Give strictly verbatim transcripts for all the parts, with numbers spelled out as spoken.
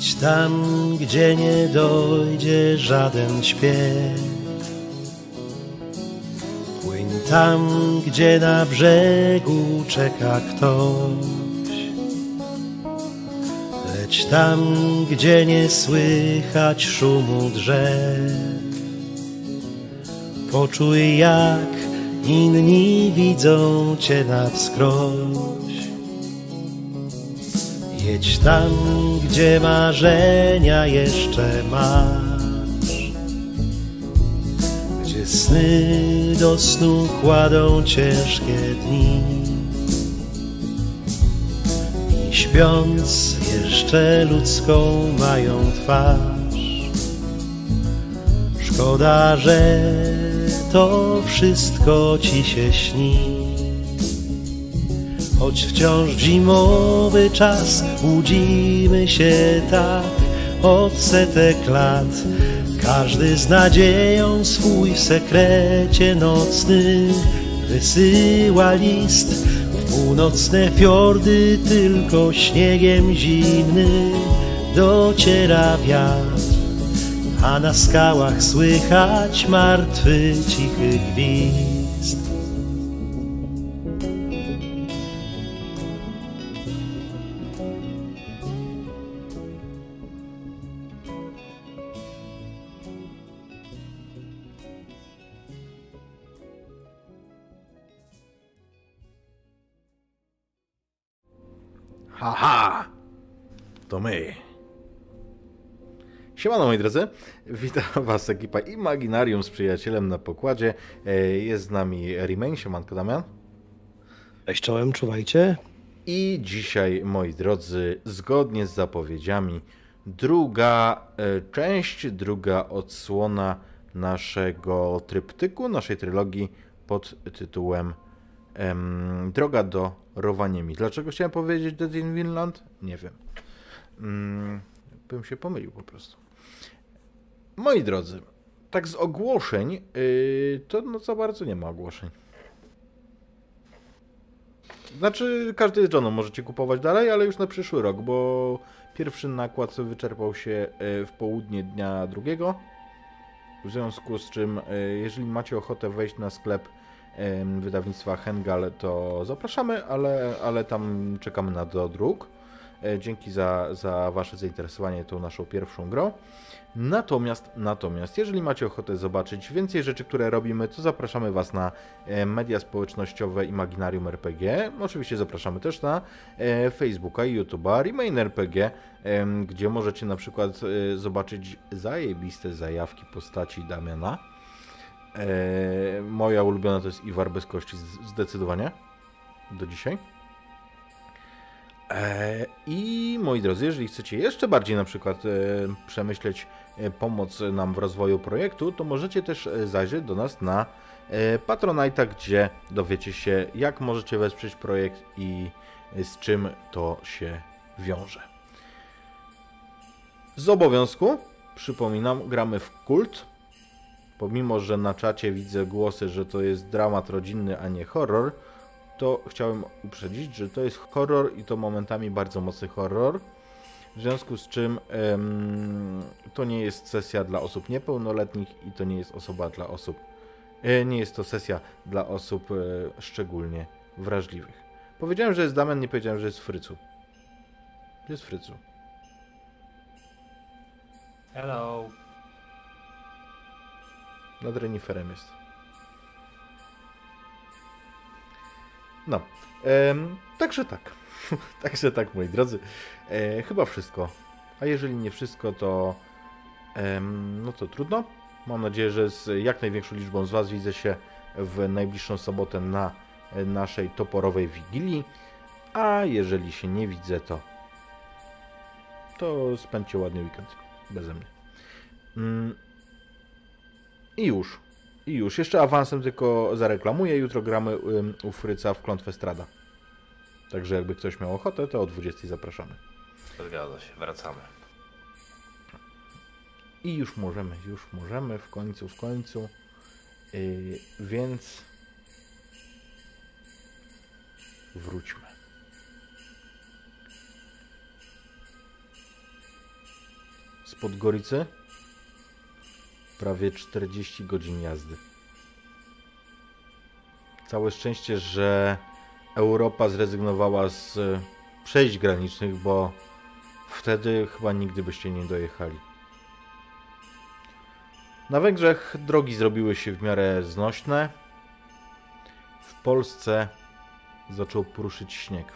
Jedź tam, gdzie nie dojdzie żaden śpiew. Płyń tam, gdzie na brzegu czeka ktoś. Leć tam, gdzie nie słychać szumu drzew. Poczuj, jak inni widzą cię na wskroś. Jedź tam, gdzie marzenia jeszcze masz, gdzie sny do snu kładą ciężkie dni i śpiąc jeszcze ludzką mają twarz. Szkoda, że to wszystko ci się śni, choć wciąż zimowy czas, łudzimy się tak od setek lat. Każdy z nadzieją swój w sekrecie nocnym wysyła list. W północne fiordy tylko śniegiem zimnym dociera wiatr, a na skałach słychać martwy, cichy gwizd. Haha! To my. Siemano moi drodzy, witam was ekipa Imaginarium z przyjacielem na pokładzie. Jest z nami Remain, siemanko Damian. Cześć czołem, czuwajcie. I dzisiaj, moi drodzy, zgodnie z zapowiedziami, druga część, druga odsłona naszego tryptyku, naszej trylogii pod tytułem em, Droga do Rovaniemi. Dlaczego chciałem powiedzieć Dead in Vinland? Nie wiem. Hmm, bym się pomylił po prostu. Moi drodzy, tak z ogłoszeń, yy, to no za bardzo nie ma ogłoszeń. Znaczy, każdy jest żoną, możecie kupować dalej, ale już na przyszły rok, bo pierwszy nakład wyczerpał się w południe dnia drugiego. W związku z czym, jeżeli macie ochotę wejść na sklep wydawnictwa Hengal, to zapraszamy, ale, ale tam czekamy na dodruk. Dzięki za, za wasze zainteresowanie tą naszą pierwszą grą. Natomiast, natomiast, jeżeli macie ochotę zobaczyć więcej rzeczy, które robimy, to zapraszamy was na media społecznościowe Imaginarium R P G. Oczywiście zapraszamy też na Facebooka i YouTube'a Remain R P G, gdzie możecie na przykład zobaczyć zajebiste zajawki postaci Damiana. Moja ulubiona to jest Iwar bez kości, zdecydowanie, do dzisiaj. I moi drodzy, jeżeli chcecie jeszcze bardziej na przykład przemyśleć pomoc nam w rozwoju projektu, to możecie też zajrzeć do nas na Patronite'a, gdzie dowiecie się, jak możecie wesprzeć projekt i z czym to się wiąże. Z obowiązku, przypominam, gramy w Kult. Pomimo że na czacie widzę głosy, że to jest dramat rodzinny, a nie horror, to chciałem uprzedzić, że to jest horror i to momentami bardzo mocny horror. W związku z czym ym, to nie jest sesja dla osób niepełnoletnich i to nie jest osoba dla osób, yy, nie jest to sesja dla osób yy, szczególnie wrażliwych. Powiedziałem, że jest Damian, nie powiedziałem, że jest Frycu. Jest Frycu. Hello. Nad reniferem jest. No, ehm, także tak. Także tak, moi drodzy. E, chyba wszystko. A jeżeli nie wszystko, to em, no to trudno. Mam nadzieję, że z jak największą liczbą z was widzę się w najbliższą sobotę na naszej toporowej wigilii. A jeżeli się nie widzę, to to spędźcie ładny weekend beze mnie. Mm. I już. I już. Jeszcze awansem tylko zareklamuję. Jutro gramy u Fryca w Klątwę Strada. Także jakby ktoś miał ochotę, to o dwudziestej zapraszamy. Zgadza się, wracamy. I już możemy, już możemy, w końcu, w końcu. Yy, więc wróćmy. Podgoricy prawie czterdzieści godzin jazdy. Całe szczęście, że Europa zrezygnowała z przejść granicznych, bo wtedy chyba nigdy byście nie dojechali. Na Węgrzech drogi zrobiły się w miarę znośne. W Polsce zaczął pruszyć śnieg.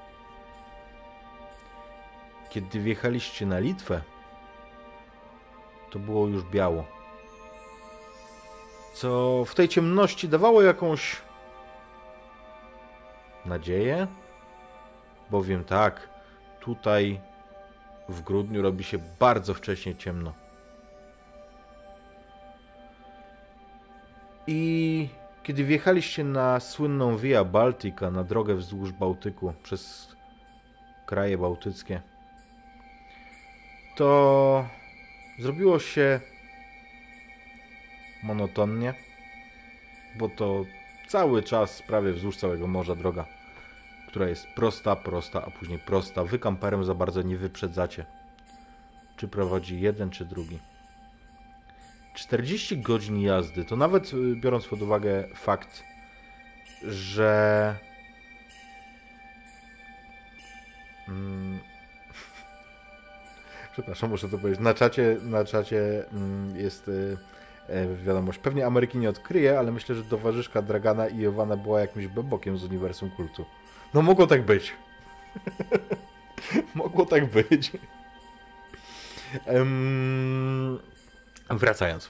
Kiedy wjechaliście na Litwę, to było już biało. Co w tej ciemności dawało jakąś nadzieję, bowiem tak, tutaj w grudniu robi się bardzo wcześnie ciemno. I kiedy wjechaliście na słynną Via Baltica, na drogę wzdłuż Bałtyku, przez kraje bałtyckie, to zrobiło się monotonnie, bo to cały czas prawie wzdłuż całego morza droga, która jest prosta, prosta, a później prosta. Wy kamperem za bardzo nie wyprzedzacie, czy prowadzi jeden, czy drugi. czterdzieści godzin jazdy, to nawet biorąc pod uwagę fakt, że hmm... przepraszam, muszę to powiedzieć, na czacie, na czacie jest wiadomość, pewnie Ameryki nie odkryje, ale myślę, że towarzyszka Dragana i Jowana była jakimś bebokiem z uniwersum kultu. No mogło tak być. Mogło tak być. Um... Wracając.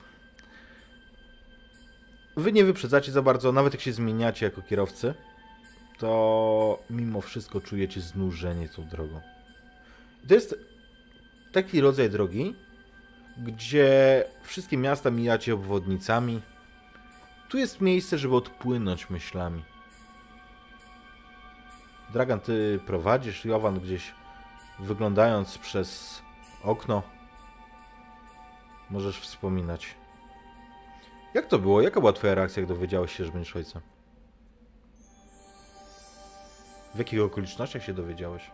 Wy nie wyprzedzacie za bardzo, nawet jak się zmieniacie jako kierowcy, to mimo wszystko czujecie znużenie tą drogą. To jest taki rodzaj drogi, gdzie wszystkie miasta mijacie obwodnicami. Tu jest miejsce, żeby odpłynąć myślami. Dragan, ty prowadzisz, Jowan gdzieś wyglądając przez okno możesz wspominać. Jak to było? Jaka była twoja reakcja, jak dowiedziałeś się, że będziesz ojcem? W jakich okolicznościach się dowiedziałeś?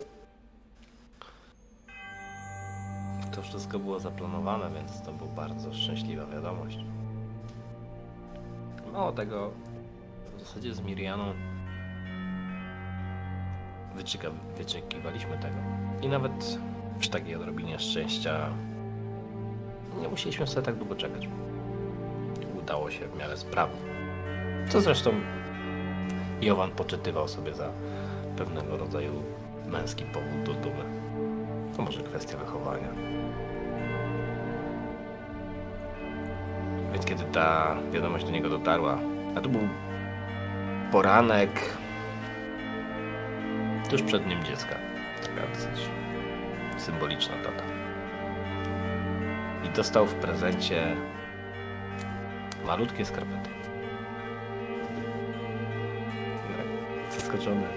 To wszystko było zaplanowane, więc to była bardzo szczęśliwa wiadomość. Mało tego, w zasadzie z Mirianą wyczeka, wyczekiwaliśmy tego. I nawet przy takiej odrobinie szczęścia nie musieliśmy sobie tak długo czekać. Udało się w miarę sprawnie. Co zresztą Jowan poczytywał sobie za pewnego rodzaju męski powód do dumy. To może kwestia wychowania. Więc kiedy ta wiadomość do niego dotarła, a to był poranek tuż przed dniem dziecka. Taka dosyć symboliczna data. I dostał w prezencie malutkie skarpety. Zaskoczony.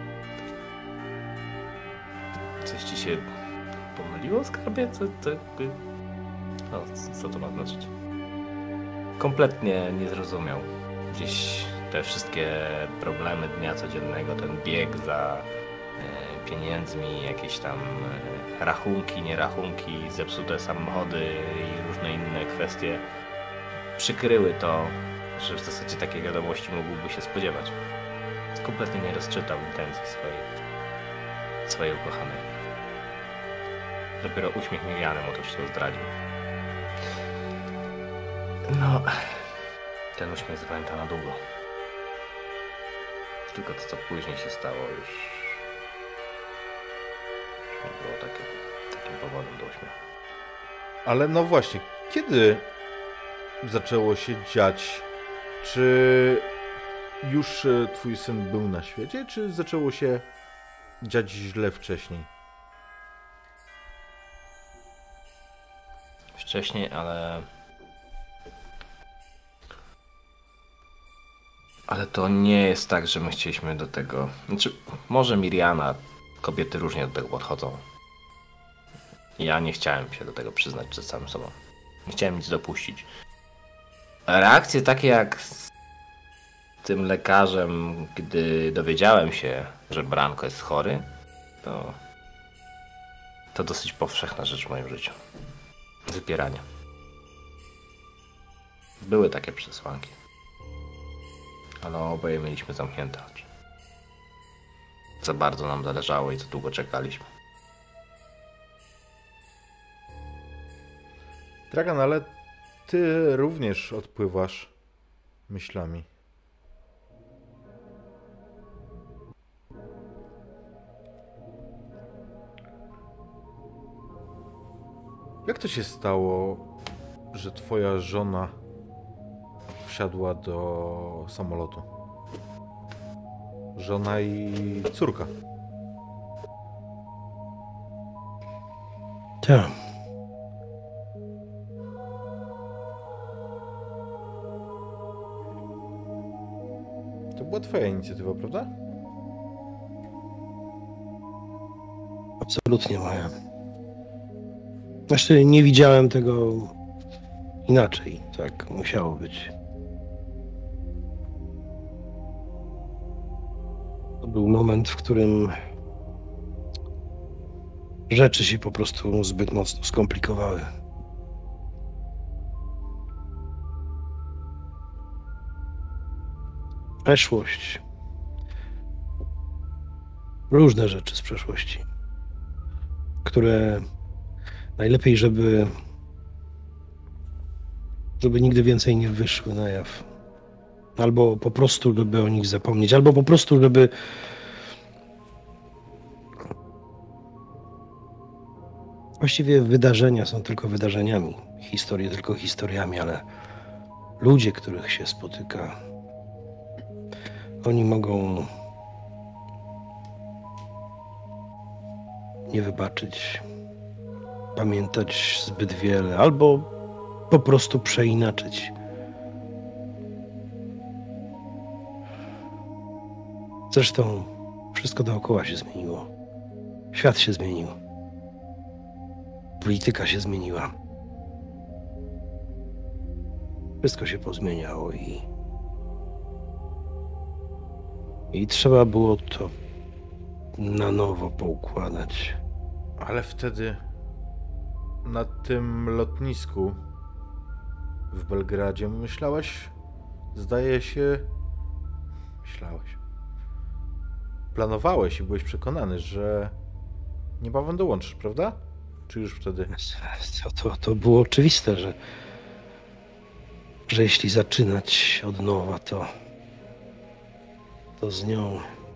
Coś ci się pomyliło, skarbie? Co, to, no, co to ma znaczyć? Kompletnie nie zrozumiał. Gdzieś te wszystkie problemy dnia codziennego, ten bieg za e, pieniędzmi, jakieś tam e, rachunki, nierachunki, zepsute samochody i różne inne kwestie przykryły to, że w zasadzie takiej wiadomości mógłby się spodziewać. Kompletnie nie rozczytał intencji swojej, swojej ukochanej. Dopiero uśmiech Miriany mu to wszystko zdradził. No, ten uśmiech zapamięta na długo. Tylko to, co później się stało, już nie było takie, takim powodem do uśmiechu. Ale no właśnie, kiedy zaczęło się dziać? Czy już twój syn był na świecie, czy zaczęło się dziać źle wcześniej? Wcześniej, ale... Ale to nie jest tak, że my chcieliśmy do tego... Znaczy, może Miriana, kobiety różnie do tego podchodzą. Ja nie chciałem się do tego przyznać przed samym sobą. Nie chciałem nic dopuścić. Reakcje takie jak z tym lekarzem, gdy dowiedziałem się, że Branko jest chory, to... To dosyć powszechna rzecz w moim życiu. wypierania. Były takie przesłanki, ale oboje mieliśmy zamknięte oczy. Za bardzo nam zależało i za długo czekaliśmy. Dragan, ale ty również odpływasz myślami. Jak to się stało, że twoja żona wsiadła do samolotu? Żona i córka. Tak. To była twoja inicjatywa, prawda? Absolutnie moja. Znaczy nie widziałem tego inaczej. Tak musiało być. To był moment, w którym rzeczy się po prostu zbyt mocno skomplikowały. Przeszłość. Różne rzeczy z przeszłości, które najlepiej, żeby żeby nigdy więcej nie wyszły na jaw. Albo po prostu, żeby o nich zapomnieć, albo po prostu, żeby właściwie wydarzenia są tylko wydarzeniami, historie tylko historiami, ale ludzie, których się spotyka, oni mogą nie wybaczyć, pamiętać zbyt wiele, albo po prostu przeinaczyć. Zresztą wszystko dookoła się zmieniło. Świat się zmienił. Polityka się zmieniła. Wszystko się pozmieniało i i trzeba było to na nowo poukładać. Ale wtedy na tym lotnisku w Belgradzie myślałeś, zdaje się, myślałeś, planowałeś i byłeś przekonany, że niebawem dołączysz, prawda? Czy już wtedy? To, to, to było oczywiste, że, że jeśli zaczynać od nowa, to, to z nią.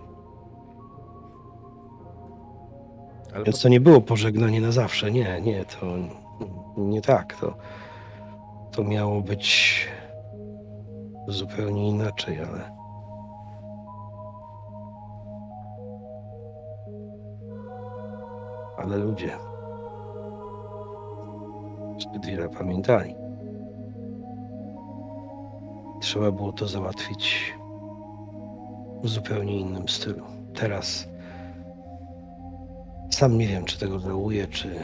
Ale Więc to nie było pożegnanie na zawsze. Nie, nie, to nie tak. To, to miało być zupełnie inaczej, ale ale ludzie zbyt wiele pamiętali. Trzeba było to załatwić w zupełnie innym stylu. Teraz sam nie wiem, czy tego żałuję, czy,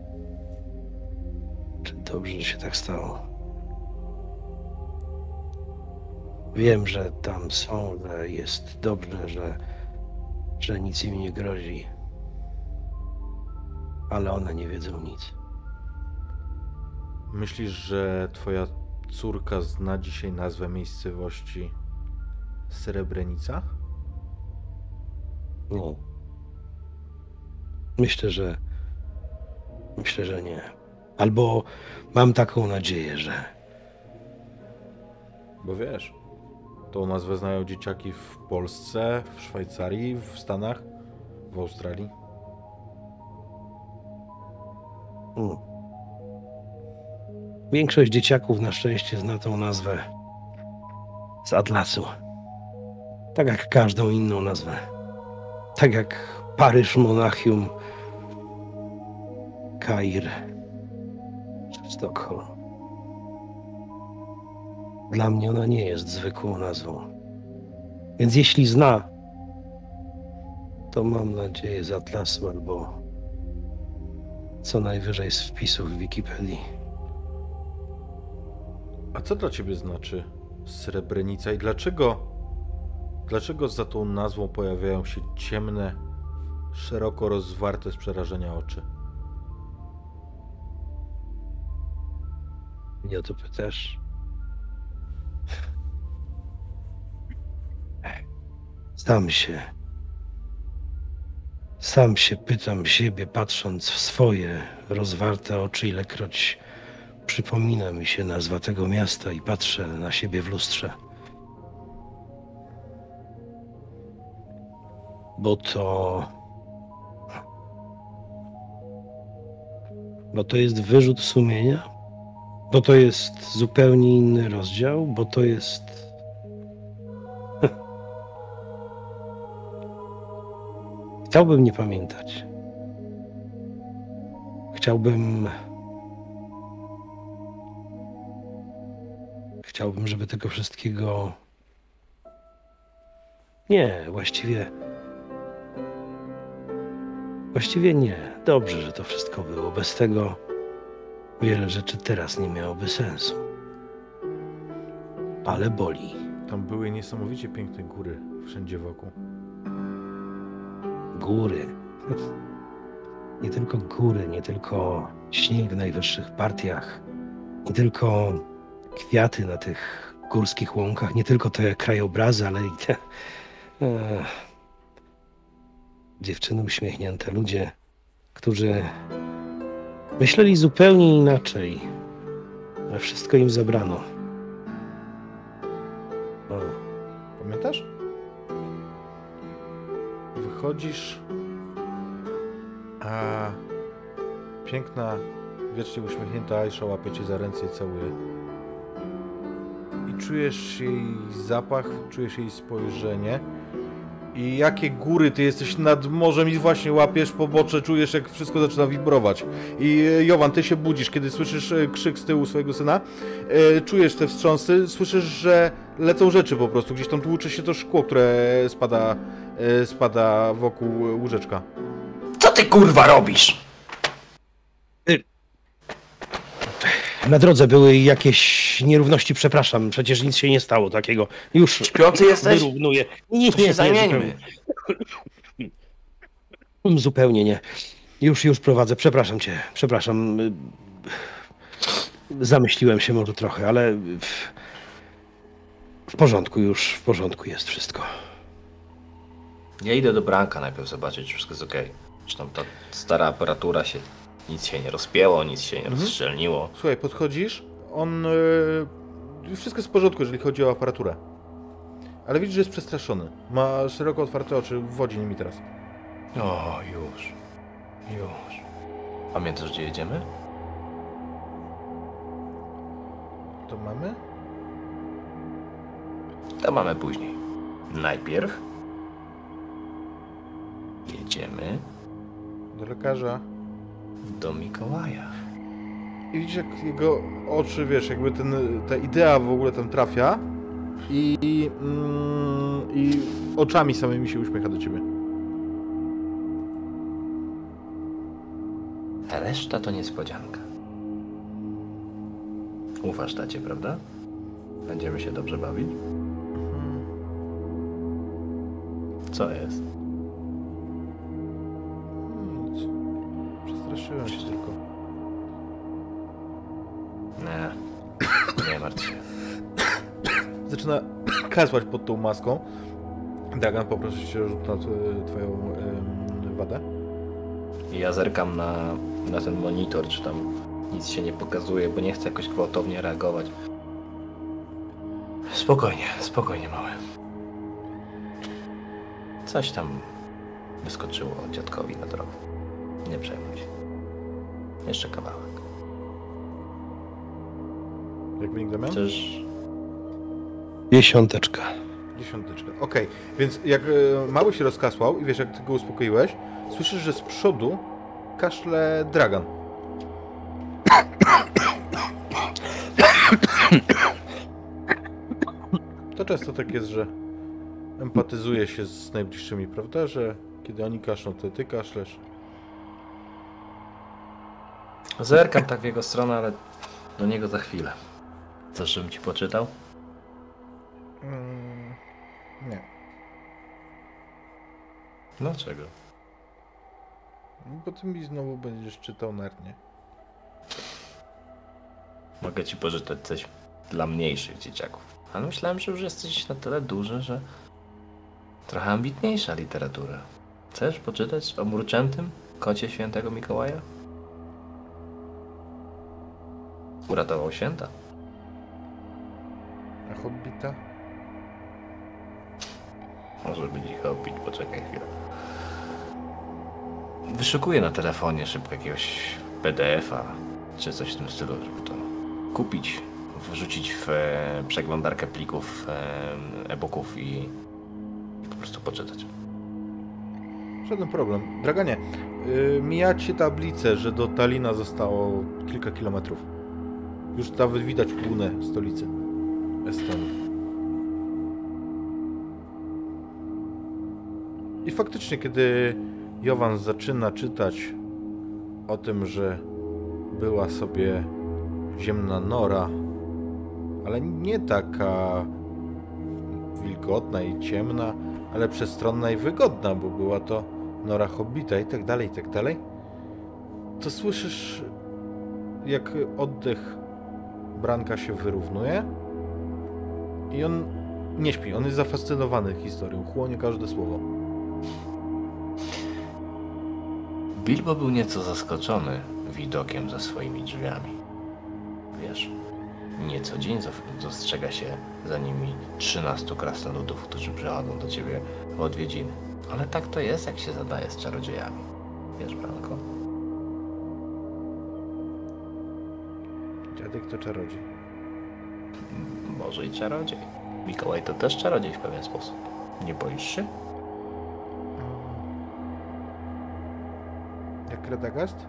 czy dobrze, że się tak stało. Wiem, że tam są, że jest dobrze, że, że nic im nie grozi. Ale one nie wiedzą nic. myślisz, że twoja córka zna dzisiaj nazwę miejscowości Srebrenica? Nie. Myślę, że... Myślę, że nie. Albo mam taką nadzieję, że... Bo wiesz, tą nazwę znają dzieciaki w Polsce, w Szwajcarii, w Stanach, w Australii. Hmm. Większość dzieciaków na szczęście zna tą nazwę z Atlasu. Tak jak każdą inną nazwę. Tak jak Paryż, Monachium, Kair czy Sztokholm. Dla mnie ona nie jest zwykłą nazwą. Więc jeśli zna, to mam nadzieję z Atlasu albo co najwyżej z wpisów w Wikipedii. A co dla ciebie znaczy Srebrenica i dlaczego, dlaczego za tą nazwą pojawiają się ciemne, szeroko rozwarte z przerażenia oczy? Mnie o to pytasz? Sam się, sam się pytam siebie, patrząc w swoje rozwarte oczy, ilekroć przypomina mi się nazwa tego miasta i patrzę na siebie w lustrze. Bo to... Bo to jest wyrzut sumienia? Bo to jest zupełnie inny rozdział? Bo to jest... Chciałbym nie pamiętać. Chciałbym... Chciałbym, żeby tego wszystkiego... Nie, właściwie... Właściwie nie. Dobrze, że to wszystko było. Bez tego wiele rzeczy teraz nie miałoby sensu. Ale boli. Tam były niesamowicie piękne góry wszędzie wokół. Góry. Nie tylko góry, nie tylko śnieg w najwyższych partiach, nie tylko kwiaty na tych górskich łąkach, nie tylko te krajobrazy, ale i te e, dziewczyny uśmiechnięte, ludzie, którzy myśleli zupełnie inaczej, ale wszystko im zabrano. O. Pamiętasz? Wychodzisz, a piękna, wiecznie uśmiechnięta Aisha łapie cię za ręce i całuje. I czujesz jej zapach, czujesz jej spojrzenie. I jakie góry, ty jesteś nad morzem i właśnie łapiesz pobocze, czujesz jak wszystko zaczyna wibrować. I Jowan, ty się budzisz, kiedy słyszysz krzyk z tyłu swojego syna, czujesz te wstrząsy, słyszysz, że lecą rzeczy po prostu, gdzieś tam tłucze się to szkło, które spada, spada wokół łóżeczka. Co ty kurwa robisz? Na drodze były jakieś nierówności, przepraszam, przecież nic się nie stało takiego. Już Śpiący jesteś? wyrównuję. Nie, To się nie, zamieńmy. Zupełnie. zupełnie nie. Już, już prowadzę, przepraszam cię, przepraszam. Zamyśliłem się może trochę, ale w, w porządku już, w porządku jest wszystko. Ja idę do Branka najpierw zobaczyć, czy wszystko jest okej. Zresztą ta stara aparatura się... Nic się nie rozpięło, nic się nie Mhm. rozszczelniło. Słuchaj, podchodzisz, on... Yy, wszystko jest w porządku, jeżeli chodzi o aparaturę. Ale widzisz, że jest przestraszony. Ma szeroko otwarte oczy, wodzi nimi teraz. O, już. Już. Pamiętasz, gdzie jedziemy? To mamy? To mamy później. Najpierw jedziemy Do lekarza. do Mikołaja. I widzisz, jak jego oczy, wiesz, jakby ten, ta idea w ogóle tam trafia i, i, mm, i oczami samymi się uśmiecha do ciebie. A reszta to niespodzianka. Ufasz tacie, prawda? Będziemy się dobrze bawić? Co jest? Nic. Przestraszyłem się tylko. Nie. Nie martw się. Zaczyna kasłać pod tą maską. Dagan, poproszę cię o rzut na tw- twoją ym, wadę. I ja zerkam na, na ten monitor, czy tam nic się nie pokazuje, bo nie chcę jakoś gwałtownie reagować. Spokojnie, spokojnie, mały. Coś tam wyskoczyło dziadkowi na drogę. Nie przejmuj się. Jeszcze kawałek. Jak wynik zamian? Chcesz... Dziesiąteczka. Dziesiąteczka. Okej, więc jak e, mały się rozkasłał i wiesz, jak ty go uspokoiłeś, słyszysz, że z przodu kaszle Dragan. To często tak jest, że empatyzuje się z najbliższymi, prawda? Że kiedy oni kaszlą, to ty kaszlesz. Zerkam tak w jego stronę, ale do niego za chwilę. Chcesz, żebym ci poczytał? Mm, nie. Dlaczego? Bo ty mi znowu będziesz czytał Narnię. Mogę ci pożyczyć coś dla mniejszych dzieciaków. Ale myślałem, że już jesteś na tyle duży, że trochę ambitniejsza literatura. Chcesz poczytać o mruczętym kocie świętego Mikołaja? Uratował święta. A Hobbita? Może być ich Hobbit, poczekaj chwilę. Wyszukuję na telefonie szybko jakiegoś P D F-a, czy coś w tym stylu, żeby to kupić, wrzucić w e, przeglądarkę plików e, e-booków i, i po prostu poczytać. Żaden problem. Draganie, yy, mijacie tablicę, że do Talina zostało kilka kilometrów. Już nawet widać Punę, stolicy Estonii. I faktycznie, kiedy Jovan zaczyna czytać o tym, że była sobie ziemna nora, ale nie taka wilgotna i ciemna, ale przestronna i wygodna, bo była to nora hobbita i tak dalej, i tak dalej, to słyszysz, jak oddech Branka się wyrównuje i on nie śpi, on jest zafascynowany historią, chłonie każde słowo. Bilbo był nieco zaskoczony widokiem za swoimi drzwiami. Wiesz, nie co dzień dostrzega się za nimi trzynastu krasnoludów, którzy przychodzą do ciebie w odwiedziny. Ale tak to jest, jak się zadaje z czarodziejami. Wiesz, Branko? Dziadek to czarodziej. Może i czarodziej. Mikołaj to też czarodziej w pewien sposób. Nie boisz się? Jak Radagast?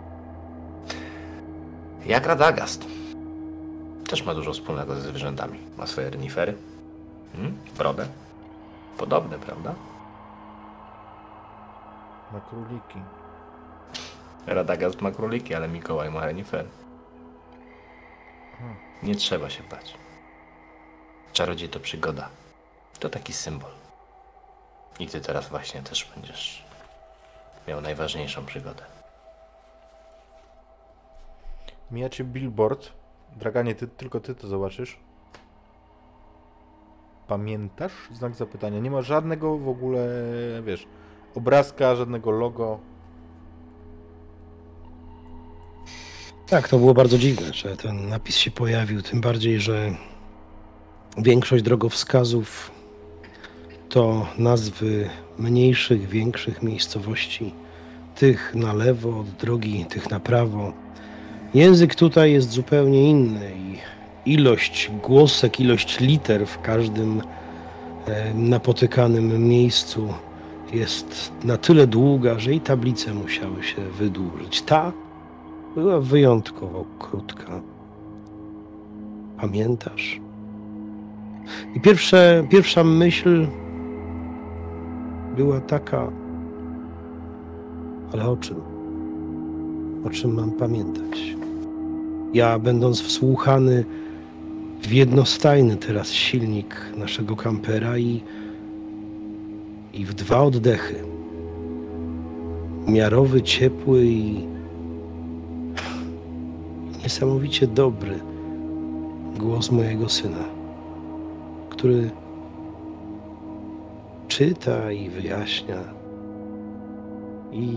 Jak Radagast. Też ma dużo wspólnego ze zwierzętami. Ma swoje renifery. Hmm? Brodę. Podobne, prawda? Ma króliki. Radagast ma króliki, ale Mikołaj ma renifery. Nie trzeba się bać. Czarodziej to przygoda. To taki symbol. I ty teraz właśnie też będziesz miał najważniejszą przygodę. Mijacie billboard. Draganie, ty, tylko ty to zobaczysz. Pamiętasz? Znak zapytania. Nie ma żadnego w ogóle, wiesz, obrazka, żadnego logo. Tak, to było bardzo dziwne, że ten napis się pojawił, tym bardziej, że większość drogowskazów to nazwy mniejszych, większych miejscowości, tych na lewo od drogi, tych na prawo. Język tutaj jest zupełnie inny i ilość głosek, ilość liter w każdym e, napotykanym miejscu jest na tyle długa, że i tablice musiały się wydłużyć. Ta była wyjątkowo krótka. Pamiętasz? I pierwsze, pierwsza myśl była taka, ale o czym? O czym mam pamiętać? Ja, będąc wsłuchany w jednostajny teraz silnik naszego kampera i, i w dwa oddechy, miarowy, ciepły i niesamowicie dobry głos mojego syna, który czyta i wyjaśnia i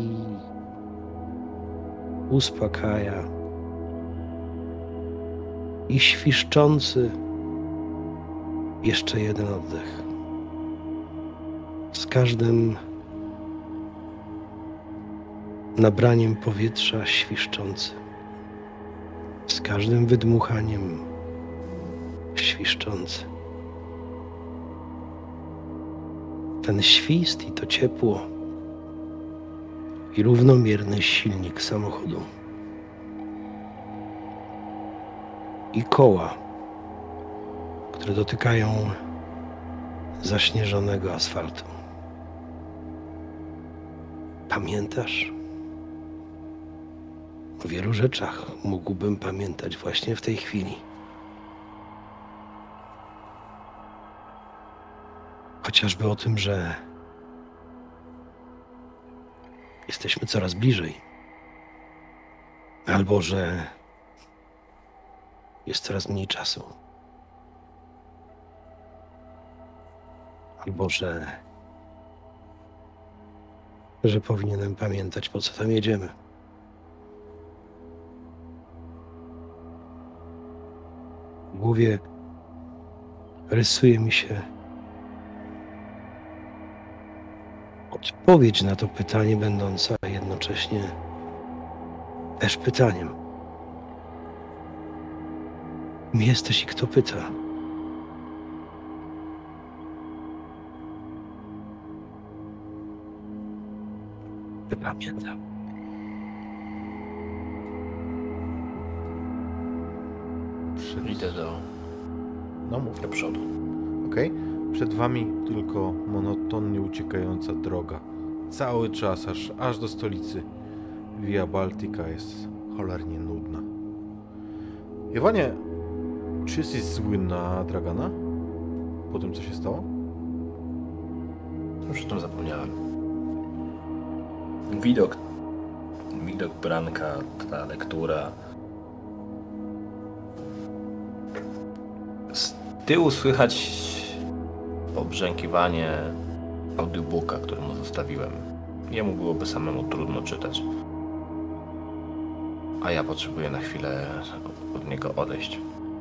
uspokaja i świszczący jeszcze jeden oddech. Z każdym nabraniem powietrza świszczący. Z każdym wydmuchaniem świszczący. Ten świst i to ciepło i równomierny silnik samochodu. I koła, które dotykają zaśnieżonego asfaltu. Pamiętasz? O wielu rzeczach mógłbym pamiętać właśnie w tej chwili. Chociażby o tym, że jesteśmy coraz bliżej. Albo że jest coraz mniej czasu. Albo że, że powinienem pamiętać, po co tam jedziemy. W głowie rysuje mi się odpowiedź na to pytanie, będąca jednocześnie też pytaniem. Kim jesteś i kto pyta? Nie pamiętam. Idę do, No mów. do przodu. Okej? Przed wami tylko monotonnie uciekająca droga. Cały czas, aż, aż do stolicy. Via Baltica jest cholernie nudna. Iwanie, czy jesteś zły na Dragana? Po tym, co się stało? Już o tym zapomniałem. Widok, widok Branka, ta lektura. Z tyłu słychać obrzękiwanie audiobooka, który mu zostawiłem. Jemu byłoby samemu trudno czytać. A ja potrzebuję na chwilę od niego odejść.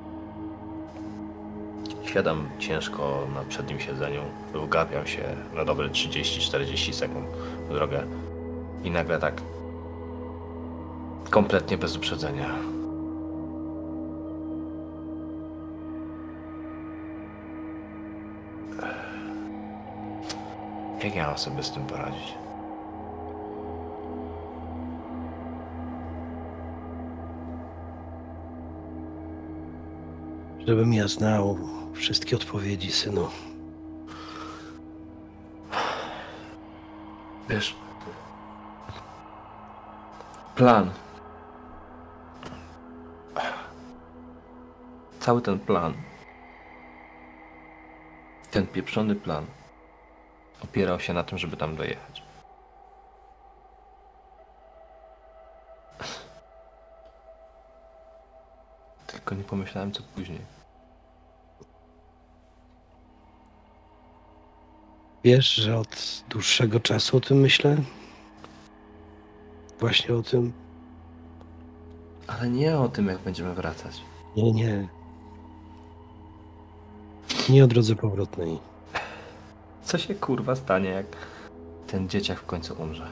Siadam ciężko na przednim siedzeniu, ugapiam się na dobre trzydzieści czterdzieści sekund w drogę i nagle tak kompletnie bez uprzedzenia. Jak ja mam sobie z tym poradzić? Żebym ja znał wszystkie odpowiedzi, synu. Wiesz, plan. Cały ten plan, ten pieprzony plan opierał się na tym, żeby tam dojechać. Tylko nie pomyślałem, co później. Wiesz, że od dłuższego czasu o tym myślę? Właśnie o tym? Ale nie o tym, jak będziemy wracać. Nie, nie. Nie o drodze powrotnej. Co się kurwa stanie, jak ten dzieciak w końcu umrze?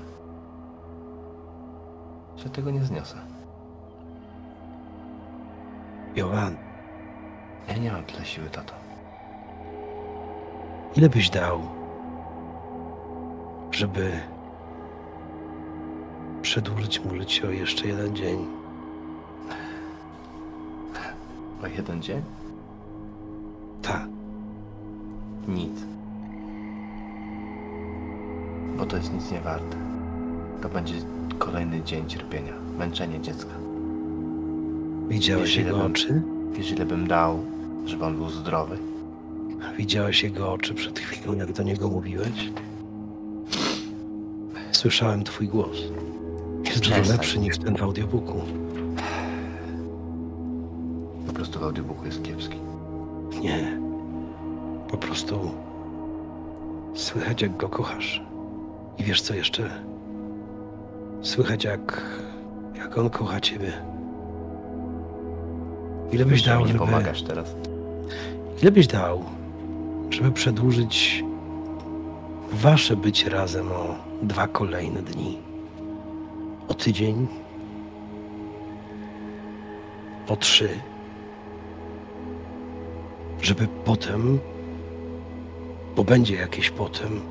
Że tego nie zniosę. Johan, Ja nie mam tyle siły, tato. ile byś dał, żeby przedłużyć mu życie o jeszcze jeden dzień? O jeden dzień? Tak. Nic. Bo to jest nic nie warte. To będzie kolejny dzień cierpienia, męczenie dziecka. Widziałeś Wiesz, ile jego bym- oczy? Wiesz, ile bym dał, żeby on był zdrowy? Widziałeś jego oczy przed chwilą, jak do niego mówiłeś? Słyszałem twój głos. Jest dużo Przestań. lepszy niż ten w audiobooku. Po prostu w audiobooku jest kiepski. Nie. Po prostu słychać, jak go kochasz. I wiesz co jeszcze? Słychać, jak, jak on kocha ciebie. Ile byś Wiesz, że dał, mi nie żeby... pomagasz teraz? Ile byś dał, żeby przedłużyć wasze bycie razem o dwa kolejne dni? O tydzień? O trzy? Żeby potem, bo będzie jakieś potem,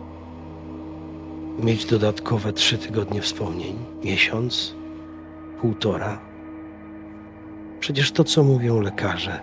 mieć dodatkowe trzy tygodnie wspomnień, miesiąc, półtora. Przecież to, co mówią lekarze,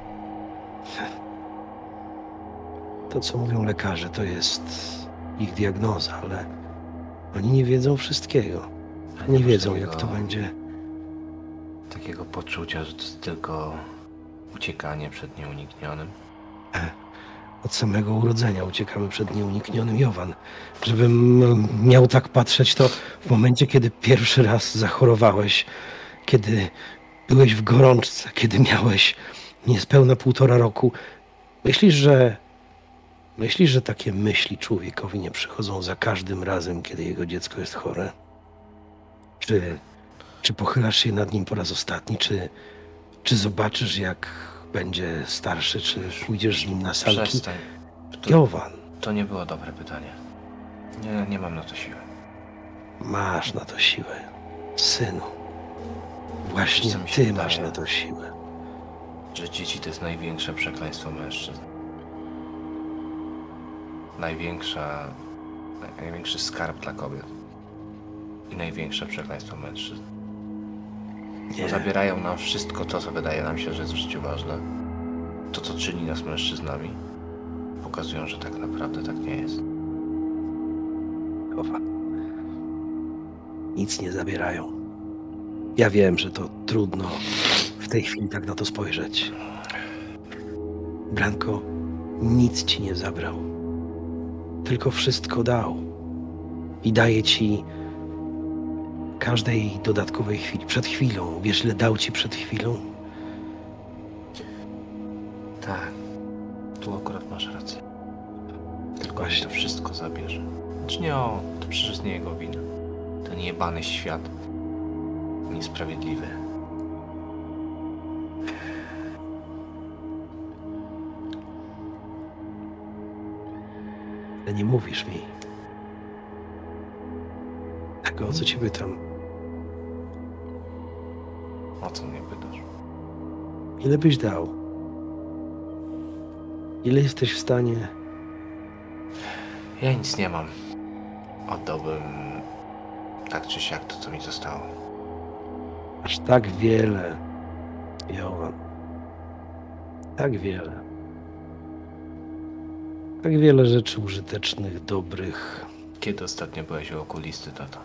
to, co mówią lekarze, to jest ich diagnoza, ale oni nie wiedzą wszystkiego. Ja Nie mam wiedzą, takiego- jak to będzie. Takiego poczucia, że to jest tylko uciekanie przed nieuniknionym. Od samego urodzenia uciekamy przed nieuniknionym, Jowan. Żebym miał tak patrzeć, to w momencie, kiedy pierwszy raz zachorowałeś, kiedy Byłeś w gorączce, kiedy miałeś niespełna półtora roku. Myślisz, że... Myślisz, że takie myśli człowiekowi nie przychodzą za każdym razem, kiedy jego dziecko jest chore? Czy, czy pochylasz się nad nim po raz ostatni? Czy, czy zobaczysz, jak będzie starszy? Czy pójdziesz z nim na salki? Przestań. To, Jovan, to nie było dobre pytanie. Nie, nie mam na to siły. masz na to siłę. Synu. Właśnie Wiesz, co mi się ty wydaje? masz na to siłę. Że dzieci to jest największe przekleństwo mężczyzn. Największa, największy skarb dla kobiet. I największe przekleństwo mężczyzn. Bo Nie. zabierają nam wszystko to, co wydaje nam się, że jest w życiu ważne. To, co czyni nas mężczyznami. Pokazują, że tak naprawdę tak nie jest. Jovan. Nic nie zabierają. Ja wiem, że to trudno w tej chwili tak na to spojrzeć. Branko nic ci nie zabrał. Tylko wszystko dał. I daje ci każdej dodatkowej chwili. Przed chwilą. Wiesz, ile dał ci przed chwilą? Tak. Tu akurat masz rację. Tylko Właśnie. to wszystko zabierze. Znaczy nie on, to przecież nie jego wina. Ten jebany świat. Niesprawiedliwy. Ale nie mówisz mi. Tego, o co cię pytam. O co mnie pytasz? Ile byś dał? Ile jesteś w stanie... Ja nic nie mam. Oddałbym tak czy siak to, co mi zostało. Aż tak wiele, Jovan. Tak wiele. Tak wiele rzeczy użytecznych, dobrych. Kiedy ostatnio byłeś u okulisty, tato?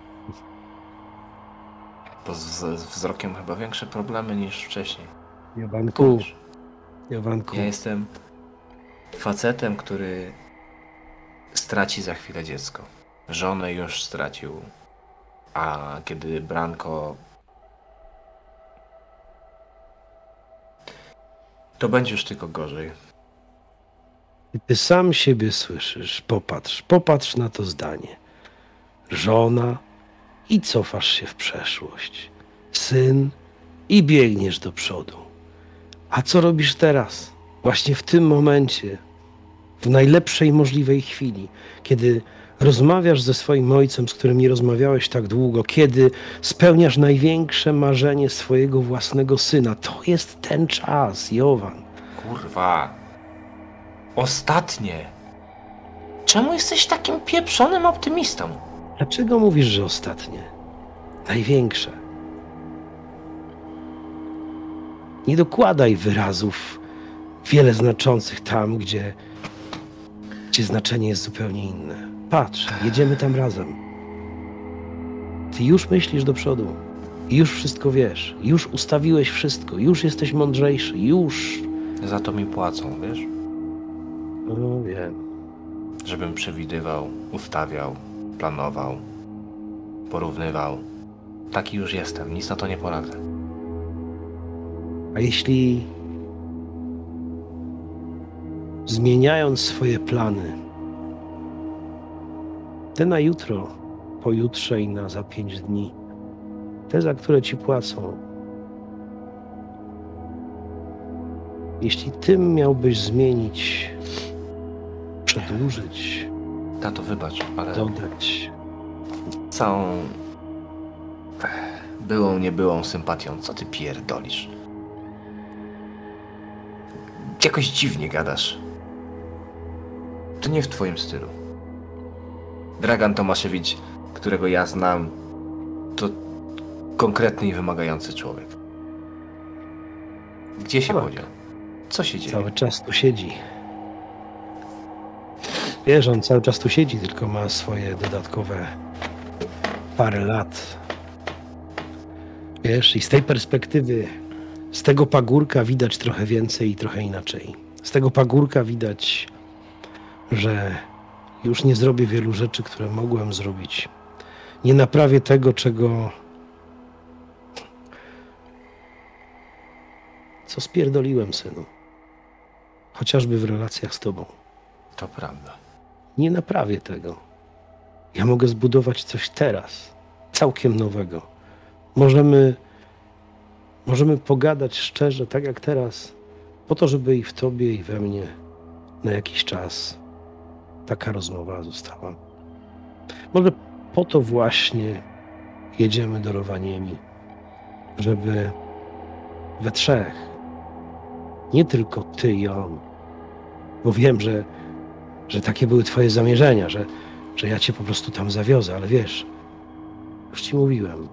Bo z, z wzrokiem chyba większe problemy niż wcześniej. Jovanku, Jovanku, Ja jestem facetem, który straci za chwilę dziecko. Żonę już stracił. A kiedy Branko... To będzie już tylko gorzej. ty sam siebie słyszysz. Popatrz, popatrz na to zdanie. Żona i cofasz się w przeszłość. Syn i biegniesz do przodu. A co robisz teraz? Właśnie w tym momencie, w najlepszej możliwej chwili, kiedy rozmawiasz ze swoim ojcem, z którym nie rozmawiałeś tak długo, kiedy spełniasz największe marzenie swojego własnego syna. To jest ten czas, Jovan. Kurwa. Ostatnie. Czemu jesteś takim pieprzonym optymistą? Dlaczego mówisz, że ostatnie? Największe. Nie dokładaj wyrazów wiele znaczących tam, gdzie, gdzie znaczenie jest zupełnie inne. Patrz, jedziemy tam razem. Ty już myślisz do przodu. Już wszystko wiesz. Już ustawiłeś wszystko. Już jesteś mądrzejszy. Już. Za to mi płacą, wiesz? No wiem. Żebym przewidywał, ustawiał, planował, porównywał. Taki już jestem, nic na to nie poradzę. A jeśli zmieniając swoje plany, te na jutro, pojutrze i na za pięć dni, te, za które ci płacą, jeśli tym miałbyś zmienić, przedłużyć, Tato, wybacz, ale dodać, całą byłą, niebyłą sympatią, co ty pierdolisz? Jakoś dziwnie gadasz. To nie w twoim stylu. Dragan Tomaszewicz, którego ja znam, to konkretny i wymagający człowiek. Gdzie się Tak. podział? Co się dzieje? cały czas tu siedzi. Wiesz, on cały czas tu siedzi, tylko ma swoje dodatkowe parę lat. Wiesz, i z tej perspektywy, z tego pagórka widać trochę więcej i trochę inaczej. Z tego pagórka widać, że już nie zrobię wielu rzeczy, które mogłem zrobić. Nie naprawię tego, czego co spierdoliłem, synu. Chociażby w relacjach z tobą. To prawda. Nie naprawię tego. Ja mogę zbudować coś teraz, całkiem nowego. Możemy, możemy pogadać szczerze, tak jak teraz, po to, żeby i w tobie, i we mnie na jakiś czas taka rozmowa została. Może po to właśnie jedziemy do Rowaniemi, żeby we trzech, nie tylko ty i on, bo wiem, że, że takie były twoje zamierzenia, że, że ja cię po prostu tam zawiozę, ale wiesz, już ci mówiłem,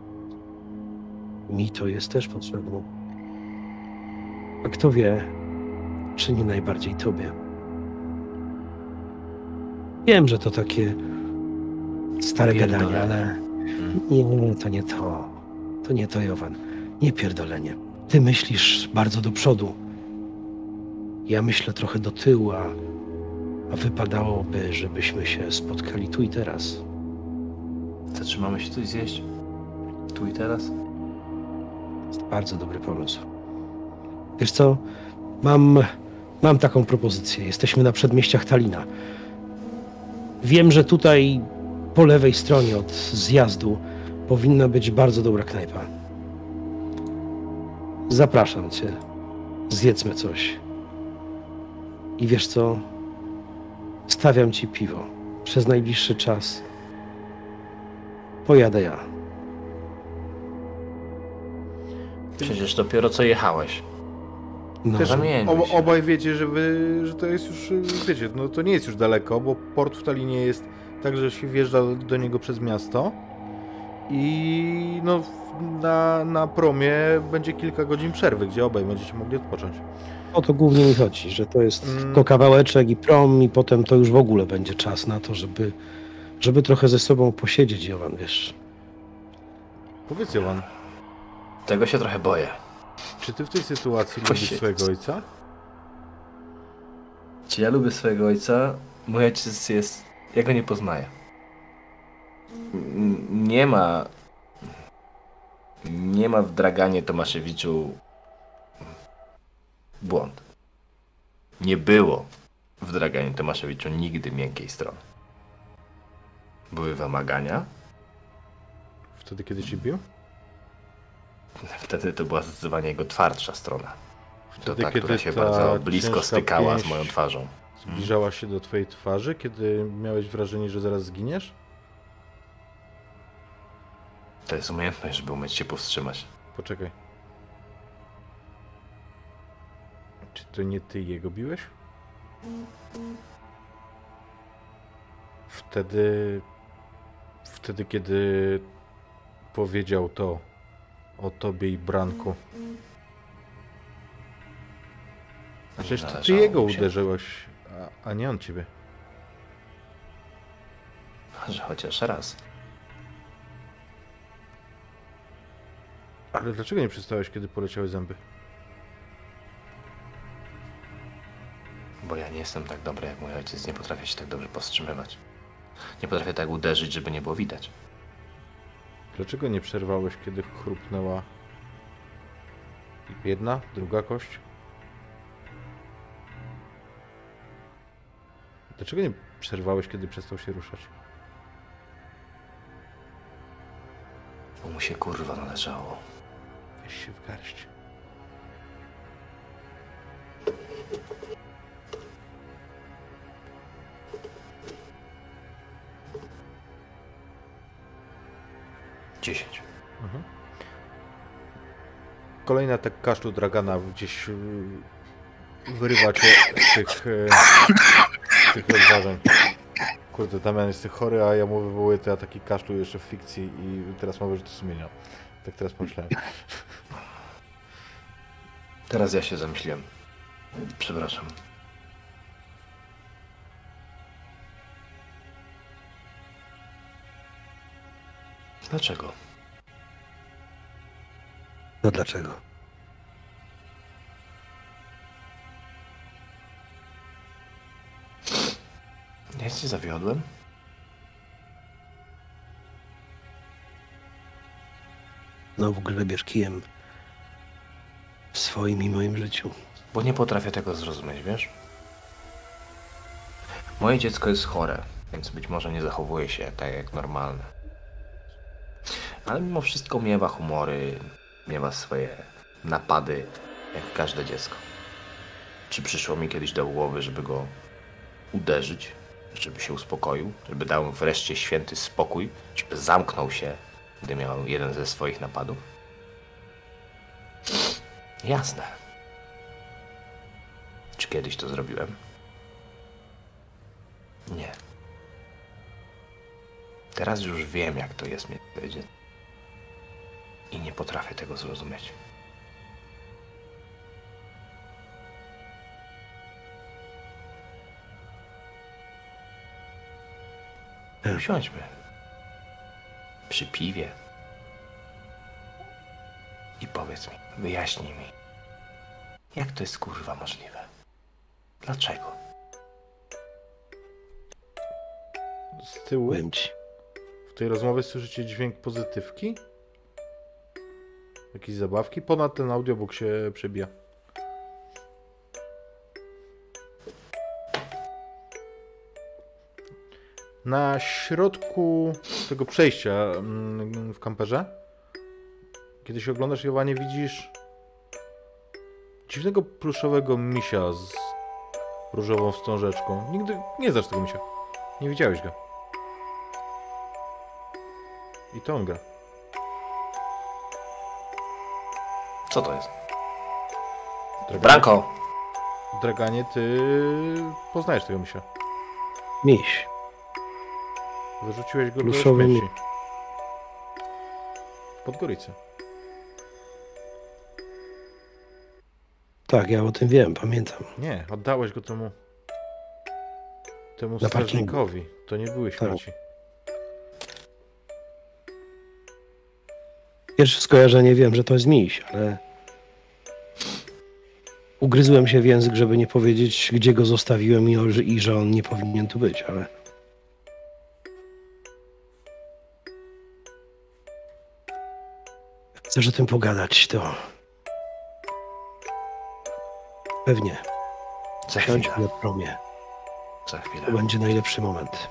mi to jest też potrzebne. A kto wie, czy nie najbardziej tobie. Wiem, że to takie stare Pierdolenie. gadanie, ale Hmm. nie, to nie to. To nie to, Jowan. Nie pierdolenie. Ty myślisz bardzo do przodu. Ja myślę trochę do tyłu, a, a wypadałoby, żebyśmy się spotkali tu i teraz. Zatrzymamy się coś zjeść? Tu i teraz? To jest bardzo dobry pomysł. Wiesz co? Mam, mam taką propozycję. Jesteśmy na przedmieściach Talina. Wiem, że tutaj po lewej stronie od zjazdu powinna być bardzo dobra knajpa. Zapraszam cię. Zjedzmy coś. I wiesz co? Stawiam ci piwo. Przez najbliższy czas pojadę ja. Przecież dopiero co jechałeś. No, Też Zamieńmy ob, się. obaj wiecie, że, wy, że to jest już, wiecie, no to nie jest już daleko, bo port w Talinie jest tak, że się wjeżdża do, do niego przez miasto i no w- na, na promie będzie kilka godzin przerwy, gdzie obaj będziecie mogli odpocząć. o to głównie mi chodzi, że to jest Mm. tylko kawałeczek i prom i potem to już w ogóle będzie czas na to, żeby, żeby trochę ze sobą posiedzieć, Jowan, wiesz. Powiedz, Jowan, Tego się trochę boję. czy ty w tej sytuacji lubisz Posiedzieć. swojego ojca? Czy ja lubię swojego ojca? Mój ojciec jest... Ja go nie poznaję. N- Nie ma... Nie ma w Draganie Tomaszewiczu... Błąd. Nie było w Draganie Tomaszewiczu nigdy miękkiej strony. Były wymagania. Wtedy, kiedy ci bił? Wtedy to była zdecydowanie jego twardsza strona. To Wtedy, ta, która kiedy się ta bardzo blisko ciężka stykała z pięść moją twarzą. Zbliżała się do twojej twarzy, kiedy miałeś wrażenie, że zaraz zginiesz? To jest umiejętność, żeby umieć się powstrzymać. Poczekaj. Czy to nie ty jego biłeś? Wtedy... Wtedy, kiedy powiedział to o tobie i Branku. A przecież to ty Należało jego mu się. uderzyłeś, a, a nie on ciebie. Że chociaż raz. Ale dlaczego nie przystałeś, kiedy poleciały zęby? Bo ja nie jestem tak dobry jak mój ojciec. Nie potrafię się tak dobrze powstrzymywać. Nie potrafię tak uderzyć, żeby nie było widać. Dlaczego nie przerwałeś, kiedy chrupnęła jedna, druga kość? Dlaczego nie przerwałeś, kiedy przestał się ruszać? Bo mu się kurwa należało. Weź się w garść. Dziesięć. Mhm. Kolejny atak kaszlu Dragana gdzieś yy, wyrywa cię z tych, yy, z tych rozważań. Kurde, Damian jest chory, a ja mu wywołuję te ataki kaszlu jeszcze w fikcji i teraz mam wyrzuty sumienia. Tak teraz pomyślałem. Teraz ja się zamyśliłem. Przepraszam. Dlaczego? No dlaczego? Ja cię zawiodłem? No w ogóle bierz kijem w swoim i moim życiu. Bo nie potrafię tego zrozumieć, wiesz? Moje dziecko jest chore, więc być może nie zachowuje się tak jak normalne. Ale mimo wszystko miewa humory, miewa swoje napady, jak każde dziecko. Czy przyszło mi kiedyś do głowy, żeby go uderzyć, żeby się uspokoił, żeby dał mu wreszcie święty spokój, żeby zamknął się, gdy miał jeden ze swoich napadów? Jasne. Czy kiedyś to zrobiłem? Nie. Teraz już wiem, jak to jest mieć dziecko. I nie potrafię tego zrozumieć. Usiądźmy. Przy piwie. I powiedz mi, wyjaśnij mi, jak to jest kurwa możliwe? Dlaczego? Z tyłu Powiem ci. w tej rozmowie słyszycie dźwięk pozytywki? Jakieś zabawki? Ponad ten audiobook się przebija. Na środku tego przejścia mm, w kamperze, kiedy się oglądasz, Jowanie, widzisz dziwnego pluszowego misia z różową wstążeczką. Nigdy nie znasz tego misia. Nie widziałeś go. I to on gra. Co to jest? Draganie, Branko! Draganie, ty poznajesz tego misia. Miś. Wyrzuciłeś go Pluszowy do mi- śmieci. W Podgoricy. Tak, ja o tym wiem, pamiętam. Nie, oddałeś go temu temu Na parkingu. strażnikowi. To nie były śmieci. Pierwsze skojarzenie wiem, że to jest miś, ale ugryzłem się w język, żeby nie powiedzieć, gdzie go zostawiłem i, o- i że on nie powinien tu być, ale chcesz o tym pogadać, to pewnie Za siądź chwilę. na promie. Za chwilę. To będzie najlepszy moment.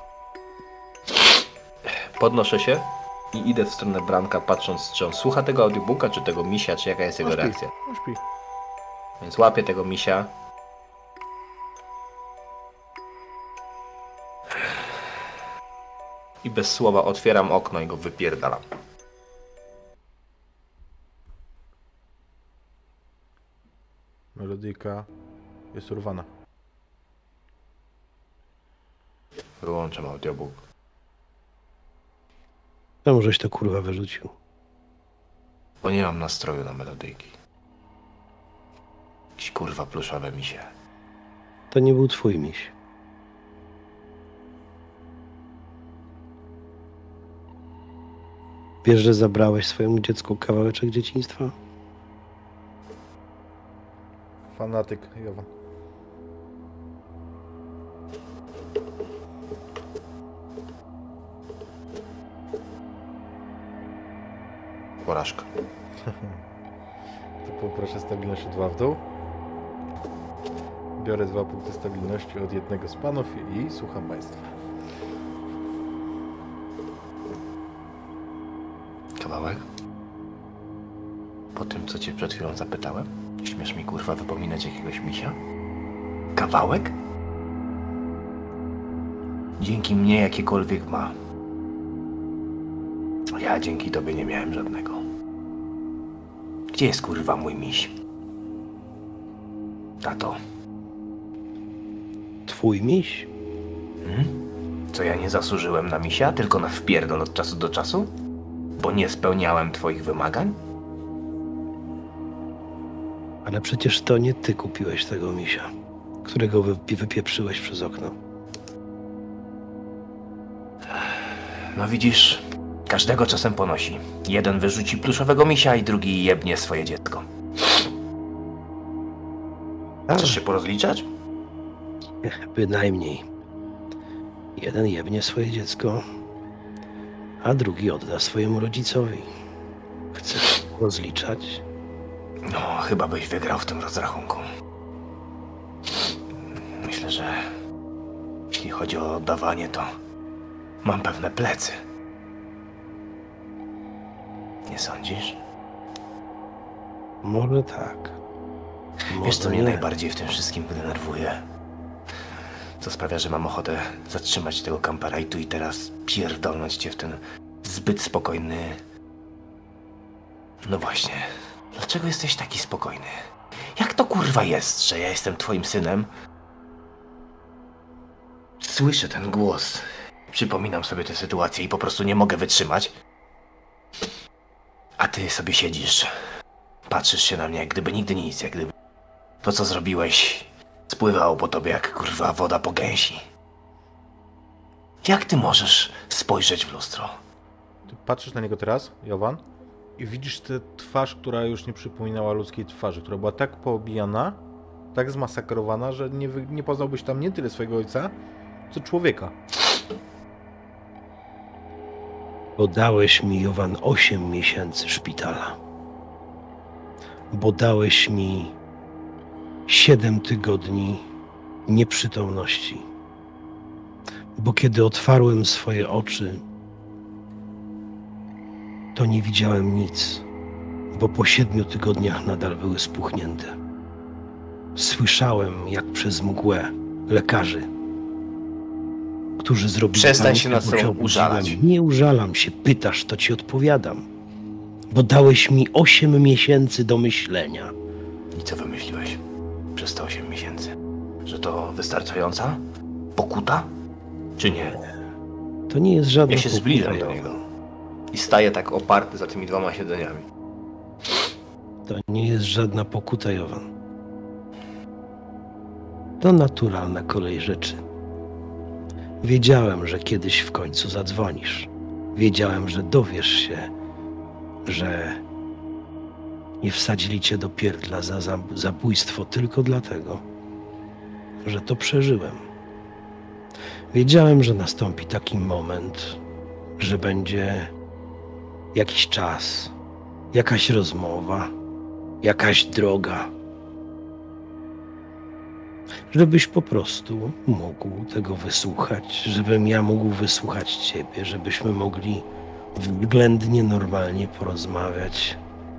Podnoszę się i idę w stronę Branka, patrząc, czy on słucha tego audiobooka, czy tego misia, czy jaka jest jego No śpi, reakcja. no śpi. Więc łapię tego misia. I bez słowa otwieram okno i go wypierdalam. Melodyjka jest urwana. Wyłączam audiobook. No możeś to kurwa wyrzucił. Bo nie mam nastroju na melodyjki. Jakiś kurwa pluszowe misie. To nie był twój miś. Wiesz, że zabrałeś swojemu dziecku kawałeczek dzieciństwa? Fanatyk, Jowa. Porażka. To poproszę stabilność o dwa w dół. Biorę dwa punkty stabilności od jednego z panów i słucham państwa. Kawałek? Po tym, co cię przed chwilą zapytałem? Śmiesz mi kurwa wypominać jakiegoś misia? Kawałek? Dzięki mnie jakiekolwiek ma. Ja dzięki tobie nie miałem żadnego. Gdzie jest kurwa mój miś? Tato, Twój miś? co ja nie zasłużyłem na misia, tylko na wpierdol od czasu do czasu? Bo nie spełniałem twoich wymagań? Ale przecież to nie ty kupiłeś tego misia, którego wy, wypieprzyłeś przez okno. No widzisz, każdego czasem ponosi. Jeden wyrzuci pluszowego misia i drugi jebnie swoje dziecko. A, Chcesz się porozliczać? bynajmniej. Jeden jebnie swoje dziecko, a drugi odda swojemu rodzicowi. Chcesz rozliczać? No, chyba byś wygrał w tym rozrachunku. Myślę, że jeśli chodzi o oddawanie, to mam pewne plecy. Nie sądzisz? Może tak. Może Wiesz, co mnie nie. najbardziej w tym wszystkim denerwuje? Co sprawia, że mam ochotę zatrzymać tego kampera i tu i teraz pierdolnąć cię w ten zbyt spokojny... No właśnie, dlaczego jesteś taki spokojny? Jak to kurwa jest, że ja jestem twoim synem? Słyszę ten głos. Przypominam sobie tę sytuację i po prostu nie mogę wytrzymać. A ty sobie siedzisz. Patrzysz się na mnie, jak gdyby nigdy nic, jak gdyby to, co zrobiłeś, spływało po tobie jak kurwa woda po gęsi. Jak ty możesz spojrzeć w lustro? Ty patrzysz na niego teraz, Jovan, i widzisz tę twarz, która już nie przypominała ludzkiej twarzy, która była tak poobijana, tak zmasakrowana, że nie, wy- nie poznałbyś tam nie tyle swojego ojca, co człowieka. Bo dałeś mi, Jovan, osiem miesięcy szpitala. Bo dałeś mi siedem tygodni nieprzytomności. Bo kiedy otwarłem swoje oczy, to nie widziałem nic, bo po siedmiu tygodniach nadal były spuchnięte. Słyszałem, jak przez mgłę lekarzy, którzy zrobili... Przestań się naukę, nad bo sobą obudziłem. użalać. Nie użalam się, pytasz, to ci odpowiadam. Bo dałeś mi osiem miesięcy do myślenia. I co wymyśliłeś przez te osiem miesięcy? Że to wystarczająca pokuta? Czy nie? To nie jest żadna Ja się pokuta, zbliżam do Jovan. niego. I staję tak oparty za tymi dwoma siedzeniami. To nie jest żadna pokuta, Jovan. To naturalna kolej rzeczy. Wiedziałem, że kiedyś w końcu zadzwonisz. Wiedziałem, że dowiesz się, że nie wsadzili cię do pierdla za zab- zabójstwo tylko dlatego, że to przeżyłem. Wiedziałem, że nastąpi taki moment, że będzie jakiś czas, jakaś rozmowa, jakaś droga, żebyś po prostu mógł tego wysłuchać, żebym ja mógł wysłuchać ciebie, żebyśmy mogli względnie normalnie porozmawiać.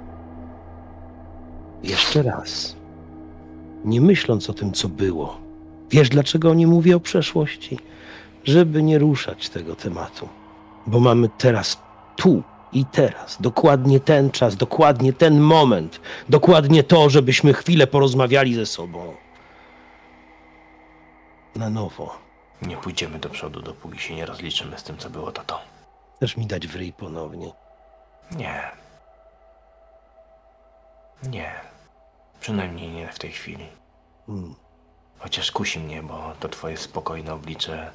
Jeszcze raz, nie myśląc o tym, co było. Wiesz, dlaczego nie mówię o przeszłości? Żeby nie ruszać tego tematu, bo mamy teraz tu i teraz, dokładnie ten czas, dokładnie ten moment, dokładnie to, żebyśmy chwilę porozmawiali ze sobą. Na nowo. Nie pójdziemy do przodu, dopóki się nie rozliczymy z tym, co było, tato. Chcesz mi dać w ryj ponownie? Nie. Nie. Przynajmniej nie w tej chwili. Hmm. Chociaż kusi mnie, bo to twoje spokojne oblicze...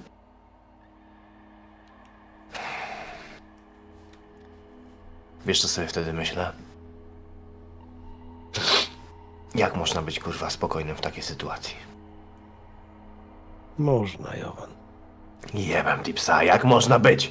Wiesz, co sobie wtedy myślę? Jak można być, kurwa, spokojnym w takiej sytuacji? Można, Jovan. Jebem ty psa, jak można być?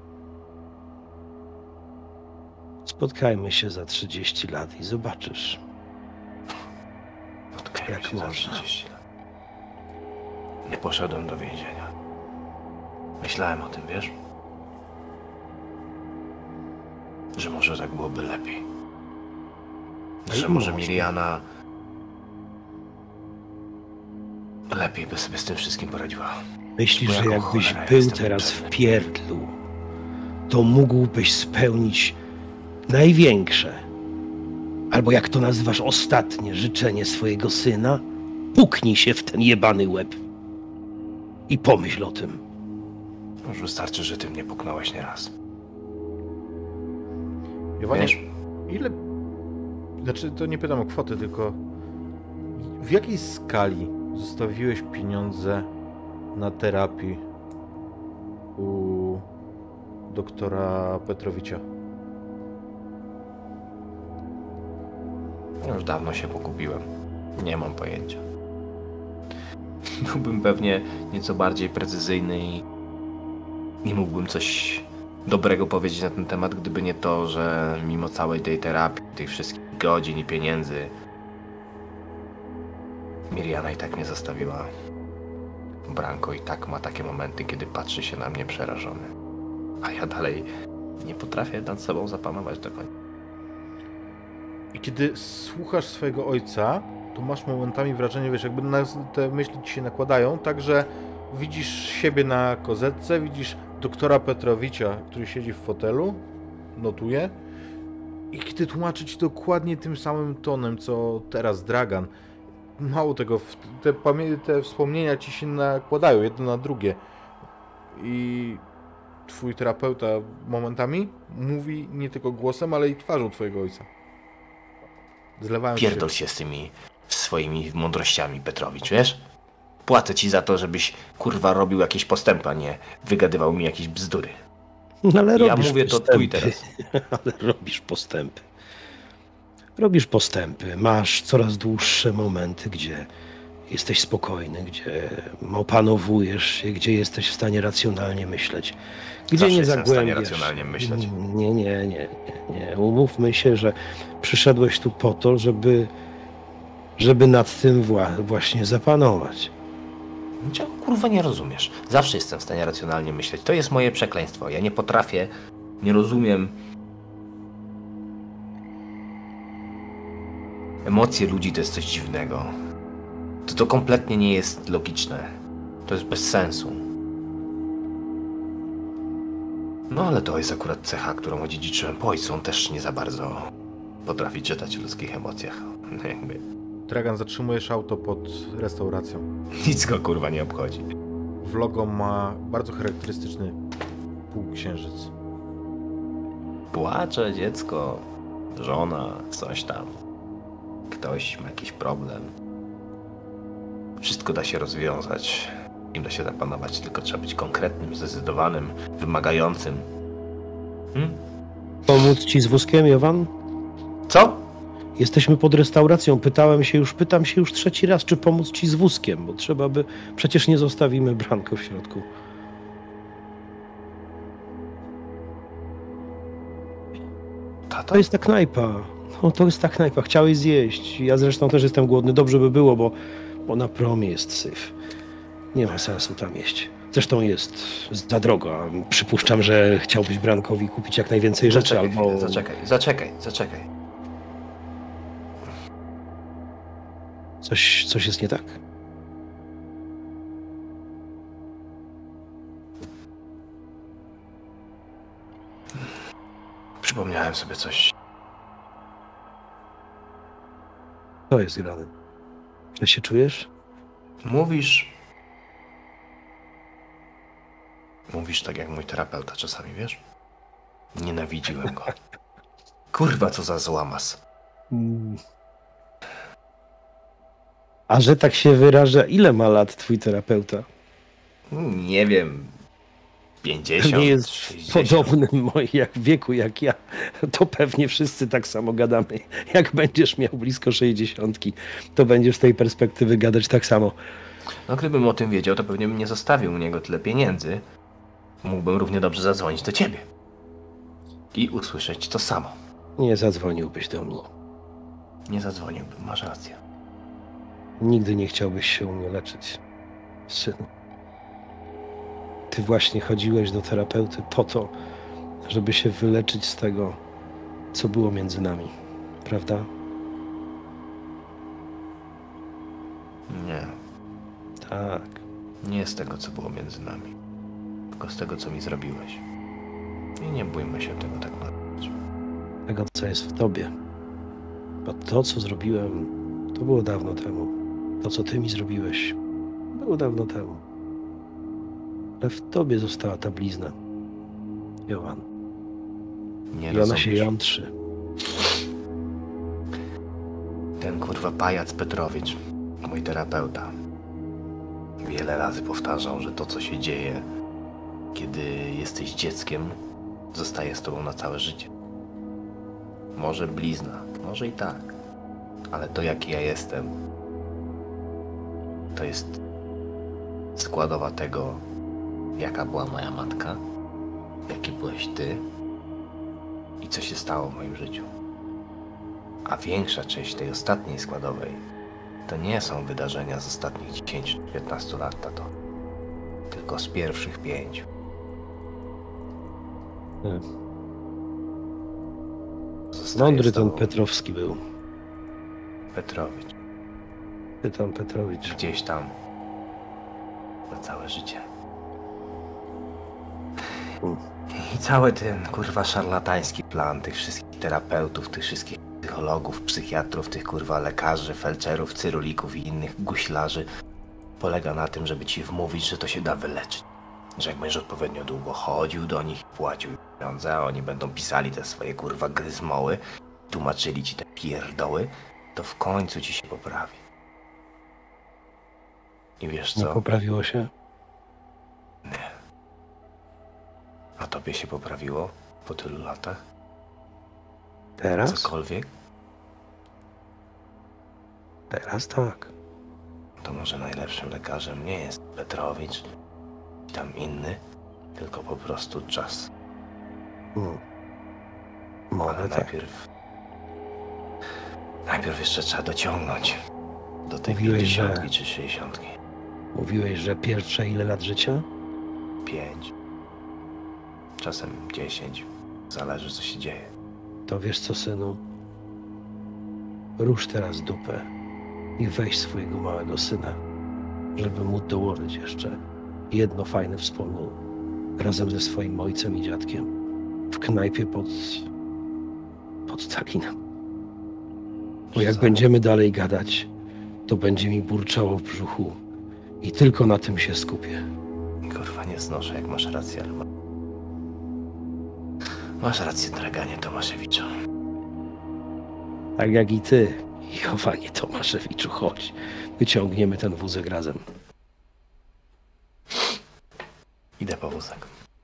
Spotkajmy się za trzydzieści lat i zobaczysz. Spotkajmy Jak się za można. trzydzieści lat. Nie poszedłem do więzienia. Myślałem o tym, wiesz? Że może tak byłoby lepiej. Że może Miriana lepiej by sobie z tym wszystkim poradziła. Myślisz, Bo że jaką jakbyś cholerę był jestem teraz w potrzebny. pierdlu, to mógłbyś spełnić największe, albo jak to nazywasz, ostatnie życzenie swojego syna? Puknij się w ten jebany łeb i pomyśl o tym. Już wystarczy, że ty mnie puknąłeś nieraz. Jowanie, Wiesz? ile... Znaczy, to nie pytam o kwotę, tylko w jakiej skali zostawiłeś pieniądze na terapii u doktora Petrowicza? Już dawno się pogubiłem. Nie mam pojęcia. Byłbym pewnie nieco bardziej precyzyjny i nie mógłbym coś dobrego powiedzieć na ten temat, gdyby nie to, że mimo całej tej terapii, tych wszystkich godzin i pieniędzy. Miriana i tak mnie zostawiła. Branko i tak ma takie momenty, kiedy patrzy się na mnie przerażony. A ja dalej nie potrafię nad sobą zapanować do końca. I kiedy słuchasz swojego ojca, to masz momentami wrażenie, wiesz, jakby na, te myśli ci się nakładają, tak że widzisz siebie na kozetce, widzisz doktora Petrowicza, który siedzi w fotelu, notuje i kiedy tłumaczy ci dokładnie tym samym tonem, co teraz Dragan. Mało tego, te, te wspomnienia ci się nakładają jedno na drugie i twój terapeuta momentami mówi nie tylko głosem, ale i twarzą twojego ojca. Zlewają Pierdol się z tymi swoimi mądrościami, Petrowicz, wiesz? Płacę ci za to, żebyś, kurwa, robił jakieś postępy, a nie wygadywał mi jakieś bzdury. No ale Ja robisz mówię to postępy. tu i teraz. Ale robisz postępy. Robisz postępy. Masz coraz dłuższe momenty, gdzie jesteś spokojny, gdzie opanowujesz się, gdzie jesteś w stanie racjonalnie myśleć. Gdzie Zawsze nie jestem w stanie zagłębiasz. racjonalnie myśleć. Nie, nie, nie, nie, nie. Umówmy się, że przyszedłeś tu po to, żeby, żeby nad tym wła- właśnie zapanować. Czego, kurwa, nie rozumiesz? Zawsze jestem w stanie racjonalnie myśleć. To jest moje przekleństwo. Ja nie potrafię, nie rozumiem. Emocje ludzi to jest coś dziwnego. To to kompletnie nie jest logiczne. To jest bez sensu. No ale to jest akurat cecha, którą odziedziczyłem po ojcu. On też nie za bardzo potrafi czytać o ludzkich emocjach. No jakby Dragan, zatrzymujesz auto pod restauracją. nic go, kurwa, nie obchodzi. W logo ma bardzo charakterystyczny półksiężyc. Płacze dziecko, żona, coś tam. Ktoś ma jakiś problem. Wszystko da się rozwiązać. Im da się zapanować, tylko trzeba być konkretnym, zdecydowanym, wymagającym. Hmm? Pomóc ci z wózkiem, Jowan? Co? Jesteśmy pod restauracją. Pytałem się już, pytam się już trzeci raz, czy pomóc ci z wózkiem, bo trzeba by... Przecież nie zostawimy Branko w środku. Tato? To jest ta knajpa. No, to jest ta knajpa. Chciałeś zjeść. Ja zresztą też jestem głodny. Dobrze by było, bo, bo na promie jest syf. Nie ma sensu tam jeść. Zresztą jest za drogo. a Przypuszczam, że chciałbyś Brankowi kupić jak najwięcej rzeczy, Zaczekaj, albo... chwilę, zaczekaj, zaczekaj, zaczekaj. Coś, coś jest nie tak? Przypomniałem sobie coś. To jest grane. Źle się czujesz? Mówisz... Mówisz tak jak mój terapeuta czasami, wiesz? Nienawidziłem go. Kurwa, co za złamas. Mm. A że tak się wyraża, ile ma lat twój terapeuta? Nie wiem... pięćdziesiąt, Nie jest sześćdziesiąt. podobny mojej jak wieku jak ja. To pewnie wszyscy tak samo gadamy. Jak będziesz miał blisko sześćdziesiątki, to będziesz z tej perspektywy gadać tak samo. No gdybym o tym wiedział, to pewnie bym nie zostawił u niego tyle pieniędzy. Mógłbym równie dobrze zadzwonić do ciebie. I usłyszeć to samo. Nie zadzwoniłbyś do mnie. Nie zadzwoniłbym, masz rację. Nigdy nie chciałbyś się u mnie leczyć, synu. Ty właśnie chodziłeś do terapeuty po to, żeby się wyleczyć z tego, co było między nami. Prawda? Nie, Tak. nie z tego, co było między nami. Tylko z tego, co mi zrobiłeś. I nie bójmy się tego tak bardzo. Tego, co jest w tobie. Bo to, co zrobiłem, to było dawno temu. To, co ty mi zrobiłeś, było dawno temu. Ale w tobie została ta blizna, Jowan. Nie I ona się rozumiesz. jątrzy. Ten kurwa pajac Petrowicz, mój terapeuta, wiele razy powtarzał, że to, co się dzieje, kiedy jesteś dzieckiem, zostaje z tobą na całe życie. Może blizna, może i tak, ale to, jaki ja jestem, to jest składowa tego, jaka była moja matka, jaki byłeś ty i co się stało w moim życiu. A większa część tej ostatniej składowej to nie są wydarzenia z ostatnich dziesięciu czy piętnastu lat, tato. Tylko z pierwszych pięciu. Nie. Zostaję Mądry z ten tobą, Petrowski był. Petrowicz. Pytam Petrowicz. Gdzieś tam. Na całe życie. Hmm. I cały ten, kurwa, szarlatański plan tych wszystkich terapeutów, tych wszystkich psychologów, psychiatrów, tych, kurwa, lekarzy, felczerów, cyrulików i innych guślarzy polega na tym, żeby ci wmówić, że to się da wyleczyć. Że jak będziesz odpowiednio długo chodził do nich, płacił pieniądze, a oni będą pisali te swoje, kurwa, gryzmoły, tłumaczyli ci te pierdoły, to w końcu ci się poprawi. I wiesz Nie co? poprawiło się? Nie. A tobie się poprawiło po tylu latach? Teraz? Cokolwiek? Teraz tak. To może najlepszym lekarzem nie jest Petrowicz, czy tam inny, tylko po prostu czas. Hmm. Ale Może tak. najpierw... Najpierw jeszcze trzeba dociągnąć do tej Mówiłeś, pięćdziesiątki że- czy sześćdziesiątki. Mówiłeś, że pierwsze ile lat życia? Pięć. Czasem dziesięć. Zależy, co się dzieje. To wiesz co, synu? Rusz teraz dupę i weź swojego małego syna, żeby mu dołożyć jeszcze jedno fajne wspomnienie razem ze swoim ojcem i dziadkiem w knajpie pod, pod Stalinem. Bo jak Co? będziemy dalej gadać, to będzie mi burczało w brzuchu i tylko na tym się skupię. Kurwa, nie znoszę, jak masz rację, ale... ma- Masz rację, draganie Tomaszewiczu. Tak jak i ty, Jowanie Tomaszewiczu, chodź. Wyciągniemy ten wózek razem. Idę po wózek.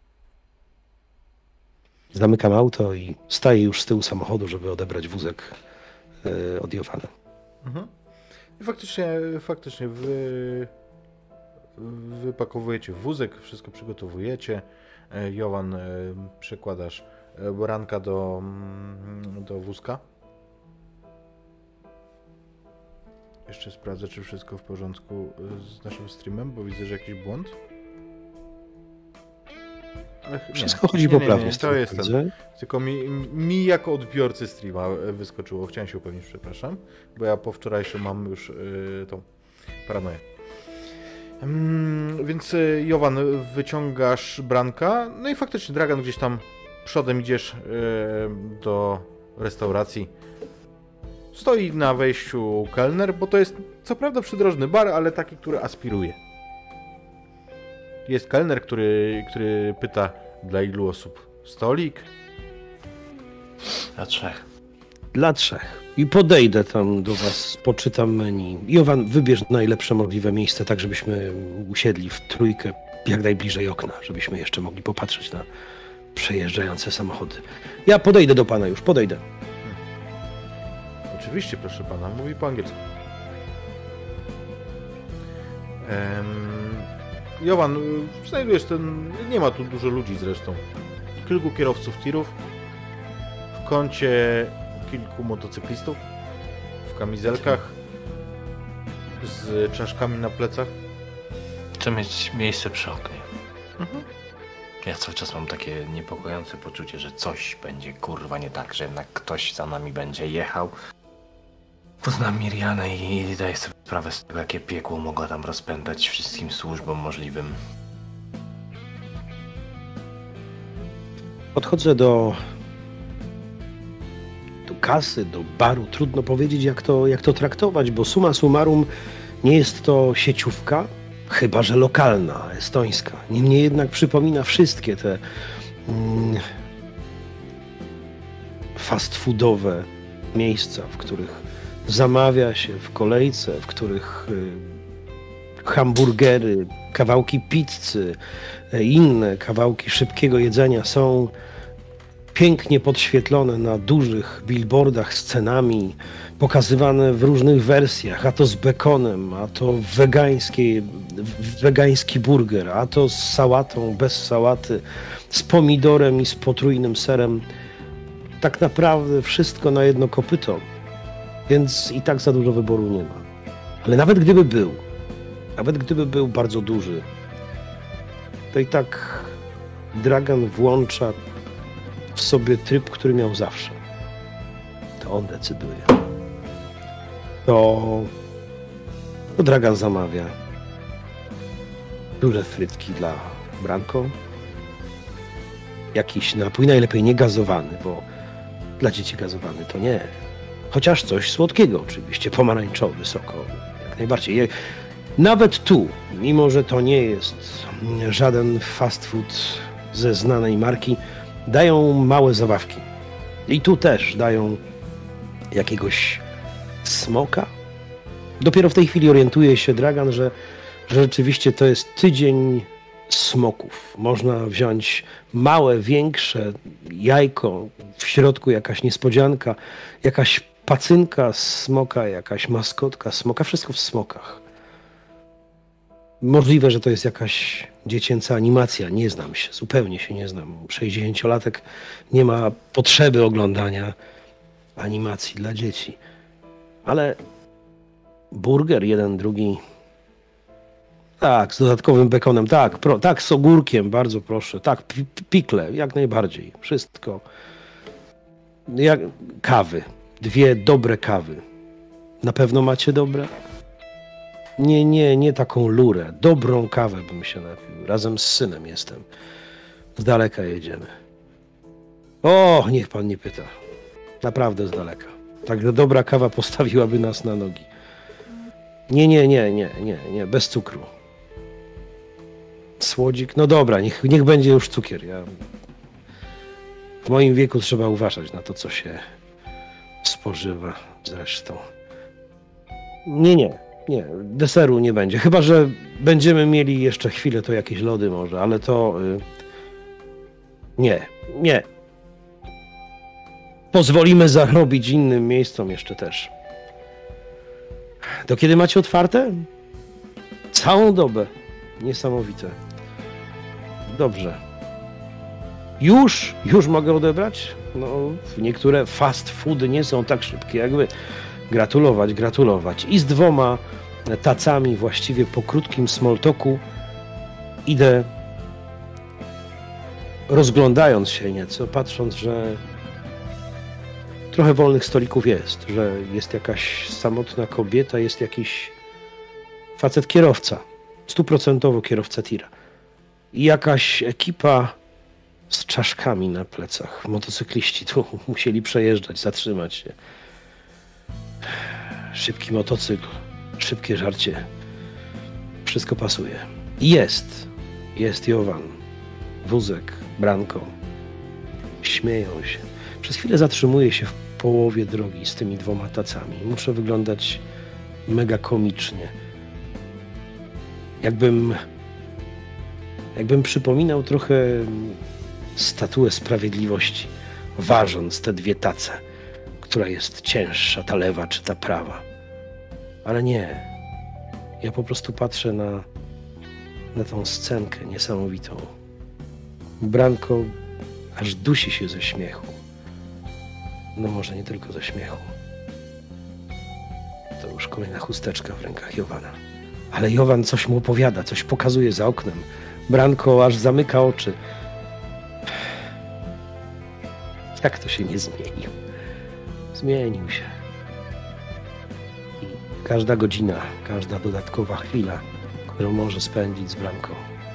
Zamykam auto i staję już z tyłu samochodu, żeby odebrać wózek yy, od Jowana. Mhm. I faktycznie, faktycznie wy wypakowujecie wózek, wszystko przygotowujecie. E, Jowan, e, przekładasz e, baranka do, mm, do wózka. Jeszcze sprawdzę, czy wszystko w porządku e, z naszym streamem, bo widzę, że jakiś błąd. Ech, nie. Wszystko chodzi Nie, nie, poprawnie. nie, z to tego, jest ten. widzę. Tylko mi, mi jako odbiorcy streama e, wyskoczyło. Chciałem się upewnić, przepraszam, bo ja po wczorajszym mam już y, tą paranoję. Mm, więc y, Jowan, wyciągasz Branka, no i faktycznie Dragan gdzieś tam przodem idziesz y, do restauracji. Stoi na wejściu kelner, bo to jest co prawda przydrożny bar, ale taki, który aspiruje. Jest kelner, który, który pyta, dla ilu osób stolik. Na trzech. Dla trzech. I podejdę tam do was, poczytam menu. Jowan, wybierz najlepsze możliwe miejsce, tak żebyśmy usiedli w trójkę jak najbliżej okna, żebyśmy jeszcze mogli popatrzeć na przejeżdżające samochody. Ja podejdę do pana już, podejdę. Oczywiście, proszę pana, mówi po angielsku. Ehm, Jowan, y, znajdujesz ten... Nie ma tu dużo ludzi zresztą. Kilku kierowców tirów. W kącie kilku motocyklistów. W kamizelkach. Z czaszkami na plecach. Chcę mieć miejsce przy oknie. Mhm. Ja cały czas mam takie niepokojące poczucie, że coś będzie kurwa nie tak, że jednak ktoś za nami będzie jechał. Poznam Mirianę i daję sobie sprawę z tego, jakie piekło mogła tam rozpętać wszystkim służbom możliwym. Podchodzę do, do kasy, do baru. Trudno powiedzieć, jak to, jak to traktować, bo summa summarum nie jest to sieciówka, chyba że lokalna, estońska. Niemniej jednak przypomina wszystkie te mm, fast foodowe miejsca, w których zamawia się w kolejce, w których y, hamburgery, kawałki pizzy, y, inne kawałki szybkiego jedzenia są pięknie podświetlone na dużych billboardach z cenami, pokazywane w różnych wersjach, a to z bekonem, a to wegańskie, wegański burger, a to z sałatą, bez sałaty, z pomidorem i z potrójnym serem. Tak naprawdę wszystko na jedno kopyto. Więc i tak za dużo wyboru nie ma. Ale nawet gdyby był, nawet gdyby był bardzo duży, to i tak Dragan włącza w sobie tryb, który miał zawsze. To on decyduje. To, to Dragan zamawia duże frytki dla Branko, jakiś napój, najlepiej nie gazowany, bo dla dzieci gazowany to nie. Chociaż coś słodkiego oczywiście, pomarańczowy, soko, jak najbardziej. Nawet tu, mimo że to nie jest żaden fast food ze znanej marki, dają małe zabawki. I tu też dają jakiegoś smoka. Dopiero w tej chwili orientuje się Dragan, że, że rzeczywiście to jest tydzień smoków. Można wziąć małe, większe jajko, w środku jakaś niespodzianka, jakaś pacynka smoka, jakaś maskotka smoka, wszystko w smokach. Możliwe, że to jest jakaś dziecięca animacja, nie znam się, zupełnie się nie znam. sześćdziesięciolatek nie ma potrzeby oglądania animacji dla dzieci. Ale burger jeden, drugi... Tak, z dodatkowym bekonem, tak, pro, tak, z ogórkiem, bardzo proszę, tak, pi pikle, jak najbardziej, wszystko. Jak, kawy, dwie dobre kawy. Na pewno macie dobre? Nie, nie, nie taką lurę, dobrą kawę bym się napił, razem z synem jestem. Z daleka jedziemy. O, niech pan nie pyta, naprawdę z daleka. Także dobra kawa postawiłaby nas na nogi. Nie, nie, nie, nie, nie, nie, bez cukru. Słodzik, no dobra, niech, niech będzie już cukier. Ja... W moim wieku trzeba uważać na to, co się spożywa zresztą. Nie, nie, nie, deseru nie będzie. Chyba że będziemy mieli jeszcze chwilę, to jakieś lody może, ale to... Y... Nie, nie. Pozwolimy zarobić innym miejscom jeszcze też. Do kiedy macie otwarte? Całą dobę. Niesamowite. Dobrze. Już? Już mogę odebrać? No, niektóre fast foody nie są tak szybkie jak wy. Gratulować, gratulować. I z dwoma tacami właściwie po krótkim small talku idę, rozglądając się nieco, patrząc, że trochę wolnych stolików jest, że jest jakaś samotna kobieta, jest jakiś facet kierowca, stuprocentowo kierowca tira i jakaś ekipa z czaszkami na plecach. Motocykliści tu musieli przejeżdżać, zatrzymać się. Szybki motocykl, szybkie żarcie. Wszystko pasuje. I jest. Jest Jovan, wózek, Branko. Śmieją się. Przez chwilę zatrzymuję się w połowie drogi z tymi dwoma tacami. Muszę wyglądać mega komicznie. Jakbym... Jakbym przypominał trochę statuę sprawiedliwości, ważąc te dwie tace, która jest cięższa, ta lewa czy ta prawa. Ale nie. Ja po prostu patrzę na, na tą scenkę niesamowitą. Branko aż dusi się ze śmiechu. No może nie tylko ze śmiechu. To już kolejna chusteczka w rękach Jovana. Ale Jovan coś mu opowiada, coś pokazuje za oknem. Branko aż zamyka oczy. Jak to się nie zmienił? Zmienił się. I każda godzina, każda dodatkowa chwila, którą może spędzić z Branką,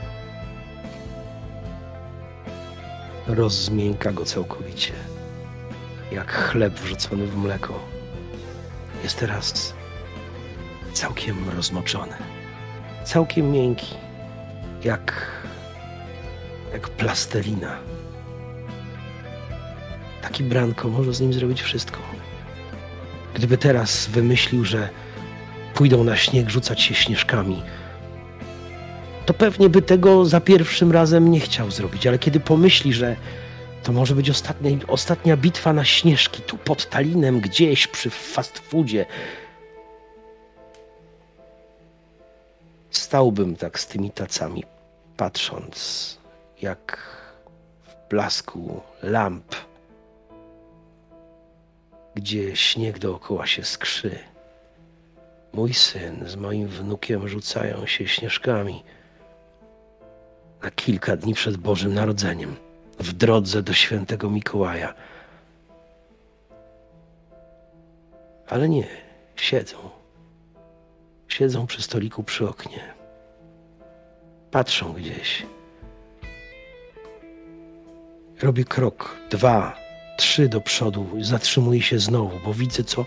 rozmięka go całkowicie. Jak chleb wrzucony w mleko. Jest teraz całkiem rozmoczony. Całkiem miękki. Jak, jak plastelina. Taki Branko może z nim zrobić wszystko. Gdyby teraz wymyślił, że pójdą na śnieg rzucać się śnieżkami, to pewnie by tego za pierwszym razem nie chciał zrobić, ale kiedy pomyśli, że to może być ostatnia, ostatnia bitwa na śnieżki, tu pod Talinem, gdzieś przy fast foodzie, stałbym tak z tymi tacami, patrząc, jak w blasku lamp gdzie śnieg dookoła się skrzy. Mój syn z moim wnukiem rzucają się śnieżkami na kilka dni przed Bożym Narodzeniem, w drodze do świętego Mikołaja. Ale nie, siedzą. Siedzą przy stoliku przy oknie. Patrzą gdzieś. Robię krok, dwa, trzy do przodu, zatrzymuję się znowu, bo widzę, co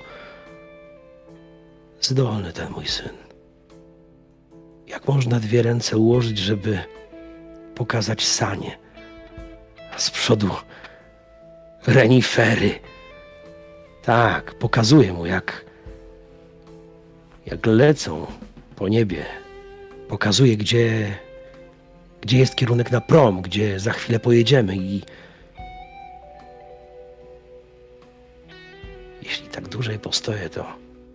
zdolny ten mój syn. Jak można dwie ręce ułożyć, żeby pokazać sanie, a z przodu renifery. Tak, pokazuję mu, jak, jak lecą po niebie. Pokazuję, gdzie, gdzie jest kierunek na prom, gdzie za chwilę pojedziemy i jeśli tak dłużej postoję, to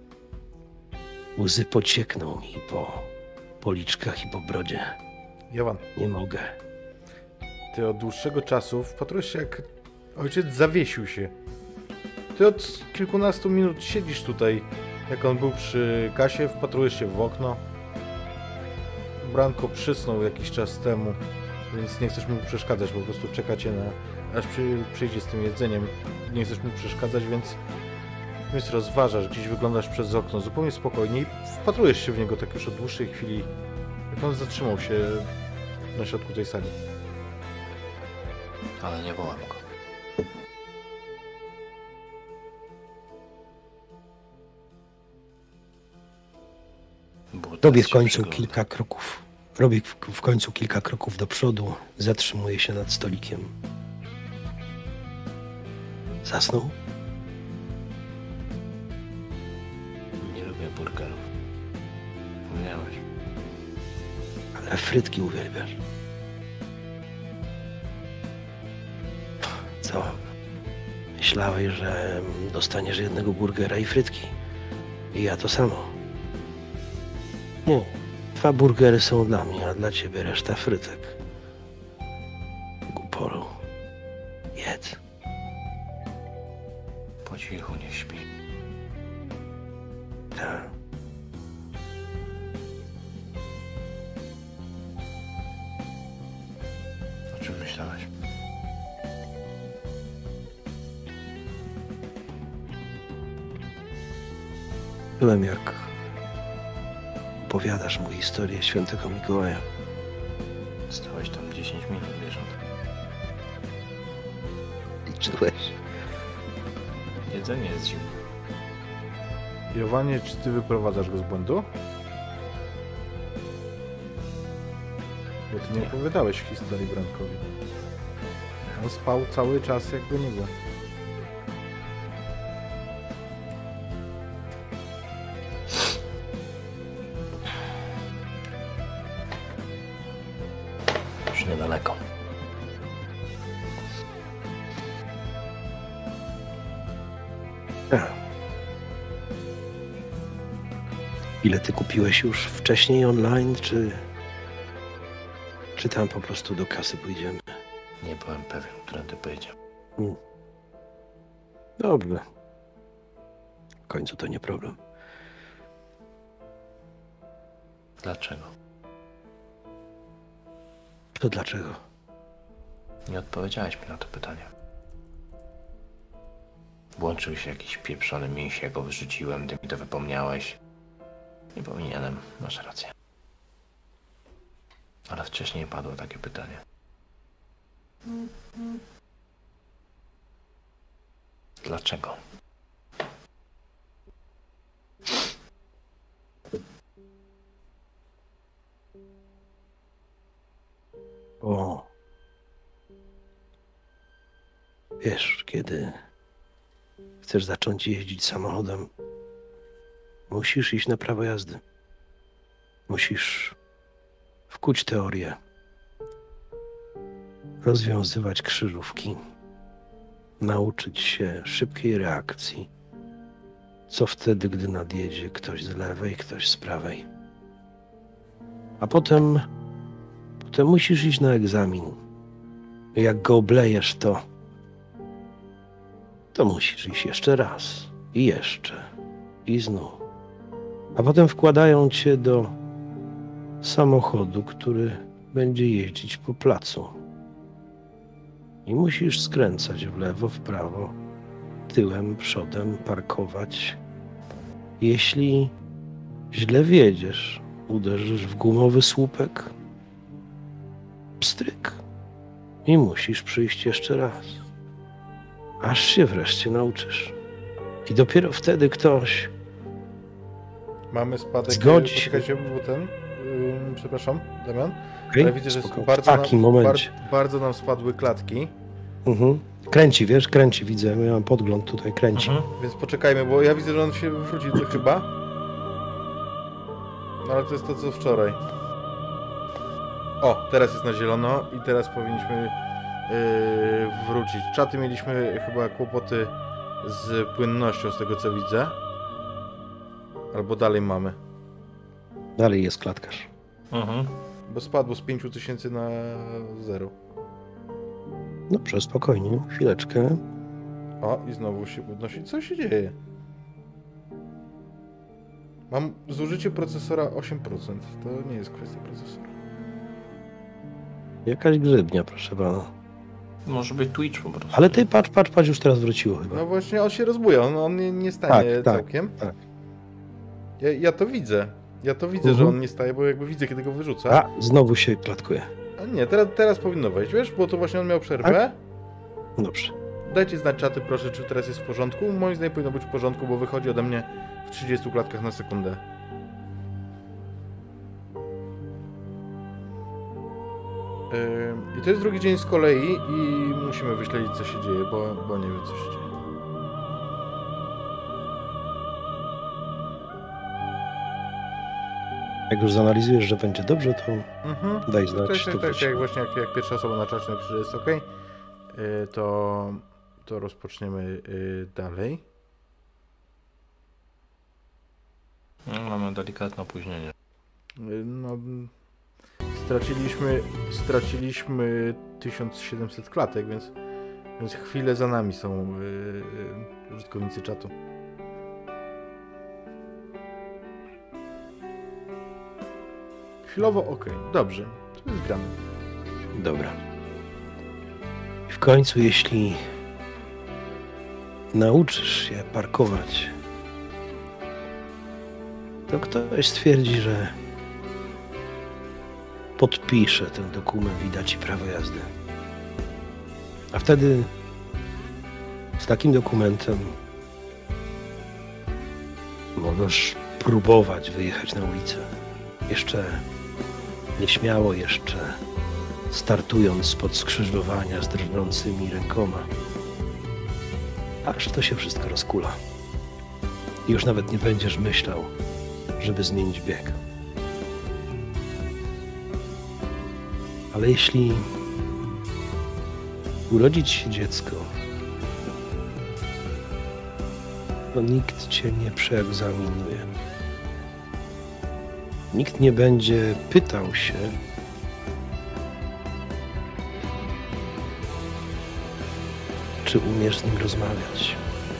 łzy pociekną mi po policzkach i po brodzie. Jowan, Nie mogę. ty od dłuższego czasu wpatrujesz się, jak ojciec zawiesił się. Ty od kilkunastu minut siedzisz tutaj, jak on był przy kasie, wpatrujesz się w okno. Branko przysnął jakiś czas temu, więc nie chcesz mu przeszkadzać, po prostu czekacie na, aż przy, przyjdzie z tym jedzeniem. Nie chcesz mu przeszkadzać, więc, więc rozważasz, gdzieś wyglądasz przez okno zupełnie spokojnie i wpatrujesz się w niego tak już od dłuższej chwili, jak on zatrzymał się na środku tej sali. Ale nie wołam go. Robię w końcu kilka kroków. Robię w, w końcu kilka kroków do przodu. Zatrzymuję się nad stolikiem. Zasnął? Nie lubię burgerów. Umiałeś. Ale frytki uwielbiasz. Co? Myślałeś, że dostaniesz jednego burgera i frytki. I ja to samo. Nie. Dwa burgery są dla mnie, a dla ciebie reszta frytek. Głupolu. Jedz. Po cichu nie śpi. Tak. O czym myślałeś? Byłem, jak opowiadasz mu historię świętego Mikołaja. Stałeś tam dziesięć minut, wierząc. Liczyłeś? Jedzenie jest zimne. Jowanie, czy ty wyprowadzasz go z błędu? Bo ty nie Nie. opowiadałeś historii Brankowi. On spał cały czas, jak go nie było. Już niedaleko. A. Ile ty kupiłeś już wcześniej online, czy... Czy tam po prostu do kasy pójdziemy? Nie byłem pewien, którędy pojedziemy. Hmm. Dobrze. W końcu to nie problem. Dlaczego? To dlaczego? Nie odpowiedziałeś mi na to pytanie. Włączył się jakiś pieprzony mięś, ja go wyrzuciłem, ty mi to wypomniałeś. Nie powinienem, masz rację. Ale wcześniej padło takie pytanie. Dlaczego? O. Wiesz, kiedy chcesz zacząć jeździć samochodem, musisz iść na prawo jazdy. Musisz wkuć teorię, rozwiązywać krzyżówki, nauczyć się szybkiej reakcji. Co wtedy, gdy nadjedzie ktoś z lewej, ktoś z prawej. A potem, potem musisz iść na egzamin. Jak go oblejesz, to to musisz iść jeszcze raz i jeszcze i znów. A potem wkładają cię do samochodu, który będzie jeździć po placu. I musisz skręcać w lewo, w prawo, tyłem, przodem, parkować. Jeśli źle wiedziesz, uderzysz w gumowy słupek, pstryk i musisz przyjść jeszcze raz. Aż się wreszcie nauczysz. I dopiero wtedy ktoś Mamy spadek. Zgodzi się. Poczekajcie, bo ten. Yy, przepraszam, Damian. Okay? Ale widzę, że Spoko. bardzo, w takim nam, momencie. bar, bardzo nam spadły klatki. Mhm. Kręci, wiesz, kręci, widzę. Ja mam podgląd tutaj, kręci. Mhm. Więc poczekajmy, bo ja widzę, że on się wróci to chyba. No ale to jest to co wczoraj. O, teraz jest na zielono i teraz powinniśmy yy, wrócić. Czaty mieliśmy chyba kłopoty z płynnością, z tego co widzę. Albo dalej mamy. Dalej jest klatkarz. Mhm. Bo spadło z pięć tysięcy na zero. Dobrze, spokojnie, chwileczkę. O, i znowu się podnosi. Co się dzieje? Mam zużycie procesora osiem procent. To nie jest kwestia procesora. Jakaś grzybnia, proszę pana. Może być Twitch po prostu. Ale ty patrz, patrz, patrz, już teraz wróciło chyba. No właśnie, on się rozbuja, on, on nie, nie stanie Tak, tak, całkiem. tak. Ja, ja to widzę. Ja to widzę, Mhm. że on nie staje, bo jakby widzę, kiedy go wyrzuca. A, znowu się klatkuje. A nie, teraz, teraz powinno wejść, wiesz, bo to właśnie on miał przerwę. Tak? Dobrze. Dajcie znać czaty, proszę, czy teraz jest w porządku. Moim zdaniem powinno być w porządku, bo wychodzi ode mnie w trzydziestu klatkach na sekundę. Yy, I to jest drugi dzień z kolei i musimy wyśledzić, co się dzieje, bo, bo nie wiem, co się dzieje. Jak już zanalizujesz, że będzie dobrze, to Mhm. daj znać. To jest to tak, wróci. jak właśnie jak, jak pierwsza osoba na czacie napisze, że jest ok, yy, to, to rozpoczniemy yy, dalej. No, mamy delikatne opóźnienie. Yy, no, straciliśmy, straciliśmy tysiąc siedemset klatek, więc, więc chwilę za nami są yy, yy, użytkownicy czatu. Chwilowo ok, dobrze, to jest grane. Dobra. I w końcu, jeśli nauczysz się parkować, to ktoś stwierdzi, że podpisze ten dokument i da ci prawo jazdy. A wtedy z takim dokumentem możesz próbować wyjechać na ulicę. Jeszcze nieśmiało, jeszcze startując spod skrzyżowania z drżącymi rękoma. Aż to się wszystko rozkula. I już nawet nie będziesz myślał, żeby zmienić bieg. Ale jeśli urodzić się dziecko, to nikt cię nie przeegzaminuje. Nikt nie będzie pytał się, czy umiesz z nim rozmawiać,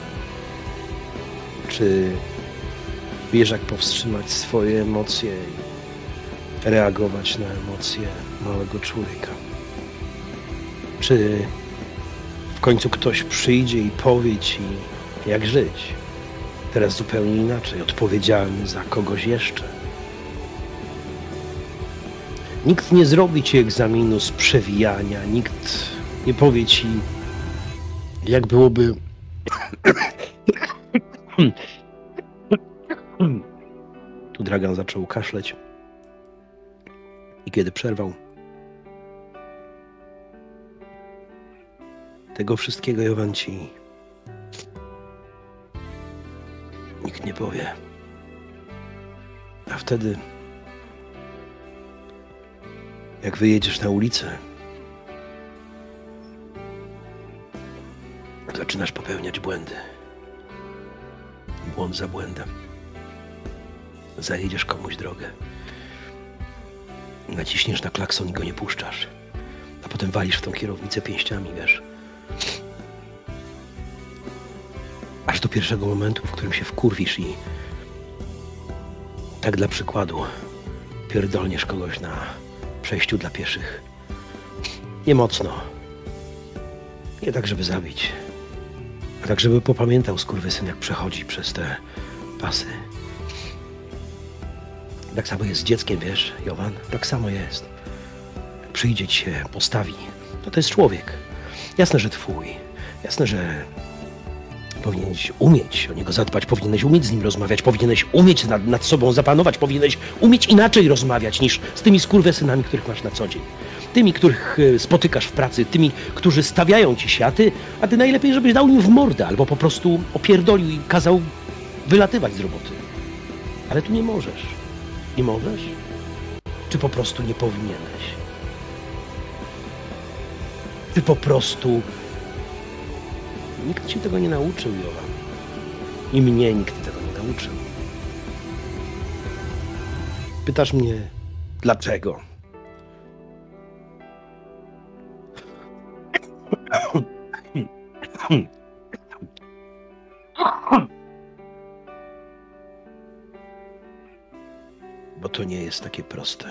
czy wiesz, jak powstrzymać swoje emocje i reagować na emocje małego człowieka. Czy w końcu ktoś przyjdzie i powie ci, jak żyć. Teraz zupełnie inaczej, odpowiedzialny za kogoś jeszcze. Nikt nie zrobi ci egzaminu z przewijania, nikt nie powie ci, jak byłoby... Tu Dragan zaczął kaszleć. I kiedy przerwał, tego wszystkiego Jowan ci nikt nie powie. A wtedy, jak wyjedziesz na ulicę, zaczynasz popełniać błędy. Błąd za błędem. Zajedziesz komuś drogę. Naciśniesz na klakson i go nie puszczasz. A potem walisz w tą kierownicę pięściami, wiesz. Aż do pierwszego momentu, w którym się wkurwisz i tak dla przykładu pierdolniesz kogoś na przejściu dla pieszych. Nie mocno. Nie tak, żeby zabić. A tak, żeby popamiętał skurwysyn, jak przechodzi przez te pasy. Tak samo jest z dzieckiem, wiesz, Jowan? Tak samo jest. Jak przyjdzie ci się, postawi, to to jest człowiek. Jasne, że twój. Jasne, że powinieneś umieć o niego zadbać, powinieneś umieć z nim rozmawiać, powinieneś umieć nad, nad sobą zapanować, powinieneś umieć inaczej rozmawiać niż z tymi skurwysynami, których masz na co dzień. Tymi, których spotykasz w pracy, tymi, którzy stawiają ci się, a ty, a ty najlepiej, żebyś dał im w mordę, albo po prostu opierdolił i kazał wylatywać z roboty. Ale tu nie możesz. Nie możesz? Czy po prostu nie powinieneś? Czy po prostu... Nikt ci tego nie nauczył, Jowan. I mnie nikt tego nie nauczył. Pytasz mnie, dlaczego? Bo to nie jest takie proste.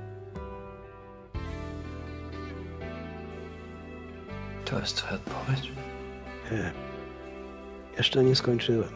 To jest twoja odpowiedź? Nie. Jeszcze nie skończyłem.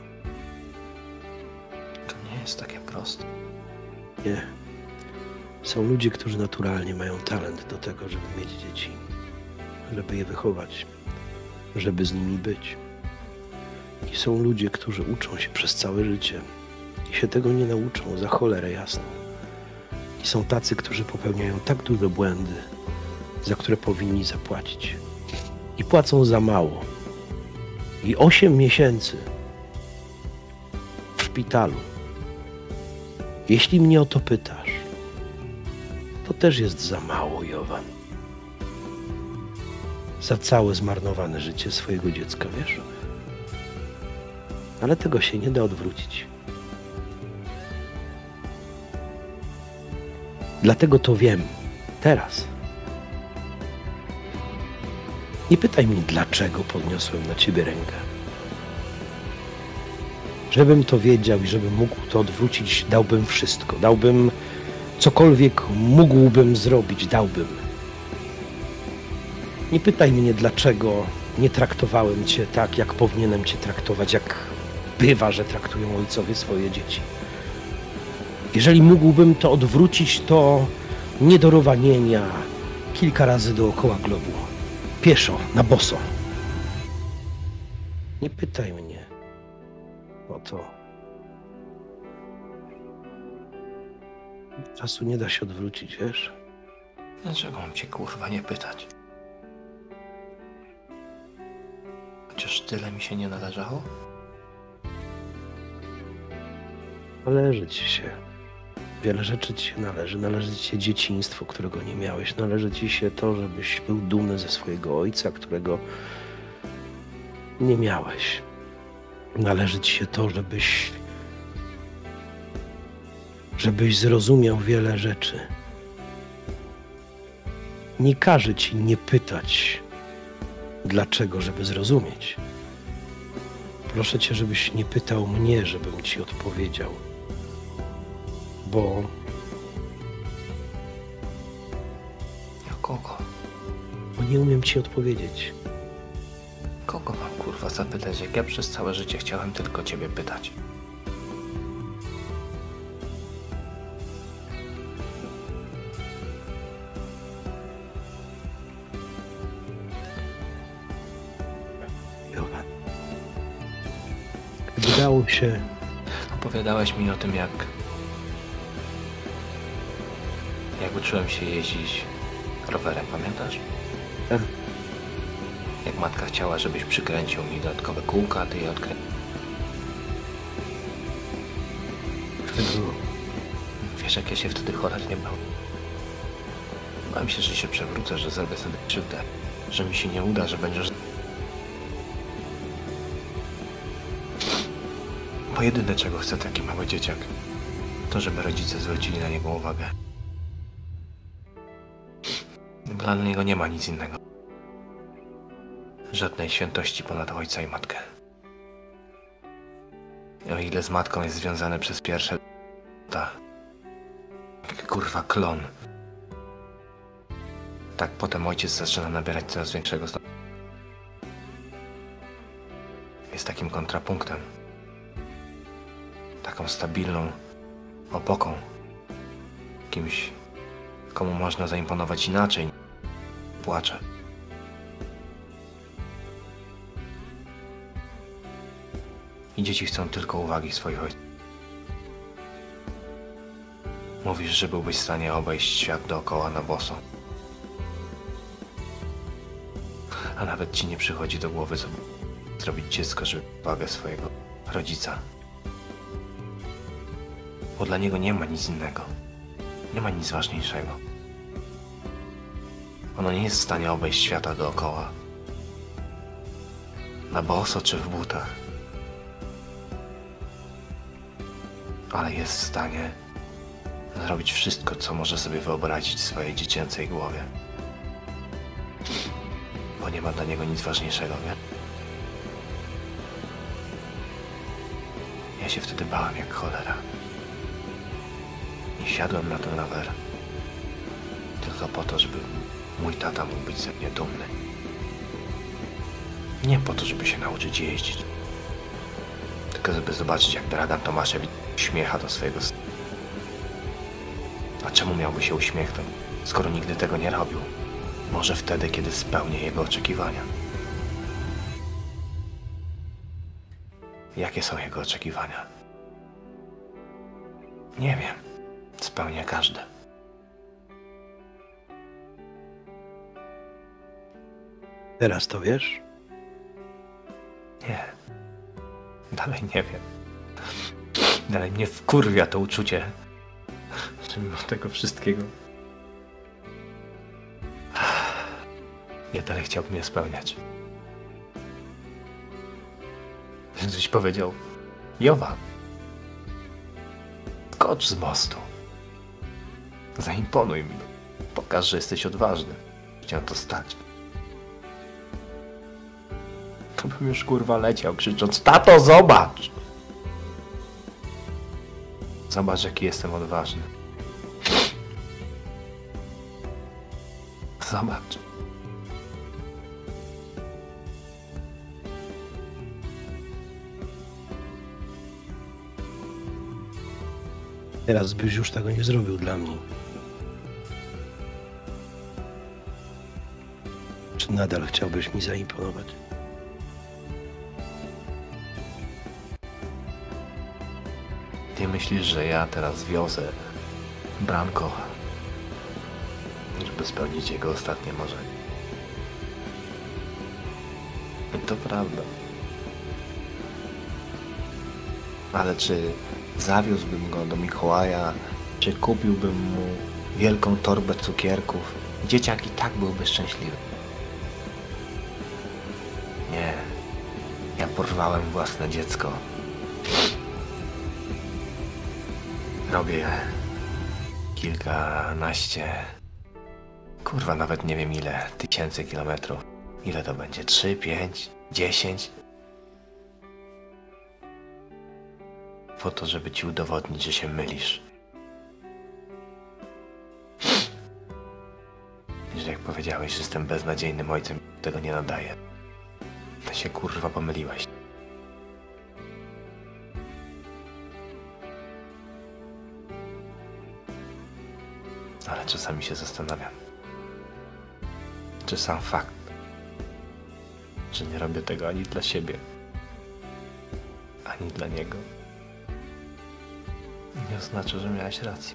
To nie jest takie proste. Nie. Są ludzie, którzy naturalnie mają talent do tego, żeby mieć dzieci. Żeby je wychować. Żeby z nimi być. I są ludzie, którzy uczą się przez całe życie. I się tego nie nauczą za cholerę jasną. I są tacy, którzy popełniają tak duże błędy, za które powinni zapłacić. I płacą za mało. I osiem miesięcy w szpitalu. Jeśli mnie o to pytasz, to też jest za mało, Jowan. Za całe zmarnowane życie swojego dziecka, wiesz? Ale tego się nie da odwrócić. Dlatego to wiem. Teraz. Nie pytaj mnie, dlaczego podniosłem na ciebie rękę. Żebym to wiedział i żebym mógł to odwrócić, dałbym wszystko. Dałbym cokolwiek mógłbym zrobić, dałbym. Nie pytaj mnie, dlaczego nie traktowałem cię tak, jak powinienem cię traktować, jak bywa, że traktują ojcowie swoje dzieci. Jeżeli mógłbym to odwrócić, to nie do rowanienia kilka razy dookoła globu. Pieszo, na boso. Nie pytaj mnie o to. Czasu nie da się odwrócić, wiesz? Dlaczego mam cię kurwa nie pytać? Chociaż tyle mi się nie należało? Należy ci się. Wiele rzeczy ci się należy. Należy ci się dzieciństwo, którego nie miałeś. Należy ci się to, żebyś był dumny ze swojego ojca, którego nie miałeś. Należy ci się to, żebyś żebyś zrozumiał wiele rzeczy. Nie każe ci nie pytać, dlaczego, żeby zrozumieć. Proszę cię, żebyś nie pytał mnie, żebym ci odpowiedział. Bo... Ja kogo? Bo nie umiem ci odpowiedzieć. Kogo mam kurwa zapytać, jak ja przez całe życie chciałem tylko ciebie pytać? Jowan. Udało się... Opowiadałeś mi o tym, jak... Jak uczyłem się jeździć rowerem, pamiętasz? Tak. Jak matka chciała, żebyś przykręcił mi dodatkowe kółka, a ty je odkręcił. Było. Wiesz, jak ja się wtedy cholernie bał. Bałem się, że się przewrócę, że zrobię sobie krzywdę, że mi się nie uda, że będziesz... Bo jedyne, czego chce taki mały dzieciak, to żeby rodzice zwrócili na niego uwagę. Dla niego nie ma nic innego. Żadnej świętości ponad ojca i matkę. O ile z matką jest związane przez pierwsze lata. Jak kurwa klon. Tak potem ojciec zaczyna nabierać coraz większego stopnia. Jest takim kontrapunktem. Taką stabilną opoką. Kimś, komu można zaimponować inaczej. Płacze. I dzieci chcą tylko uwagi swoich ojców. Mówisz, że byłbyś w stanie obejść świat dookoła na boso. A nawet ci nie przychodzi do głowy, co zrobić dziecko, żeby uwagę swojego rodzica. Bo dla niego nie ma nic innego. Nie ma nic ważniejszego. Ono nie jest w stanie obejść świata dookoła. Na boso czy w butach. Ale jest w stanie zrobić wszystko, co może sobie wyobrazić w swojej dziecięcej głowie. Bo nie ma dla niego nic ważniejszego, nie? Ja się wtedy bałem jak cholera. I siadłem na ten rower. Tylko po to, żeby mój tata mógł być ze mnie dumny. Nie po to, żeby się nauczyć jeździć. Tylko żeby zobaczyć, jak Dragan Tomaszewicz uśmiecha do swojego syna. A czemu miałby się uśmiechnąć, skoro nigdy tego nie robił? Może wtedy, kiedy spełnię jego oczekiwania. Jakie są jego oczekiwania? Nie wiem. Spełnię każde. Teraz to wiesz? Nie. Dalej nie wiem. Dalej mnie wkurwia to uczucie, że mimo tego wszystkiego ja dalej chciałbym je spełniać. Żebyś powiedział: Jowa, skocz z mostu. Zaimponuj mi. Pokaż, że jesteś odważny. Chciałem to stać. To bym już kurwa leciał, krzycząc: tato, zobacz! Zobacz, jaki jestem odważny. Zobacz. Teraz byś już tego nie zrobił dla mnie. Czy nadal chciałbyś mi zaimponować? Ty myślisz, że ja teraz wiozę Branko, żeby spełnić jego ostatnie marzenie. I to prawda. Ale czy zawiózłbym go do Mikołaja, czy kupiłbym mu wielką torbę cukierków, dzieciak i tak byłby szczęśliwy. Nie. Ja porwałem własne dziecko. Robię kilkanaście, kurwa nawet nie wiem ile, tysięcy kilometrów. Ile to będzie? Trzy, pięć, dziesięć? Po to, żeby ci udowodnić, że się mylisz. Że jak powiedziałeś, że jestem beznadziejnym ojcem, tego nie nadaję. To się kurwa pomyliłeś. Ale czasami się zastanawiam, czy sam fakt, że nie robię tego ani dla siebie, ani dla niego, nie oznacza, że miałeś rację.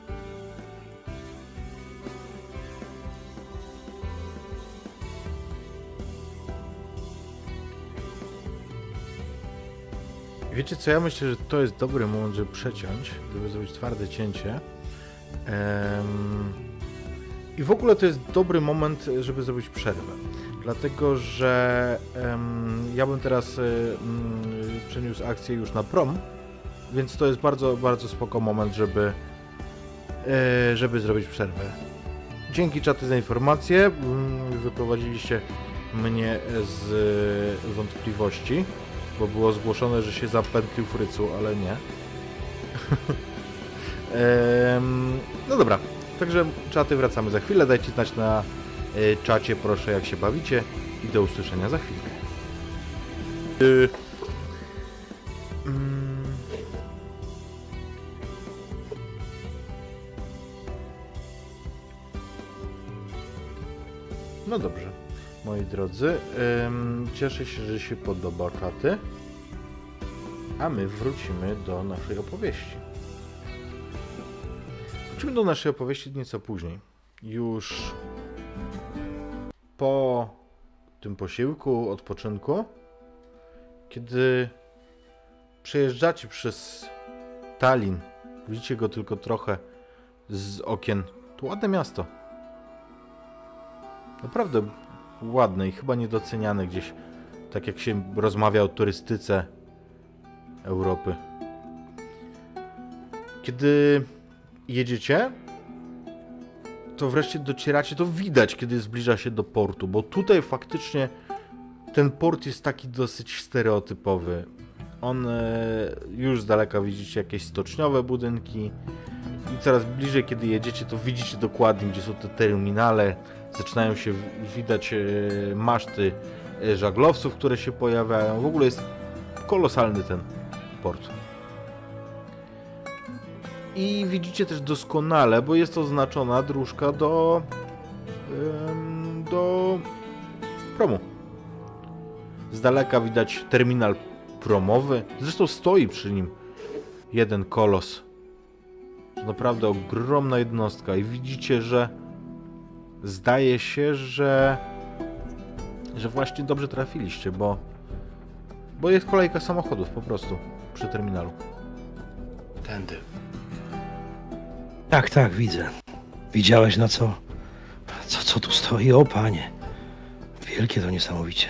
Wiecie co, ja myślę, że to jest dobry moment, żeby przeciąć, żeby zrobić twarde cięcie. Um, I w ogóle to jest dobry moment, żeby zrobić przerwę. Dlatego, że um, ja bym teraz um, przeniósł akcję już na prom, więc to jest bardzo, bardzo spoko moment, żeby, e, żeby zrobić przerwę. Dzięki czaty za informację. Wyprowadziliście mnie z wątpliwości. bo było zgłoszone, że się zapętlił w rycu, ale nie. ehm, no dobra, także czaty, wracamy za chwilę. Dajcie znać na y, czacie, proszę, jak się bawicie i do usłyszenia za chwilkę. Y, mm. No dobrze, moi drodzy, ym, cieszę się, że się podoba czaty, a my wrócimy do naszej opowieści. Wrócimy do naszej opowieści nieco później. Już po tym posiłku, odpoczynku, kiedy przejeżdżacie przez Tallinn, widzicie go tylko trochę z okien. To ładne miasto. Naprawdę ładne i chyba niedoceniane gdzieś, tak jak się rozmawia o turystyce Europy. Kiedy jedziecie, to wreszcie docieracie, to widać, kiedy zbliża się do portu, bo tutaj faktycznie ten port jest taki dosyć stereotypowy. On już z daleka widzicie jakieś stoczniowe budynki i coraz bliżej, kiedy jedziecie, to widzicie dokładnie, gdzie są te terminale. Zaczynają się widać maszty żaglowców, które się pojawiają. W ogóle jest kolosalny ten port. I widzicie też doskonale, bo jest oznaczona dróżka do do promu. Z daleka widać terminal promowy. Zresztą stoi przy nim jeden kolos. To naprawdę ogromna jednostka i widzicie, że zdaje się, że że właśnie dobrze trafiliście, bo bo jest kolejka samochodów po prostu przy terminalu. Tędy. Tak, tak, widzę. Widziałeś na co? Co, co tu stoi? O panie. Wielkie to niesamowicie.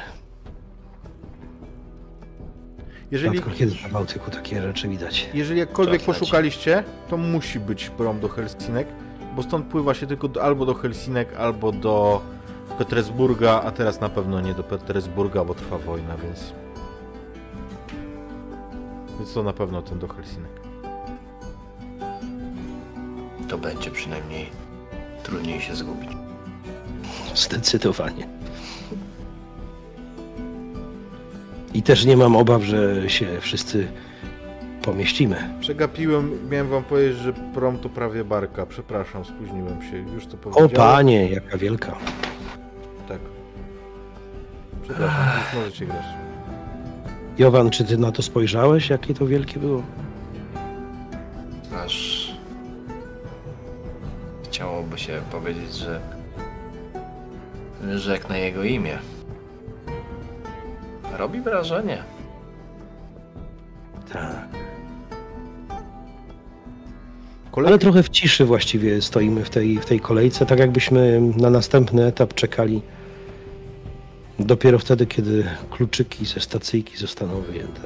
Jeżeli, Rzadko kiedy na Bałtyku takie rzeczy widać. jeżeli jakkolwiek Czas leci. poszukaliście, to musi być prom do Helsinek, bo stąd pływa się tylko do, albo do Helsinek, albo do Petersburga, a teraz na pewno nie do Petersburga, bo trwa wojna, więc... Więc to na pewno ten do Helsinek. To będzie przynajmniej trudniej się zgubić. Zdecydowanie. I też nie mam obaw, że się wszyscy pomieścimy. Przegapiłem, miałem wam powiedzieć, że prom to prawie barka. Przepraszam, spóźniłem się. Już to O powiedziałem. panie, jaka wielka. Tak. Przepraszam, już możecie grać. Jowan, czy ty na to spojrzałeś? Jakie to wielkie było? Aż chciałoby się powiedzieć, że że jak na jego imię. Robi wrażenie. Tak. Kolej... Ale trochę w ciszy właściwie stoimy w tej, w tej kolejce, tak jakbyśmy na następny etap czekali dopiero wtedy, kiedy kluczyki ze stacyjki zostaną wyjęte.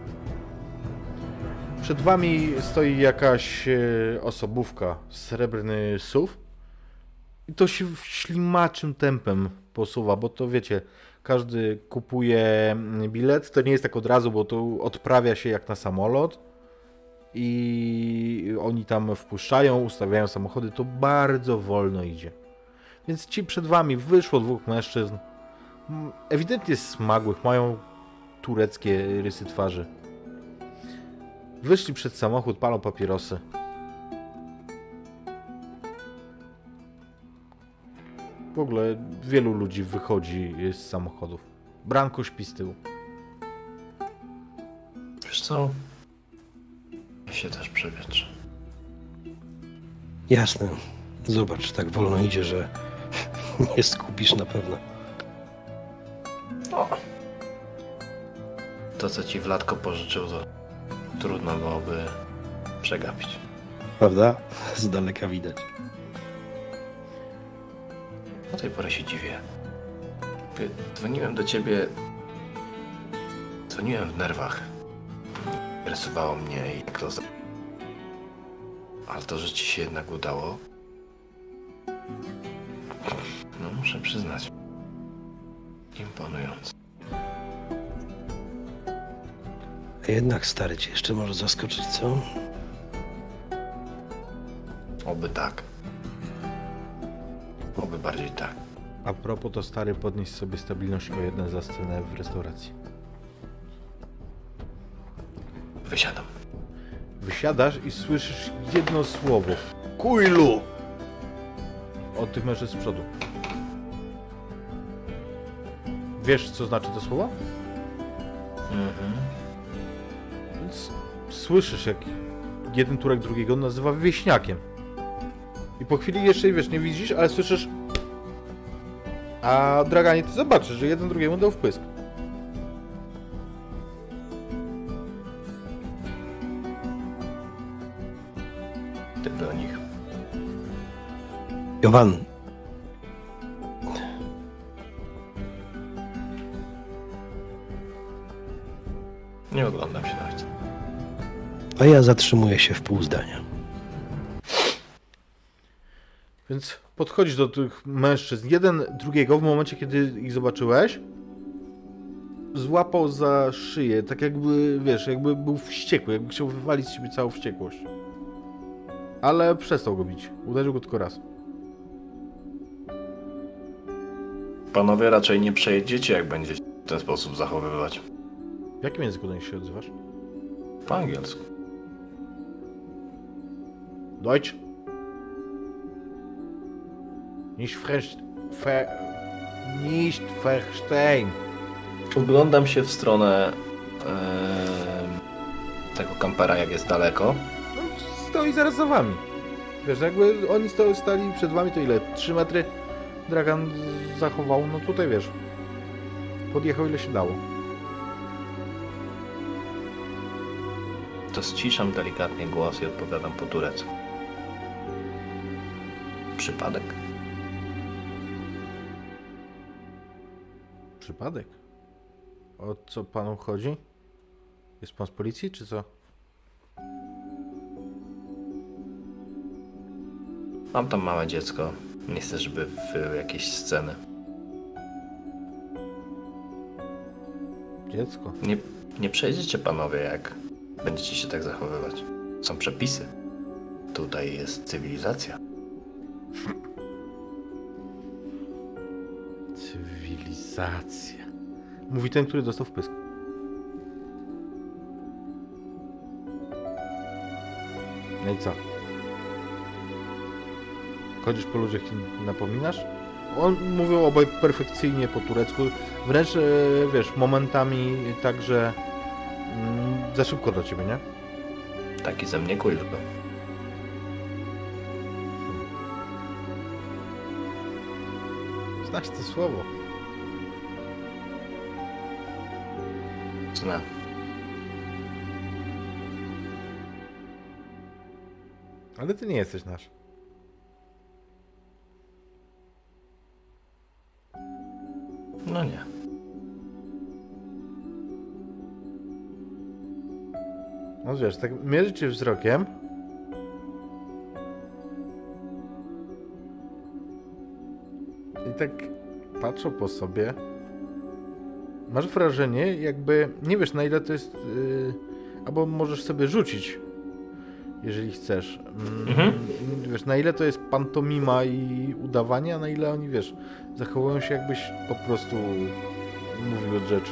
Przed wami stoi jakaś e, osobówka, srebrny S U V i to się ślimaczym tempem posuwa, bo to wiecie, każdy kupuje bilet, to nie jest tak od razu, bo to odprawia się jak na samolot i oni tam wpuszczają, ustawiają samochody, to bardzo wolno idzie. Więc ci przed wami wyszło dwóch mężczyzn, ewidentnie smagłych, mają tureckie rysy twarzy. Wyszli przed samochód, palą papierosy. W ogóle wielu ludzi wychodzi z samochodów. Branko śpi z tyłu. Wiesz co? Ja się też przewietrzę. Jasne. Zobacz, tak wolno idzie, że nie skupisz na pewno. O. To, co ci Wladko pożyczył, to trudno byłoby przegapić. Prawda? Z daleka widać. Do tej pory się dziwię. Dzwoniłem do ciebie... Dzwoniłem w nerwach. Interesowało mnie, jak to... za- Ale to, że ci się jednak udało... No, muszę przyznać. Imponujące. Jednak stary cię jeszcze może zaskoczyć, co? Oby tak. Oby bardziej tak. A propos, to stary, podnieś sobie stabilność o jeden za scenę w restauracji. Wysiadam. Wysiadasz i słyszysz jedno słowo. Kujlu! Od tych mężczyzn z przodu. Wiesz, co znaczy to słowo? Mhm. Więc słyszysz, jak jeden turek drugiego nazywa wieśniakiem. I po chwili jeszcze, wiesz, nie widzisz, ale słyszysz... A Draganie, ty zobaczysz, że jeden drugiemu dał wpysk. Ty do nich. Jowan, Nie oglądam się nawet. a ja zatrzymuję się w pół zdania. Więc podchodzisz do tych mężczyzn, jeden drugiego w momencie, kiedy ich zobaczyłeś, złapał za szyję, tak jakby, wiesz, jakby był wściekły, jakby chciał wywalić z siebie całą wściekłość. Ale przestał go bić. Uderzył go tylko raz. Panowie raczej nie przejedziecie, jak będziecie w ten sposób zachowywać. W jakim języku do nich się odzywasz? Po angielsku. Deutsch? Nicht verst... Ver... Nicht verstehen. Oglądam się w stronę e, tego kampera, jak jest daleko. No, stoi zaraz za wami. Wiesz, jakby oni sto, stali przed wami, to ile? trzy metry Dragan zachował, no tutaj wiesz. Podjechał ile się dało. To ściszam delikatnie głos i odpowiadam po turecku. Przypadek? Przypadek? O co panu chodzi? Jest pan z policji, czy co? Mam tam małe dziecko. Nie chcę, żeby były jakieś sceny. Dziecko? Nie, nie przejdziecie panowie, jak będziecie się tak zachowywać. Są przepisy. Tutaj jest cywilizacja. Cywilizacja. Mówi ten, który dostał wpysk. No i co? Chodzisz po ludziach i napominasz? On mówił obaj perfekcyjnie po turecku. Wręcz, e, wiesz, momentami tak, że mm, za szybko do ciebie, nie? Taki ze mnie kujl. Znasz to słowo. Znam. Ale ty nie jesteś nasz. No nie. No wiesz, tak mierzy cię wzrokiem. I tak patrzą po sobie. Masz wrażenie, jakby nie wiesz, na ile to jest. Yy, albo możesz sobie rzucić, jeżeli chcesz. Mm, Mhm. Wiesz, na ile to jest pantomima i udawanie, a na ile oni, wiesz, zachowują się, jakbyś po prostu mówił od rzeczy.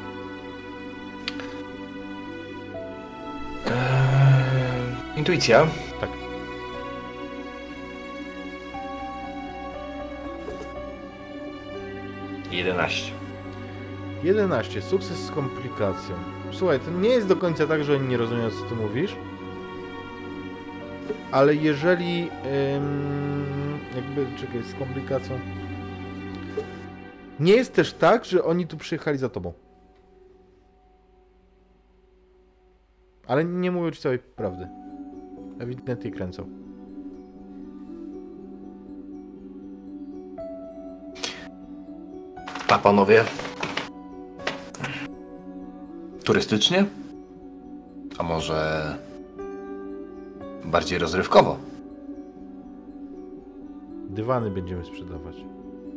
Eee, intuicja. Tak. jedenaście. jedenaście. Sukces z komplikacją. Słuchaj, to nie jest do końca tak, że oni nie rozumieją, co ty mówisz. Ale jeżeli... Ym, jakby... Czekaj, z komplikacją... Nie jest też tak, że oni tu przyjechali za tobą. Ale nie mówią ci całej prawdy. Ewidentnie kręcą. A panowie? Turystycznie? A może bardziej rozrywkowo? Dywany będziemy sprzedawać.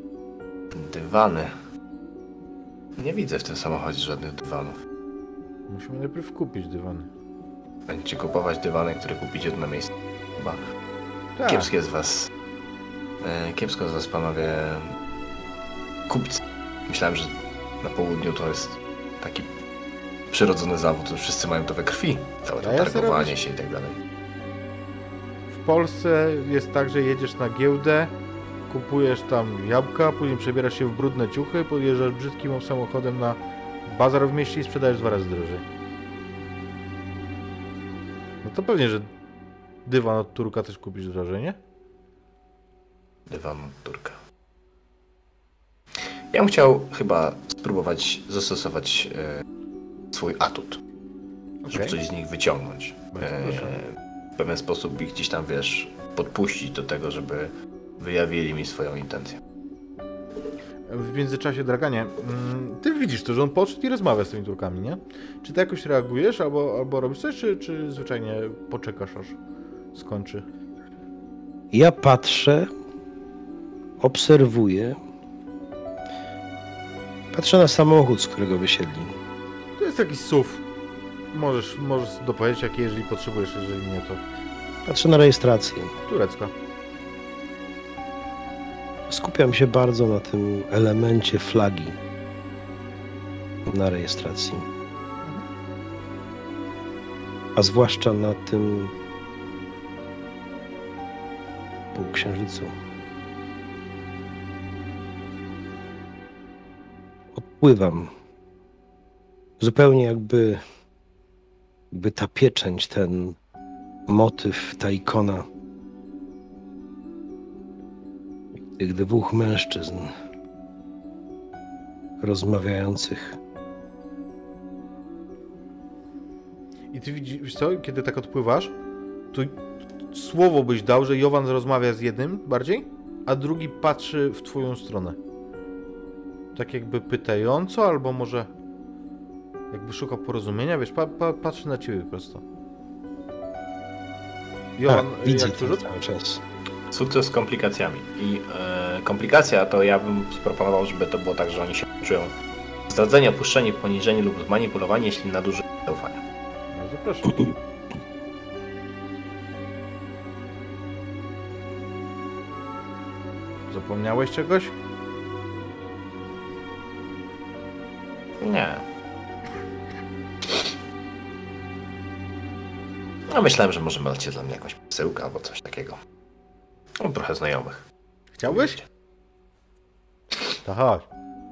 Dywany. Nie widzę w tym samochodzie żadnych dywanów. Musimy najpierw kupić dywany. Będziecie kupować dywany, które kupicie na miejscu. Chyba Tak. kiepskie z was. E, kiepsko z was, panowie, kupić. Myślałem, że na południu to jest taki przyrodzony zawód, że wszyscy mają to we krwi. Całe to A ja sobie targowanie robię- się i tak dalej. W Polsce jest tak, że jedziesz na giełdę, kupujesz tam jabłka, później przebierasz się w brudne ciuchy, podjeżdżasz brzydkim samochodem na bazar w mieście i sprzedajesz dwa razy drożej. No to pewnie, że dywan od Turka też kupisz drożej, nie? Dywan Turka. Ja bym chciał chyba spróbować zastosować e, swój atut, żeby Okej. coś z nich wyciągnąć. Bardzo E, proszę. w pewien sposób ich gdzieś tam, wiesz, podpuścić do tego, żeby wyjawili mi swoją intencję. W międzyczasie, Draganie, mm, ty widzisz to, że on podszedł i rozmawia z tymi Turkami, nie? Czy ty jakoś reagujesz, albo, albo robisz coś, czy, czy zwyczajnie poczekasz, aż skończy? Ja patrzę, obserwuję. Patrzę na samochód, z którego wysiedli. To jest jakiś S U V. Możesz, możesz dopowiedzieć, jakie, jeżeli potrzebujesz, jeżeli nie, to Patrzę na rejestrację. turecka. Skupiam się bardzo na tym elemencie flagi na rejestracji. A zwłaszcza na tym półksiężycu. Odpływam. Zupełnie jakby, jakby ta pieczęć, ten motyw, ta ikona tych dwóch mężczyzn rozmawiających. I ty widzisz, wiesz co, kiedy tak odpływasz, to słowo byś dał, że Jowan rozmawia z jednym bardziej, a drugi patrzy w twoją stronę. Tak jakby pytająco, albo może jakby szukał porozumienia, wiesz, pa, pa, patrzy na ciebie prosto. Jowan, Tak, widzę jak to rzut? cały czas. Sukces z komplikacjami. I e, komplikacja to ja bym proponował, żeby to było tak, że oni się czują zdradzenie, opuszczenie, poniżenie lub manipulowanie, jeśli nadużyją zaufania. Bardzo proszę. Zapomniałeś czegoś? Nie. No myślałem, że może macie dla mnie jakąś przesyłkę albo coś takiego. Mam trochę znajomych. Chciałbyś? To chodź.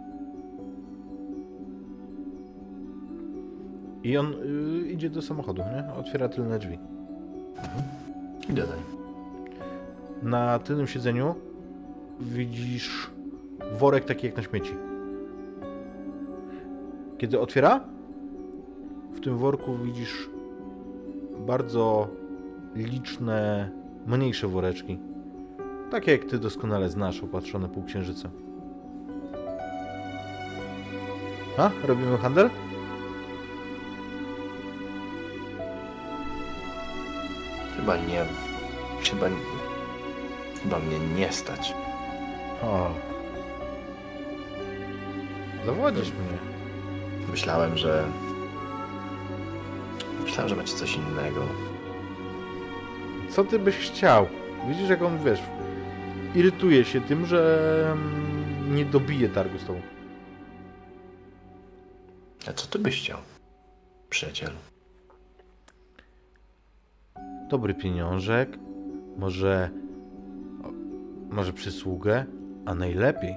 I on y, idzie do samochodu, nie? Otwiera tylne drzwi. Idę za nim. Na tylnym siedzeniu widzisz worek taki jak na śmieci. Kiedy otwiera, w tym worku widzisz bardzo liczne, mniejsze woreczki. Takie jak ty doskonale znasz, opatrzone półksiężycem. A? Robimy handel? Chyba nie... Chyba... Chyba mnie nie stać. O. Zawodzisz mnie. Myślałem, że... Myślałem, że macie coś innego. Co ty byś chciał? Widzisz, jak on, wiesz, irytuje się tym, że mm, nie dobije targu z tobą. A co ty byś chciał, przyjacielu? Dobry pieniążek, może, o, może przysługę, a najlepiej,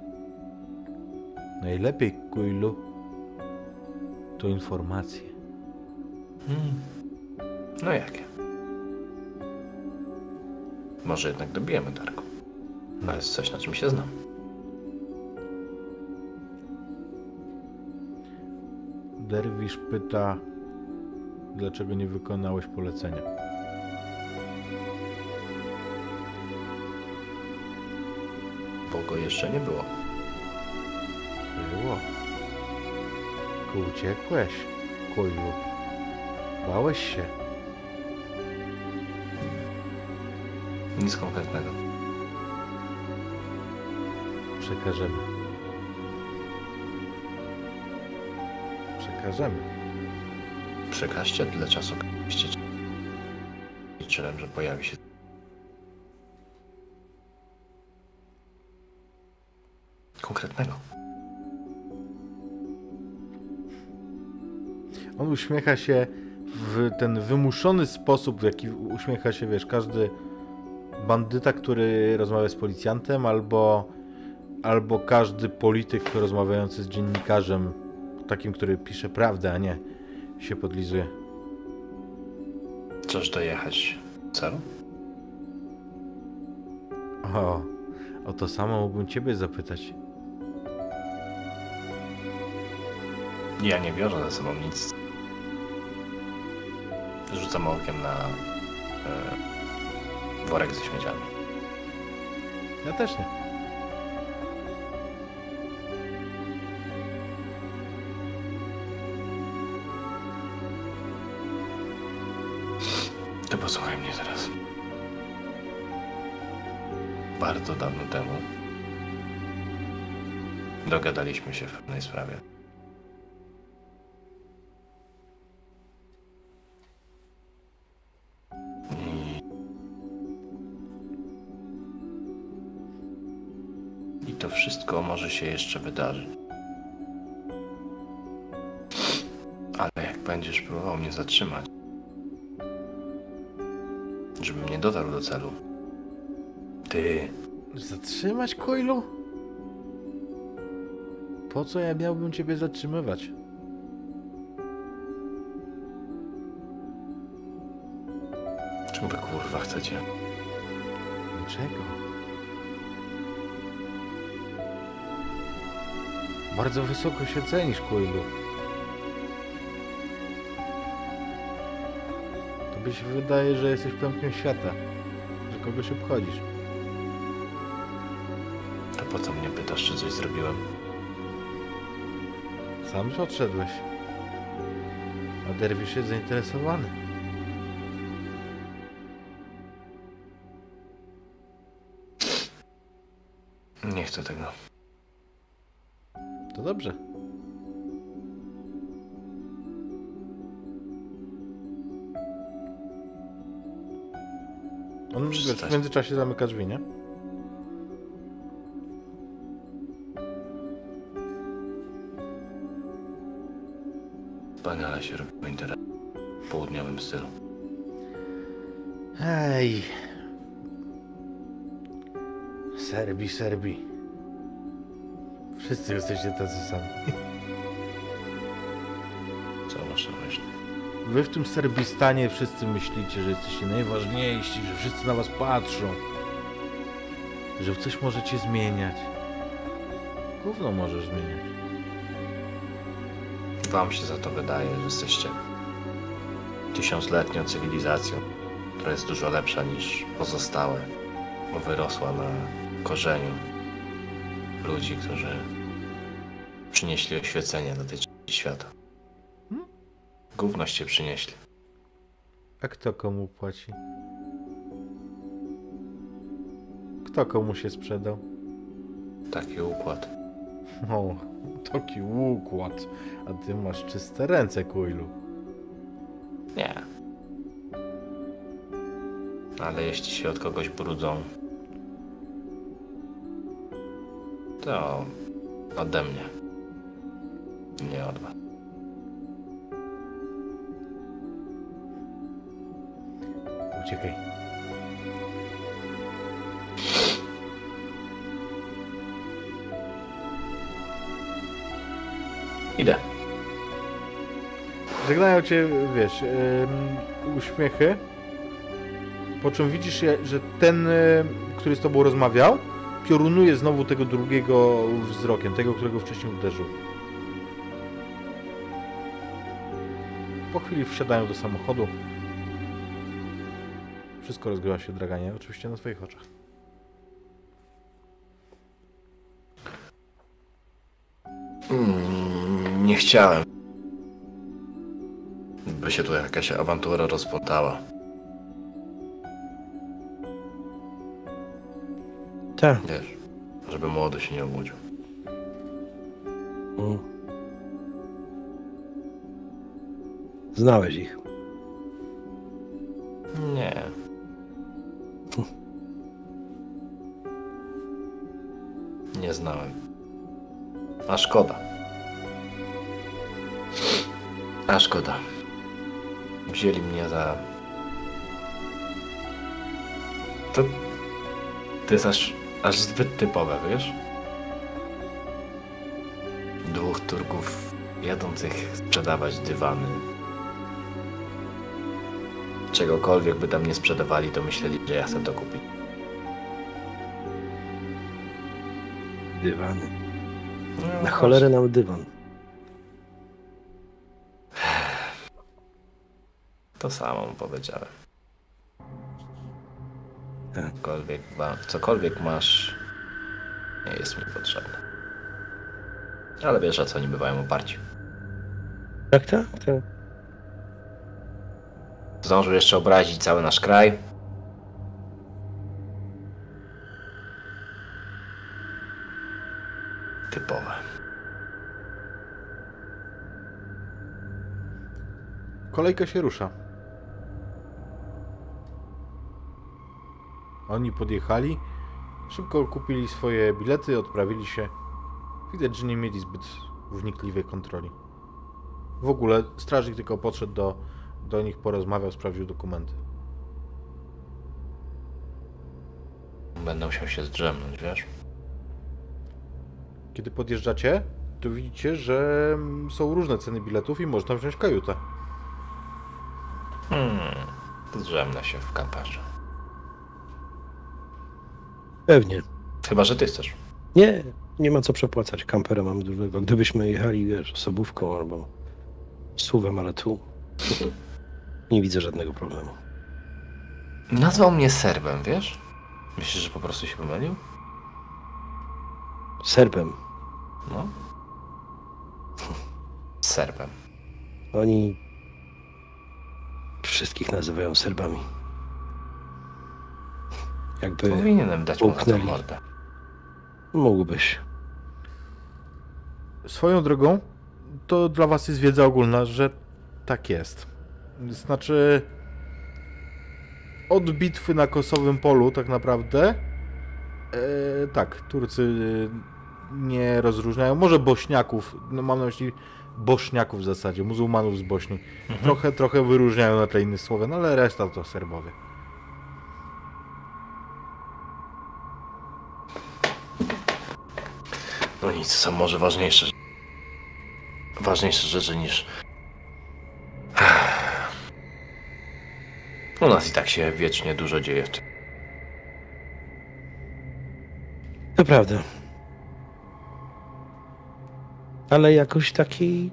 najlepiej, Kujlu, to informacje. Hmm. No jakie? Może jednak dobijemy targu. To jest coś, na czym się znam. Derwisz pyta, dlaczego nie wykonałeś polecenia. Bo go jeszcze nie było. Było. Tylko uciekłeś, Kujlu. Bałeś się. Nic konkretnego. Przekażemy. Przekażemy. Przekażcie tyle czasu, liczyłem, że pojawi się. Konkretnego. On uśmiecha się w ten wymuszony sposób, w jaki uśmiecha się, wiesz, każdy bandyta, który rozmawia z policjantem, albo, albo każdy polityk rozmawiający z dziennikarzem, takim, który pisze prawdę, a nie się podlizuje. Chcesz dojechać do celu? O, o to samo mógłbym ciebie zapytać. Ja nie biorę ze sobą nic. Rzucam okiem na e, worek ze śmieciami. Ja też nie. To posłuchaj mnie teraz. Bardzo dawno temu dogadaliśmy się w pewnej sprawie. I... I to wszystko może się jeszcze wydarzyć. Ale jak będziesz próbował mnie zatrzymać, żebym nie dotarł do celu, ty... Zatrzymać, Coilu? Po co ja miałbym ciebie zatrzymywać? Czemu wy kurwa chcecie? Dlaczego? Bardzo wysoko się cenisz, Coilu. Tobie się wydaje, że jesteś pępkiem świata, że kogoś obchodzisz. To po co mnie pytasz, czy coś zrobiłem? Sam odszedłeś. A derwisz jest zainteresowany. Nie chcę tego. To dobrze. On wiesz, w międzyczasie zamyka drzwi, nie? Wspaniale się robiło interes w południowym stylu. Hej. Serbi, Serbi. Wszyscy jesteście tacy sami. Co masz na myśli? Wy w tym Serbistanie wszyscy myślicie, że jesteście najważniejsi, że wszyscy na was patrzą. Że coś możecie zmieniać. Gówno możesz zmieniać. Wam się za to wydaje, że jesteście tysiącletnią cywilizacją, która jest dużo lepsza niż pozostałe, bo wyrosła na korzeniu ludzi, którzy przynieśli oświecenie do tej części świata. Hmm? Gównoście przynieśli. A kto komu płaci? Kto komu się sprzedał? Taki układ. O, taki układ. A ty masz czyste ręce, Coilu. Nie. Ale jeśli się od kogoś brudzą, to ode mnie. Nie od was. Uciekaj. Idę. Żegnają cię, wiesz, yy, uśmiechy. Po czym widzisz, że ten, yy, który z tobą rozmawiał, piorunuje znowu tego drugiego wzrokiem, tego, którego wcześniej uderzył. Po chwili wsiadają do samochodu. Wszystko rozgrywa się, Draganie, oczywiście na twoich oczach. Mm, nie chciałem, by się tu jakaś awantura rozpętała. Tak. Wiesz, żeby młody się nie obudził. Mm. Znałeś ich. Nie. Nie znałem. A szkoda. A szkoda. Wzięli mnie za... To... To jest aż, aż zbyt typowe, wiesz? Dwóch Turków jadących sprzedawać dywany. Czegokolwiek by tam nie sprzedawali, to myśleli, że ja chcę to kupić. Dywany. No, Na cholerę nam dywan. To samo mu powiedziałem. Tak. Cokolwiek, cokolwiek masz, nie jest mi potrzebne. Ale wiesz, a co oni bywają oparci. Tak, tak, tak. Zdążył jeszcze obrazić cały nasz kraj. Typowe. Kolejka się rusza. Oni podjechali, szybko kupili swoje bilety, odprawili się. Widać, że nie mieli zbyt wnikliwej kontroli. W ogóle strażnik tylko podszedł do, do nich, porozmawiał, sprawdził dokumenty. Będę musiał się zdrzemnąć, wiesz? Kiedy podjeżdżacie, to widzicie, że są różne ceny biletów i można wziąć kajutę. Hmm, zdrzemnę się w kamperze. Pewnie. Chyba, że ty chcesz. Nie, nie ma co przepłacać. Kampera mamy dużego. Gdybyśmy jechali, wiesz, osobówką albo suwem, ale tu nie widzę żadnego problemu. Nazwał mnie Serbem, wiesz? Myślisz, że po prostu się pomylił? Serbem. No. Serbem. Oni wszystkich nazywają Serbami. Jakby Powinienem dać mu na to połknęli. mordę. Mógłbyś. Swoją drogą, to dla was jest wiedza ogólna, że tak jest. Znaczy, od bitwy na Kosowym Polu tak naprawdę, e, tak, Turcy nie rozróżniają, może Bośniaków, no mam na myśli Bośniaków w zasadzie, muzułmanów z Bośni. Mhm. Trochę, trochę wyróżniają na tle innych Słowian, ale reszta to Serbowie. No nic, są może ważniejsze ważniejsze rzeczy niż... U nas i tak się wiecznie dużo dzieje w tym. To prawda. Ale jakoś taki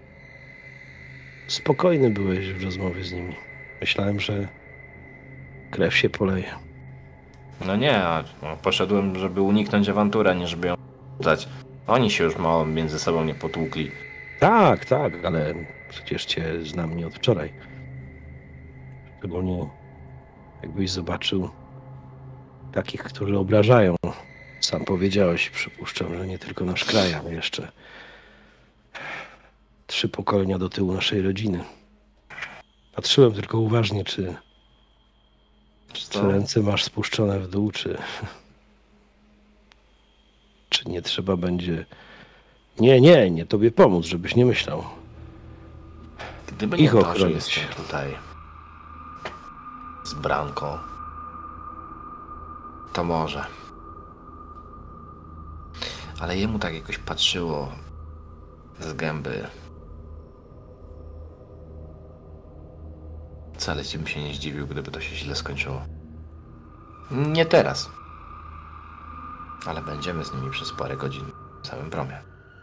spokojny byłeś w rozmowie z nimi. Myślałem, że krew się poleje. No nie, a no, poszedłem, żeby uniknąć awantury, a nie żeby ją dać. Oni się już mało między sobą nie potłukli. Tak, tak, ale przecież cię znam nie od wczoraj. Szczególnie jakbyś zobaczył takich, którzy obrażają. Sam powiedziałeś, przypuszczam, że nie tylko nasz kraj, ale jeszcze trzy pokolenia do tyłu naszej rodziny. Patrzyłem tylko uważnie, czy, Czy czy to... ręce masz spuszczone w dół, czy, czy nie trzeba będzie... Nie, nie, nie tobie pomóc, żebyś nie myślał. Gdyby nie ich to, że ochronić. jestem tutaj z Branką, to może. Ale jemu tak jakoś patrzyło z gęby. Wcale ci bym się nie zdziwił, gdyby to się źle skończyło. Nie teraz. Ale będziemy z nimi przez parę godzin w samym promie.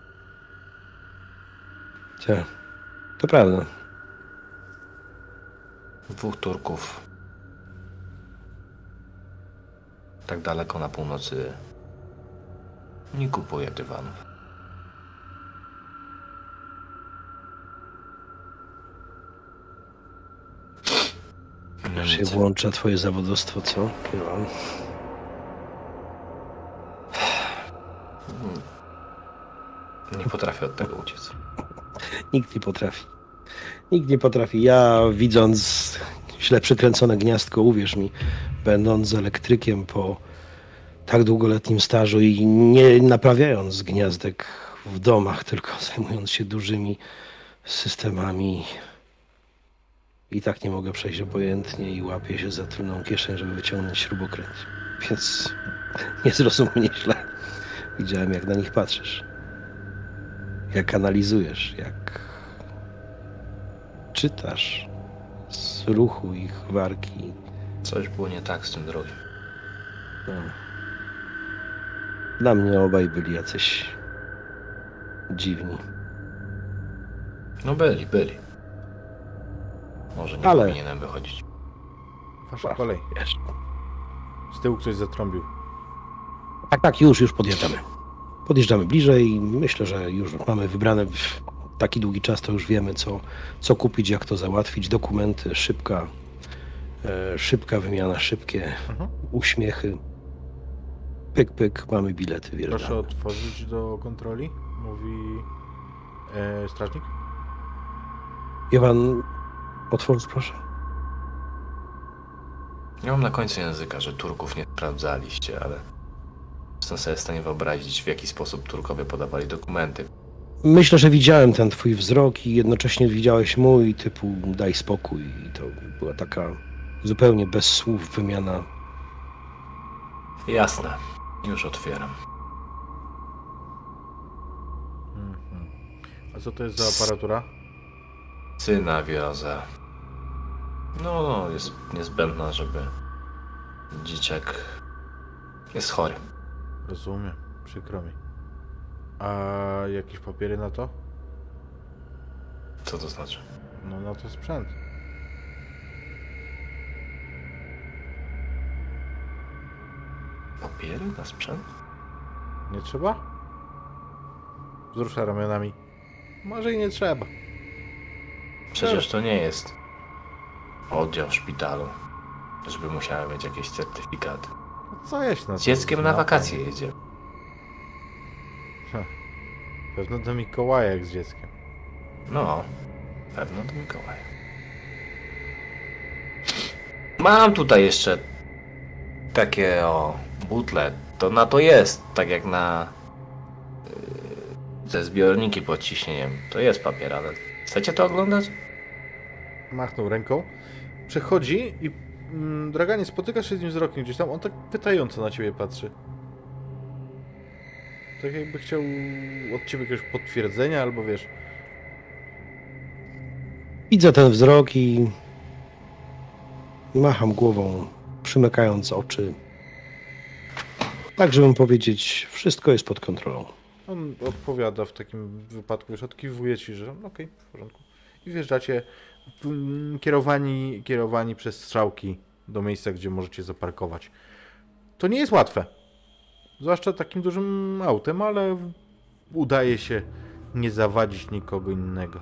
Tak, to prawda. Dwóch Turków. Tak daleko na północy nie kupuje dywanów. No Już się nic. włącza twoje zawodowstwo, co? Joan? Nie potrafię od tego uciec. Nikt nie potrafi. Nikt nie potrafi. Ja widząc źle przykręcone gniazdko, uwierz mi, będąc elektrykiem po tak długoletnim stażu i nie naprawiając gniazdek w domach, tylko zajmując się dużymi systemami, i tak nie mogę przejść obojętnie i łapię się za tylną kieszeń, żeby wyciągnąć śrubokręt. Więc nie zrozum mnie źle. Widziałem, jak na nich patrzysz. Jak analizujesz, jak czytasz z ruchu ich wargi. Coś było nie tak z tym drogiem. No. Dla mnie obaj byli jacyś dziwni. No byli, byli. Może nie Ale- powinienem wychodzić. Wasza kolej. Wiesz. Z tyłu ktoś zatrąbił. Tak, tak, już, już podjeżdżamy. Podjeżdżamy bliżej. Myślę, że już mamy wybrane w taki długi czas, to już wiemy, co, co kupić, jak to załatwić. Dokumenty, szybka, e, szybka wymiana, szybkie Mhm. uśmiechy. Pyk, pyk, mamy bilety, Proszę wjeżdżamy. otworzyć do kontroli, mówi e, strażnik. Jowan, otwórz proszę. Nie mam na końcu języka, że Turków nie sprawdzaliście, ale jestem sobie w stanie wyobrazić, w jaki sposób Turkowie podawali dokumenty. Myślę, że widziałem ten twój wzrok i jednocześnie widziałeś mój, typu daj spokój. I to była taka zupełnie bez słów wymiana. Jasne, już otwieram. Mhm. A co to jest za aparatura? Syna wiozę. No, no, jest niezbędna, żeby dzieciak jest chory. Rozumiem, przykro mi. A jakieś papiery na to? Co to znaczy? No na to sprzęt. Papiery na sprzęt? Nie trzeba? Wzrusza ramionami. Może i nie trzeba. Przecież to nie jest oddział w szpitalu, żeby musiały mieć jakieś certyfikaty. No co jeść na to? Z dzieckiem na wakacje jedzie. Ha. Pewno do Mikołaja jak z dzieckiem. No, pewno do Mikołaja. Mam tutaj jeszcze takie o butle. To na to jest, tak jak na yy, te zbiorniki pod ciśnieniem. To jest papier, ale chcecie to oglądać? Machnął ręką. Przechodzi i mm, Draganie, spotykasz się z nim wzrokiem gdzieś tam. On tak pytająco na ciebie patrzy. Tak jakby chciał od ciebie jakiegoś potwierdzenia, albo wiesz... Widzę ten wzrok i macham głową, przymykając oczy. Tak, żebym powiedzieć, wszystko jest pod kontrolą. On odpowiada w takim wypadku, już odkiwuje ci, że okej, w porządku. I wjeżdżacie mm, kierowani, kierowani przez strzałki do miejsca, gdzie możecie zaparkować. To nie jest łatwe. Zwłaszcza takim dużym autem, ale udaje się nie zawadzić nikogo innego.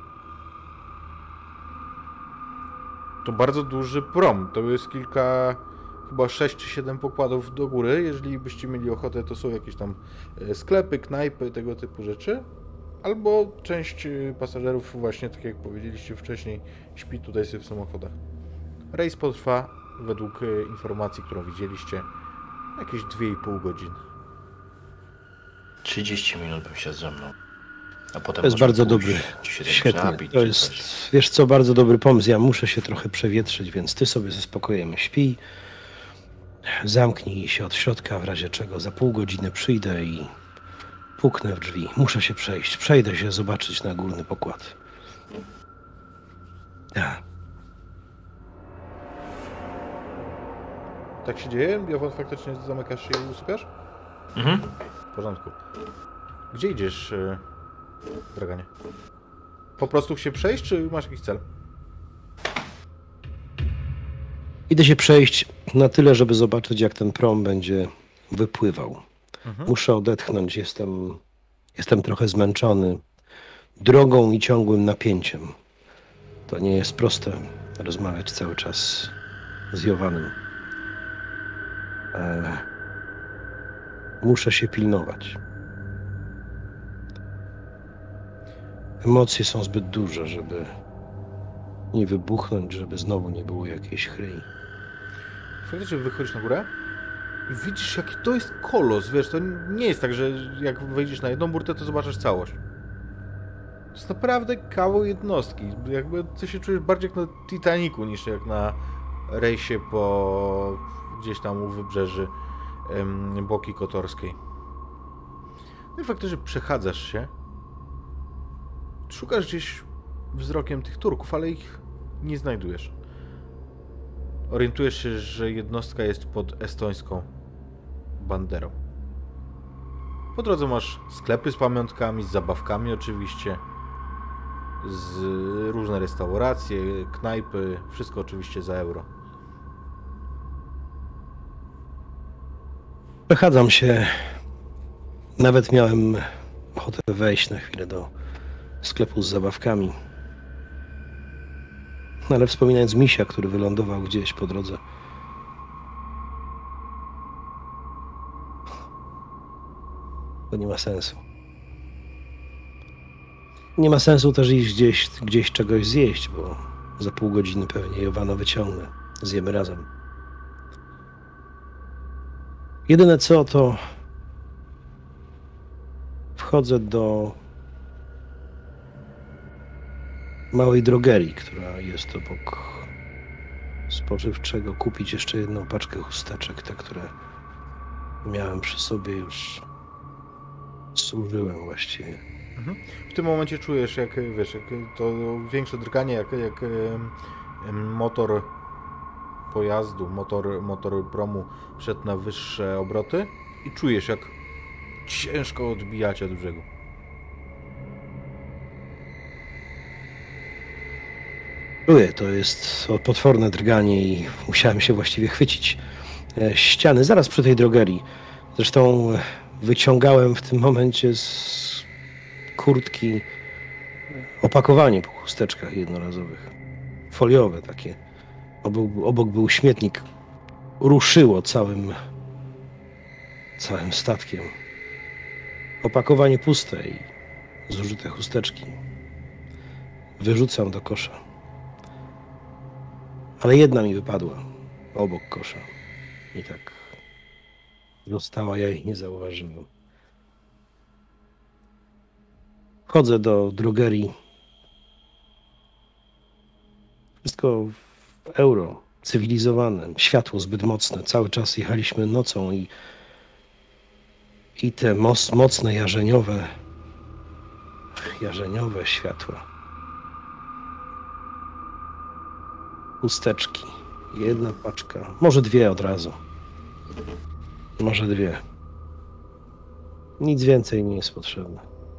To bardzo duży prom. To jest kilka, chyba sześć czy siedem pokładów do góry. Jeżeli byście mieli ochotę, to są jakieś tam e, sklepy, knajpy, tego typu rzeczy. Albo część e, pasażerów właśnie, tak jak powiedzieliście wcześniej, śpi tutaj sobie w samochodach. Rejs potrwa, według e, informacji, którą widzieliście, jakieś dwie i pół godziny. trzydzieści minut bym się zdrzemnął. A potem To jest może bardzo pójść, dobry. czy się czegoś Świetnie. napić, To czy jest, coś. wiesz co, bardzo dobry pomysł. Ja muszę się trochę przewietrzyć, więc ty sobie ze spokojem śpij. Zamknij się od środka, w razie czego za pół godziny przyjdę i puknę w drzwi. Muszę się przejść. Przejdę się zobaczyć na górny pokład. Ja. Tak się dzieje? Jowan, faktycznie zamykasz się i usypiasz? Mhm. W porządku. Gdzie idziesz, yy, Draganie? Po prostu się przejść, czy masz jakiś cel? Idę się przejść na tyle, żeby zobaczyć, jak ten prom będzie wypływał. Mhm. Muszę odetchnąć. Jestem, jestem trochę zmęczony drogą i ciągłym napięciem. To nie jest proste rozmawiać cały czas z Jowanem. E, muszę się pilnować. Emocje są zbyt duże, żeby nie wybuchnąć, żeby znowu nie było jakiejś chryi. Faktycznie wychodzisz na górę i widzisz, jaki to jest kolos, wiesz, to nie jest tak, że jak wejdziesz na jedną burtę, to zobaczysz całość. To jest naprawdę kawał jednostki. Jakby ty się czujesz bardziej jak na Titanicu niż jak na rejsie po gdzieś tam u wybrzeży em, Boki Kotorskiej. No i faktycznie przechadzasz się. Szukasz gdzieś wzrokiem tych Turków, ale ich nie znajdujesz. Orientujesz się, że jednostka jest pod estońską banderą. Po drodze masz sklepy z pamiątkami, z zabawkami oczywiście, z różne restauracje, knajpy, wszystko oczywiście za euro. Przechadzam się. Nawet miałem ochotę wejść na chwilę do sklepu z zabawkami. Ale wspominając misia, który wylądował gdzieś po drodze. To nie ma sensu. Nie ma sensu też iść gdzieś, gdzieś czegoś zjeść, bo za pół godziny pewnie Jowano wyciągnę. Zjemy razem. Jedyne co, to wchodzę do małej drogerii, która jest obok spożywczego, kupić jeszcze jedną paczkę chusteczek, te, które miałem przy sobie, już zużyłem właściwie. Mhm. W tym momencie czujesz, jak wiesz, jak to większe drganie, jak, jak motor pojazdu, motor, motor promu szedł na wyższe obroty i czujesz, jak ciężko odbijacie od brzegu. Czuję, to jest potworne drganie i musiałem się właściwie chwycić ściany zaraz przy tej drogerii. Zresztą wyciągałem w tym momencie z kurtki opakowanie po chusteczkach jednorazowych. Foliowe takie. Obok, obok był śmietnik. Ruszyło całym, całym statkiem. Opakowanie puste i zużyte chusteczki. Wyrzucam do kosza. Ale jedna mi wypadła obok kosza. I tak została, ja jej nie zauważyłem. Wchodzę do drogerii. Wszystko w euro, cywilizowane, światło zbyt mocne. Cały czas jechaliśmy nocą i, i te moc, mocne jarzeniowe, jarzeniowe światła. Chusteczki. Jedna paczka, może dwie od razu. Może dwie. Nic więcej nie jest potrzebne.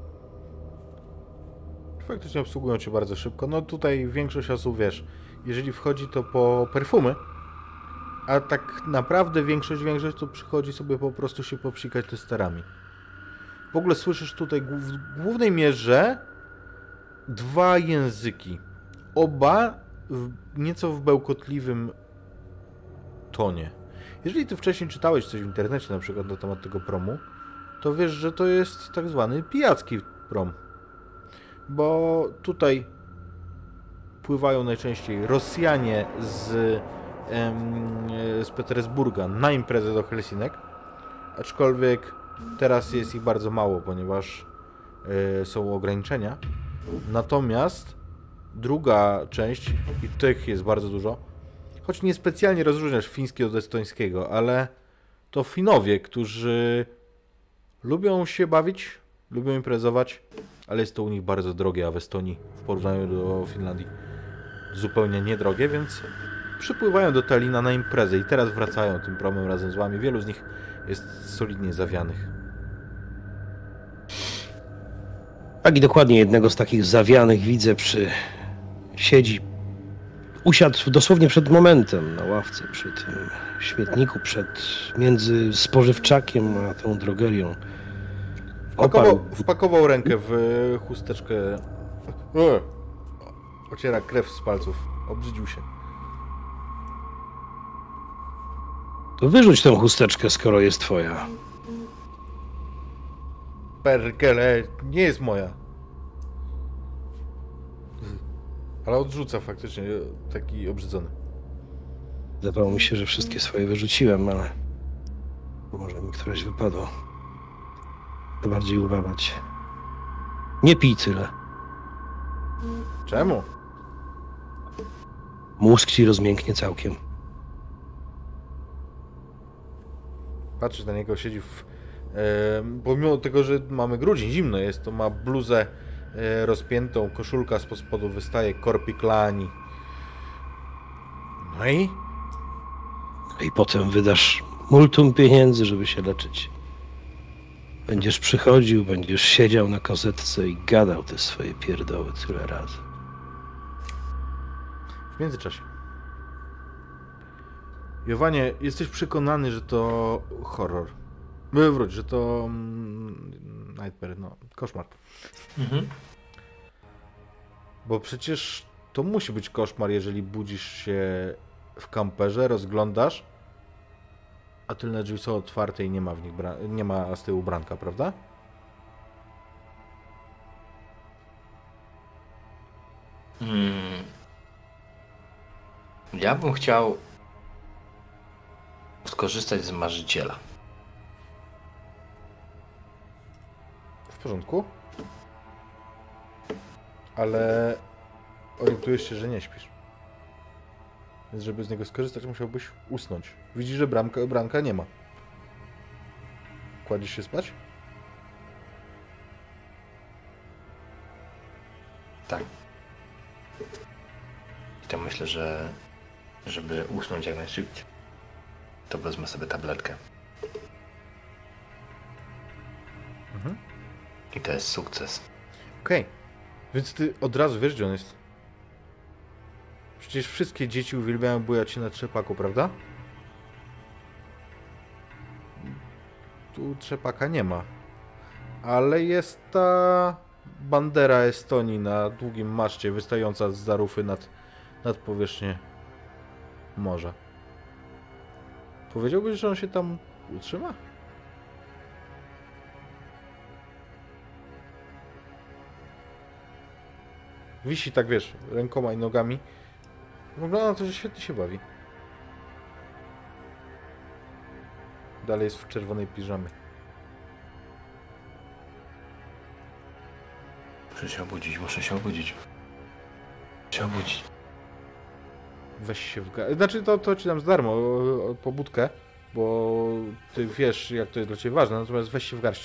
Faktycznie obsługują cię bardzo szybko. No tutaj większość osób, wiesz, jeżeli wchodzi to po perfumy, a tak naprawdę większość, większość to przychodzi sobie po prostu się popsikać testerami. W ogóle słyszysz tutaj w głównej mierze dwa języki. Oba w nieco w bełkotliwym tonie. Jeżeli ty wcześniej czytałeś coś w internecie na przykład na temat tego promu, to wiesz, że to jest tak zwany pijacki prom. Bo tutaj pływają najczęściej Rosjanie z, em, z Petersburga na imprezę do Helsinek, aczkolwiek teraz jest ich bardzo mało, ponieważ y, są ograniczenia. Natomiast druga część, i tych jest bardzo dużo, choć nie specjalnie rozróżniasz fiński od estońskiego, ale to Finowie, którzy lubią się bawić, lubią imprezować, ale jest to u nich bardzo drogie, a w Estonii w porównaniu do Finlandii zupełnie niedrogie, więc przypływają do Tallina na imprezę i teraz wracają tym promem razem z wami. Wielu z nich jest solidnie zawianych. Tak i dokładnie jednego z takich zawianych widzę przy... Siedzi, usiadł dosłownie przed momentem na ławce, przy tym śmietniku, przed, między spożywczakiem a tą drogerią. Wpakował, wpakował rękę w chusteczkę. E, ociera krew z palców. Obrzydził się. To wyrzuć tę chusteczkę, skoro jest twoja. Perkele, nie jest moja. Ale odrzuca faktycznie, taki obrzydzony. Wydawało mi się, że wszystkie swoje wyrzuciłem, ale może mi któreś wypadło. To bardziej uważać. Nie pij tyle. Czemu? Mózg ci rozmięknie całkiem. Patrzysz na niego, siedzi w... E, pomimo tego, że mamy grudzień, zimno jest, to ma bluzę e, rozpiętą, koszulka z spodu wystaje, korpiklani. No i? I potem wydasz multum pieniędzy, żeby się leczyć. Będziesz przychodził, będziesz siedział na kozetce i gadał te swoje pierdoły tyle razy. W międzyczasie. Jowanie, jesteś przekonany, że to horror. Wywróć, że to mm, nightmare, no, koszmar. Mhm. Bo przecież to musi być koszmar, jeżeli budzisz się w kamperze, rozglądasz, a tylne drzwi są otwarte i nie ma w nich bra- nie ma z tyłu branka, prawda? Hmm. Ja bym chciał skorzystać z marzyciela. W porządku. Ale orientujesz się, że nie śpisz. Więc żeby z niego skorzystać, musiałbyś usnąć. Widzisz, że bramka, branka nie ma. Kładziesz się spać? Tak. I to myślę, że żeby usnąć jak najszybciej, to wezmę sobie tabletkę. Mhm. I to jest sukces. Okej. Okay. Więc ty od razu wiesz, gdzie on jest. Przecież wszystkie dzieci uwielbiają bujać się na trzepaku, prawda? Tu trzepaka nie ma. Ale jest ta bandera Estonii na długim maszcie wystająca z zarufy nad, nad powierzchnię morza. Powiedziałbyś, że on się tam utrzyma? Wisi tak, wiesz, rękoma i nogami. Wygląda na to, że świetnie się bawi. Dalej jest w czerwonej piżamie. Muszę się obudzić, muszę się obudzić. Muszę się obudzić. Weź się w garść. Znaczy to, to ci dam za darmo, o, o, pobudkę, bo ty wiesz, jak to jest dla ciebie ważne, natomiast weź się w garść.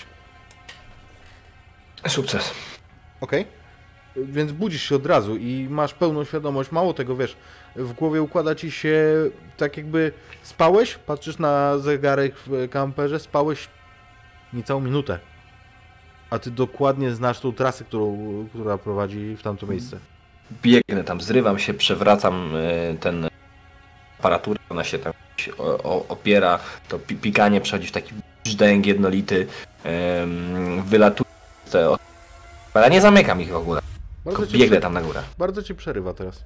Sukces. Okej. Okay. Więc budzisz się od razu i masz pełną świadomość. Mało tego, wiesz, w głowie układa ci się tak jakby spałeś, patrzysz na zegarek w kamperze, spałeś niecałą minutę. A ty dokładnie znasz tą trasę, którą, która prowadzi w tamto miejsce. Biegnę tam, zrywam się, przewracam ten aparaturę, ona się tam opiera, to pikanie przechodzi w taki brzdęk jednolity, wylatuje, ale nie zamykam ich w ogóle. Biegnę prze... tam na górę. Bardzo ci przerywa teraz.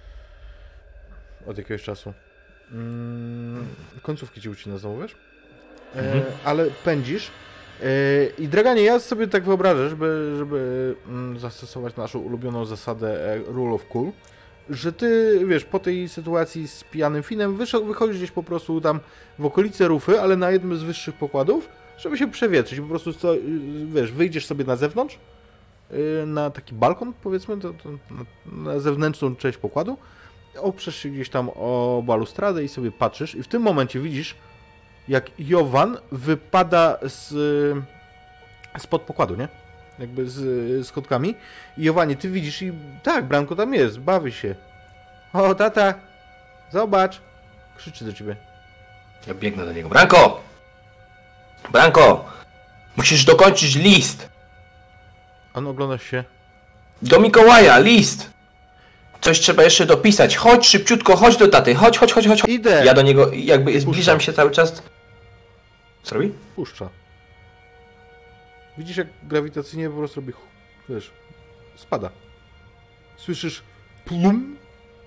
Od jakiegoś czasu. Mm, końcówki ci ucina znowu, wiesz? E, mhm. Ale pędzisz. E, I Draganie, ja sobie tak wyobrażę, żeby, żeby mm, zastosować naszą ulubioną zasadę e, Rule of Cool, że ty, wiesz, po tej sytuacji z pijanym Finem wychodzisz gdzieś po prostu tam w okolice rufy, ale na jednym z wyższych pokładów, żeby się przewietrzyć. Po prostu, sto, wiesz, wyjdziesz sobie na zewnątrz, na taki balkon, powiedzmy, to, to, na zewnętrzną część pokładu, oprzesz się gdzieś tam o balustradę i sobie patrzysz i w tym momencie widzisz, jak Jovan wypada z spod pokładu, nie? Jakby z schodkami. I Jowanie, ty widzisz i tak, Branko tam jest, bawi się. O, tata, zobacz. Krzyczy do ciebie. Ja biegnę do niego. Branko! Branko! Musisz dokończyć list! On ogląda się. Do Mikołaja, list! Coś trzeba jeszcze dopisać. Chodź szybciutko, chodź do taty. Chodź, chodź, chodź, chodź. Idę! Ja do niego jakby Puszcza. zbliżam się cały czas. Co robi? Puszcza. Widzisz, jak grawitacyjnie po prostu robi, wiesz, spada. Słyszysz plum?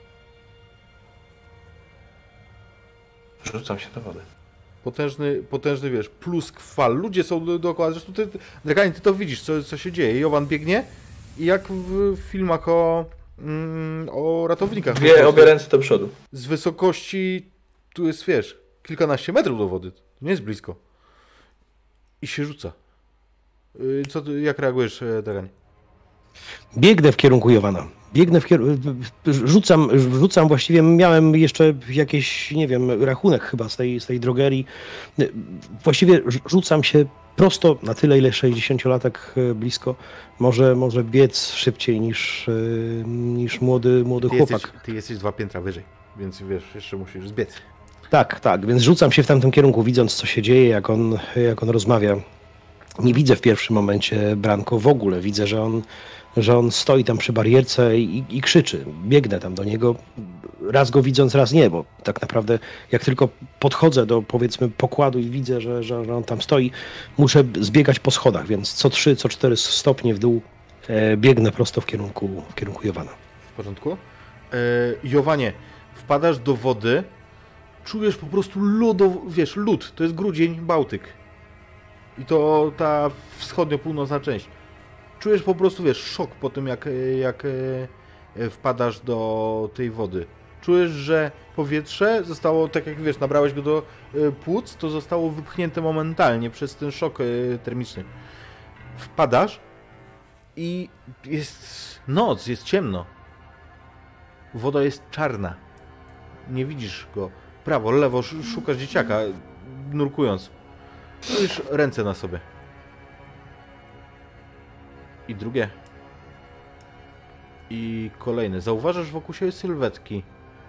Rzucam się do wody. Potężny, potężny, wiesz, plusk fal. Ludzie są do, dookoła, zresztą ty, Draganie, ty to widzisz, co, co się dzieje. Jovan biegnie i jak w filmach o Mm, o ratownikach. Dwie, obie ręce do przodu. Z wysokości, tu jest, wiesz, kilkanaście metrów do wody. To nie jest blisko. I się rzuca. Yy, co ty, jak reagujesz, Dragan? Biegnę w kierunku Jowana. Biegnę w kierunku... Rzucam, rzucam właściwie, miałem jeszcze jakiś, nie wiem, rachunek chyba z tej, z tej drogerii. Właściwie rzucam się prosto na tyle, ile sześćdziesięciolatek blisko. Może, może biec szybciej niż, niż młody, młody ty chłopak. Jesteś, ty jesteś dwa piętra wyżej, więc wiesz, jeszcze musisz zbiec. Tak, tak, więc rzucam się w tamtym kierunku, widząc co się dzieje, jak on, jak on rozmawia. Nie widzę w pierwszym momencie Branko w ogóle. Widzę, że on, że on stoi tam przy barierce i, i krzyczy. Biegnę tam do niego, raz go widząc, raz nie, bo tak naprawdę jak tylko podchodzę do, powiedzmy, pokładu i widzę, że, że, że on tam stoi, muszę zbiegać po schodach, więc co trzy, co cztery stopnie w dół e, biegnę prosto w kierunku, w kierunku Jowana. W porządku? E, Jowanie, wpadasz do wody, czujesz po prostu lodow, wiesz, lód, to jest grudzień, Bałtyk. I to ta wschodnio-północna część. Czujesz po prostu, wiesz, szok po tym, jak, jak wpadasz do tej wody. Czujesz, że powietrze zostało, tak jak wiesz, nabrałeś go do płuc, to zostało wypchnięte momentalnie przez ten szok termiczny. Wpadasz i jest noc, jest ciemno. Woda jest czarna. Nie widzisz go. Prawo, lewo, szukasz dzieciaka, nurkując. Czujesz ręce na sobie. I drugie. I kolejne. Zauważasz wokół siebie sylwetki.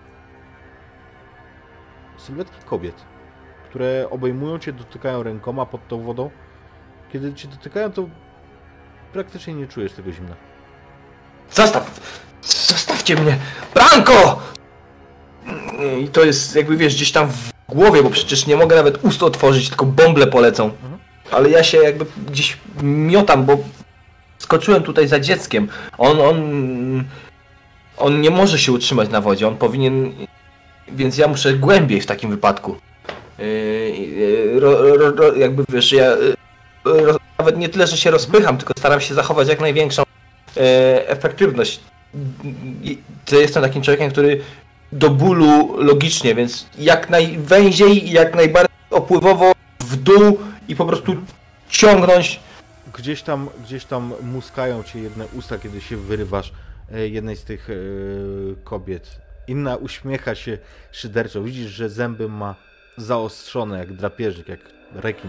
Sylwetki kobiet, które obejmują cię, dotykają rękoma pod tą wodą. Kiedy cię dotykają, to praktycznie nie czujesz tego zimna. Zostaw! Zostawcie mnie! Branko! I to jest jakby, wiesz, gdzieś tam w głowie, bo przecież nie mogę nawet ust otworzyć, tylko bąble polecą. Mhm. Ale ja się jakby gdzieś miotam, bo skoczyłem tutaj za dzieckiem. On, on, on nie może się utrzymać na wodzie, on powinien, więc ja muszę głębiej w takim wypadku. Yy, ro, ro, ro, jakby wiesz, ja ro, nawet nie tyle, że się rozpycham, tylko staram się zachować jak największą yy, efektywność. To jestem takim człowiekiem, który do bólu logicznie, więc jak najwęziej i jak najbardziej opływowo w dół i po prostu ciągnąć. Gdzieś tam, gdzieś tam muskają cię jedne usta, kiedy się wyrywasz jednej z tych yy, kobiet. Inna uśmiecha się szyderczo. Widzisz, że zęby ma zaostrzone jak drapieżnik, jak rekin.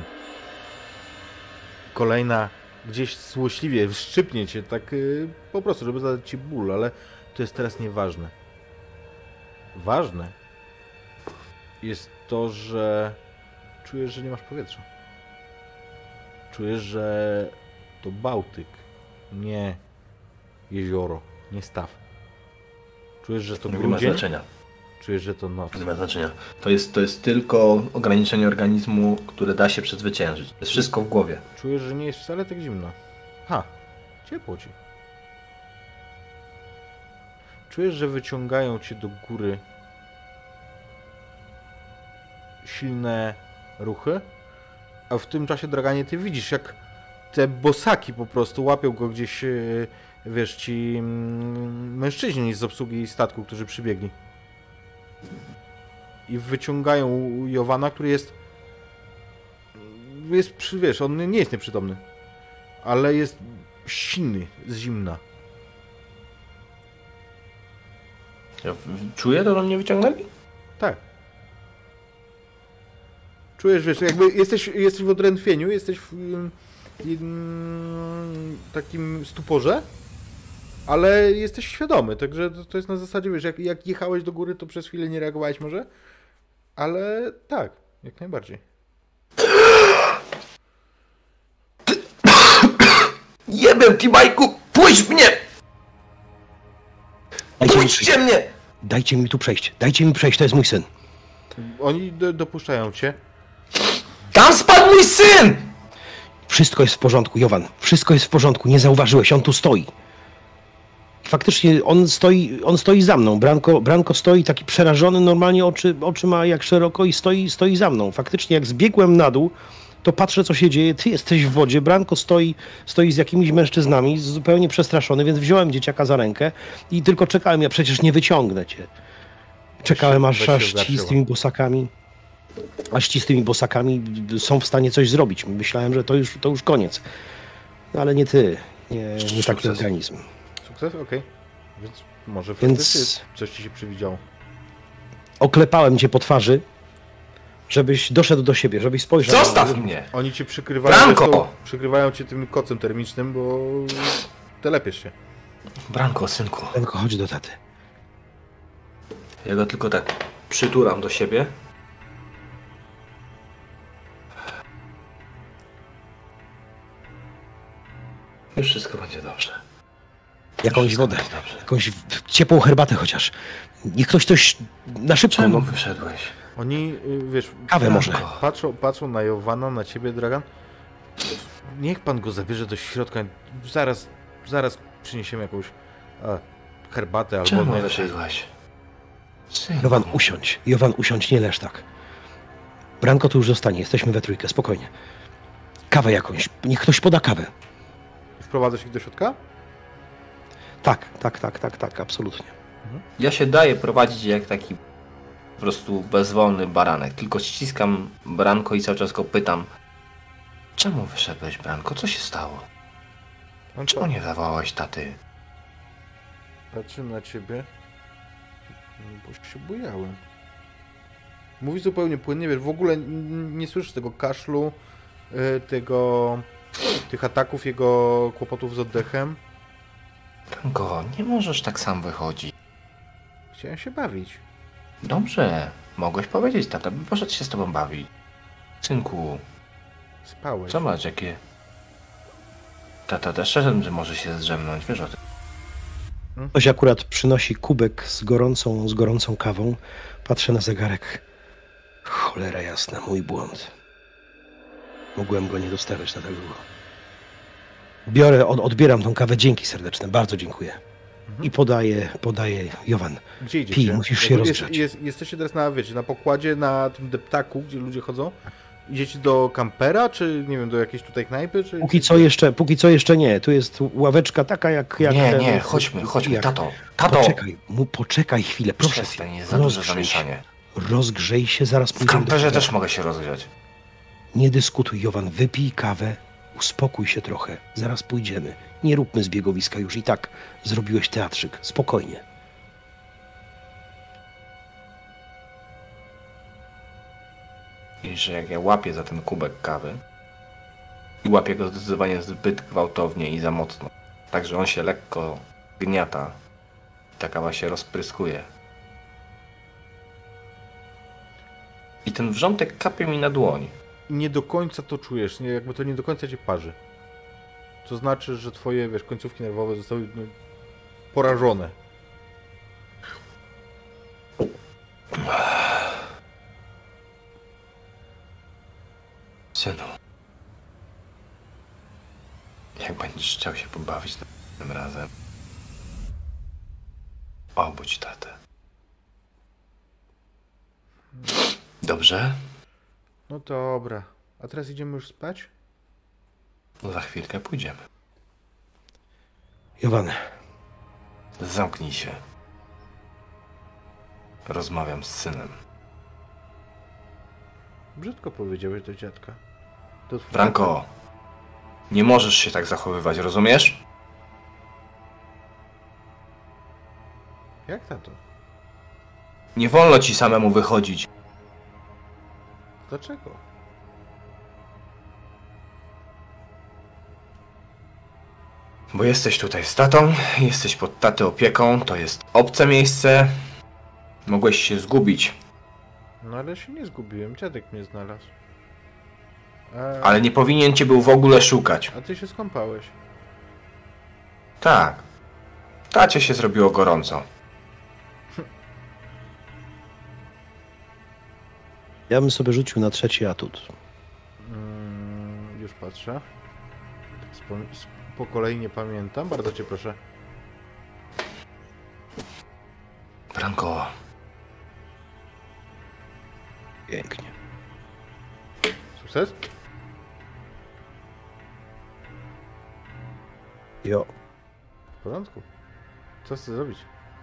Kolejna gdzieś złośliwie szczypnie cię tak yy, po prostu, żeby zadać ci ból, ale to jest teraz nieważne. Ważne jest to, że czujesz, że nie masz powietrza. Czujesz, że to Bałtyk, nie jezioro, nie staw. Czujesz, że to grudzień. Nie ma znaczenia. Czujesz, że to noc. Nie ma znaczenia. To jest, to jest tylko ograniczenie organizmu, które da się przezwyciężyć. To jest wszystko w głowie. Czujesz, że nie jest wcale tak zimno. Ha, ciepło ci. Czujesz, że wyciągają cię do góry silne ruchy, a w tym czasie, Draganie, ty widzisz, jak te bosaki po prostu łapią go gdzieś, wiesz, ci mężczyźni z obsługi statku, którzy przybiegli. I wyciągają Jowana, który jest, jest, wiesz, on nie jest nieprzytomny, ale jest silny z zimna. Ja czuję, to on mnie wyciągnęli? Tak. Czujesz, wiesz, jakby jesteś, jesteś w odrętwieniu, jesteś w mm, takim stuporze, ale jesteś świadomy, także to, to jest na zasadzie, wiesz, jak, jak jechałeś do góry, to przez chwilę nie reagowałeś może, ale tak, jak najbardziej. Jebem, ty Majku, puść mnie! Dajcie mi Puśćcie przejść. mnie! Dajcie mi tu przejść. Dajcie mi przejść, to jest mój syn. Oni do, dopuszczają cię. Tam spadł mój syn! Wszystko jest w porządku, Jowan. Wszystko jest w porządku. Nie zauważyłeś, on tu stoi. Faktycznie on stoi, on stoi za mną. Branko, Branko stoi taki przerażony, normalnie oczy, oczy ma jak szeroko i stoi, stoi za mną. Faktycznie jak zbiegłem na dół, to patrzę, co się dzieje, ty jesteś w wodzie, Branko stoi, stoi z jakimiś mężczyznami, zupełnie przestraszony, więc wziąłem dzieciaka za rękę i tylko czekałem, ja przecież nie wyciągnę cię. Czekałem, aż, Weź się aż ci zaczęło. z tymi bosakami, aż ci z tymi bosakami są w stanie coś zrobić. Myślałem, że to już, to już koniec. No, ale nie ty, nie, nie taki Sukces. organizm. Sukces? Okej. Więc może Więc- faktycznie coś ci się przywidziało. Oklepałem cię po twarzy, żebyś doszedł do siebie, żebyś spojrzał. Zostaw mnie! Oni ci przykrywają, Branko! zresztą przykrywają cię tym kocem termicznym, bo telepiesz się. Branko, synku. Branko, chodź do taty. Ja go tylko tak przytulam do siebie. Już wszystko będzie dobrze. Jakąś Wszystko wodę, będzie dobrze. jakąś ciepłą herbatę chociaż. Niech ktoś coś na szybko, Czemu no, wyszedłeś? Oni, y, wiesz, kawę może. patrzą, patrzą na Jowana, na ciebie, Dragan. Niech pan go zabierze do środka. Zaraz, zaraz przyniesiemy jakąś a, herbatę albo Czemu najlepiej. wyszedłeś? Synku. Jowan, usiądź. Jowan, usiądź, nie leż tak. Branko tu już zostanie, jesteśmy we trójkę, spokojnie. Kawę jakąś, niech ktoś poda kawę. Wprowadzasz ich do środka? Tak, tak, tak, tak, tak, absolutnie. Ja się daję prowadzić jak taki po prostu bezwolny baranek. Tylko ściskam Branko i cały czas go pytam. Czemu wyszedłeś, Branko? Co się stało? On Czemu nie zawołałeś taty? patrzy na ciebie, bo się bujałem. Mówi zupełnie płynnie, wiesz, w ogóle n- nie słyszysz tego kaszlu, y, tego, tych ataków, jego kłopotów z oddechem. Branko, nie możesz tak sam wychodzić. Chciałem się bawić. Dobrze, mogłeś powiedzieć, tata by poszedł się z tobą bawić. Synku, Spałeś. zobacz jakie... Tata też szedł, że może się zdrzemnąć, wiesz o tym. Ktoś akurat przynosi kubek z gorącą, z gorącą kawą. Patrzę na zegarek. Cholera jasna, mój błąd. Mogłem go nie dostawiać na tak długo. Biorę, od, odbieram tą kawę, dzięki serdeczne, bardzo dziękuję. I podaję, podaję, Jowan, Gdzie idziecie? pij, musisz się Jakby rozgrzać. Jest, jest, jesteście teraz na, wiecie, na pokładzie, na tym deptaku, gdzie ludzie chodzą. Idziecie do kampera, czy nie wiem, do jakiejś tutaj knajpy, czy... Póki co jeszcze, póki co jeszcze nie. Tu jest ławeczka taka jak... jak Nie, ten- nie, chodźmy, chodźmy, jak- tato, tato! Poczekaj, mu poczekaj chwilę, proszę. Przestań, jest za duże rozgrzej się, zamieszanie. rozgrzej się, zaraz W pójdziemy do kamperze sklepu. też mogę się rozgrzać. Nie dyskutuj, Jowan, wypij kawę, uspokój się trochę, zaraz pójdziemy. Nie róbmy zbiegowiska, już i tak zrobiłeś teatrzyk, spokojnie. I że jak ja łapię za ten kubek kawy i łapię go zdecydowanie zbyt gwałtownie i za mocno, także on się lekko gniata i ta kawa się rozpryskuje. I ten wrzątek kapie mi na dłoń. Nie do końca to czujesz, nie, jakby to nie do końca cię parzy. To znaczy, że twoje, wiesz, końcówki nerwowe zostały no, porażone. Synu, jak będziesz chciał się pobawić tym razem, obudź tatę. Dobrze? No dobra. A teraz idziemy już spać? No za chwilkę pójdziemy. Jowan, Zamknij się. Rozmawiam z synem. Brzydko powiedziałeś do dziadka. To twój Branko, nie możesz się tak zachowywać, rozumiesz? tata. Jak tato? Nie wolno ci samemu wychodzić. Dlaczego? Bo jesteś tutaj z tatą, jesteś pod taty opieką, to jest obce miejsce. Mogłeś się zgubić, No ale się nie zgubiłem, dziadek mnie znalazł. A, ale nie powinien cię był w ogóle szukać. a ty się skąpałeś. Tak. Tacie się zrobiło gorąco. ja bym sobie rzucił na trzeci atut. Mm, już patrzę. Wspom- sp- po kolei nie pamiętam. Bardzo cię proszę. Branko, Pięknie. Sukces? Jo. W porządku. Co chcesz zrobić?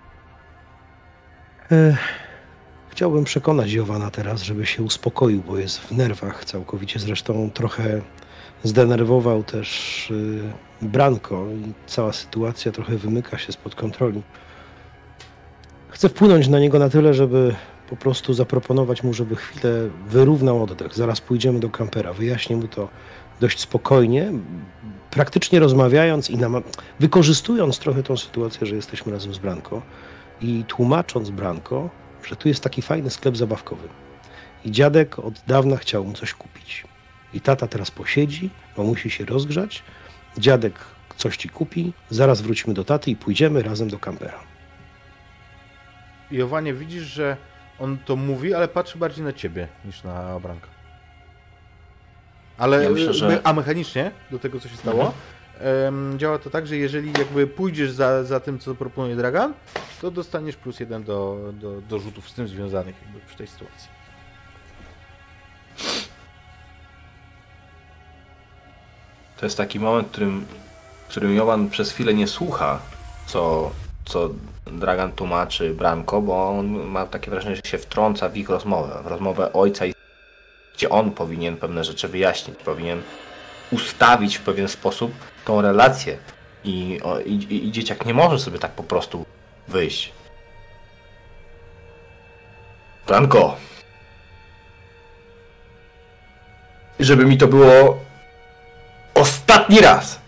E, chciałbym przekonać Jowana teraz, żeby się uspokoił, bo jest w nerwach całkowicie. Zresztą trochę zdenerwował też y, Branko i cała sytuacja trochę wymyka się spod kontroli. Chcę wpłynąć na niego na tyle, żeby po prostu zaproponować mu, żeby chwilę wyrównał oddech. Zaraz pójdziemy do kampera. Wyjaśnię mu to dość spokojnie, praktycznie rozmawiając i nam, wykorzystując trochę tą sytuację, że jesteśmy razem z Branko i tłumacząc Branko, że tu jest taki fajny sklep zabawkowy. I dziadek od dawna chciał mu coś kupić. I tata teraz posiedzi, bo musi się rozgrzać. Dziadek coś ci kupi, zaraz wrócimy do taty i pójdziemy razem do kampera. Jowanie, widzisz, że on to mówi, ale patrzy bardziej na ciebie niż na Branka. Ale Ja myślę, że- a mechanicznie do tego, co się stało, em, działa to tak, że jeżeli jakby pójdziesz za, za tym, co proponuje Dragan, to dostaniesz plus jeden do, do, do rzutów z tym związanych jakby przy tej sytuacji. To jest taki moment, w którym, w którym Jovan przez chwilę nie słucha, co, co Dragan tłumaczy Branko, bo on ma takie wrażenie, że się wtrąca w ich rozmowę, w rozmowę ojca, i gdzie on powinien pewne rzeczy wyjaśnić, powinien ustawić w pewien sposób tą relację i, o, i, i, i dzieciak nie może sobie tak po prostu wyjść. Branko! Żeby mi to było ostatni raz!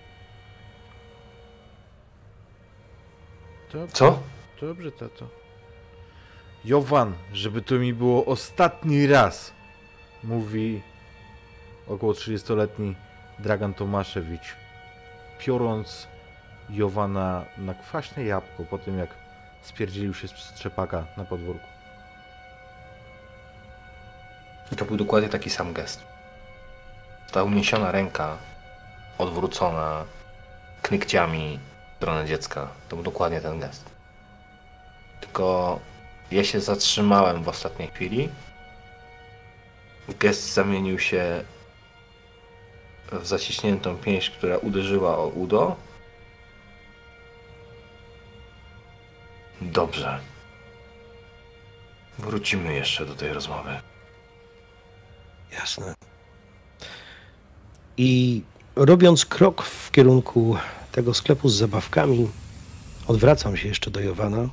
To, Co? Dobrze, tato. Jowan, żeby to mi było ostatni raz, mówi około trzydziestoletni Dragan Tomaszewicz, piorąc Jowana na kwaśne jabłko po tym, jak spierdzielił się z trzepaka na podwórku. I to był dokładnie taki sam gest. Ta uniesiona ręka, odwrócona knykciami w stronę dziecka, to był dokładnie ten gest. Tylko ja się zatrzymałem w ostatniej chwili. Gest zamienił się w zaciśniętą pięść, która uderzyła o udo. Dobrze. Wrócimy jeszcze do tej rozmowy. Jasne. I robiąc krok w kierunku tego sklepu z zabawkami, odwracam się jeszcze do Jowana,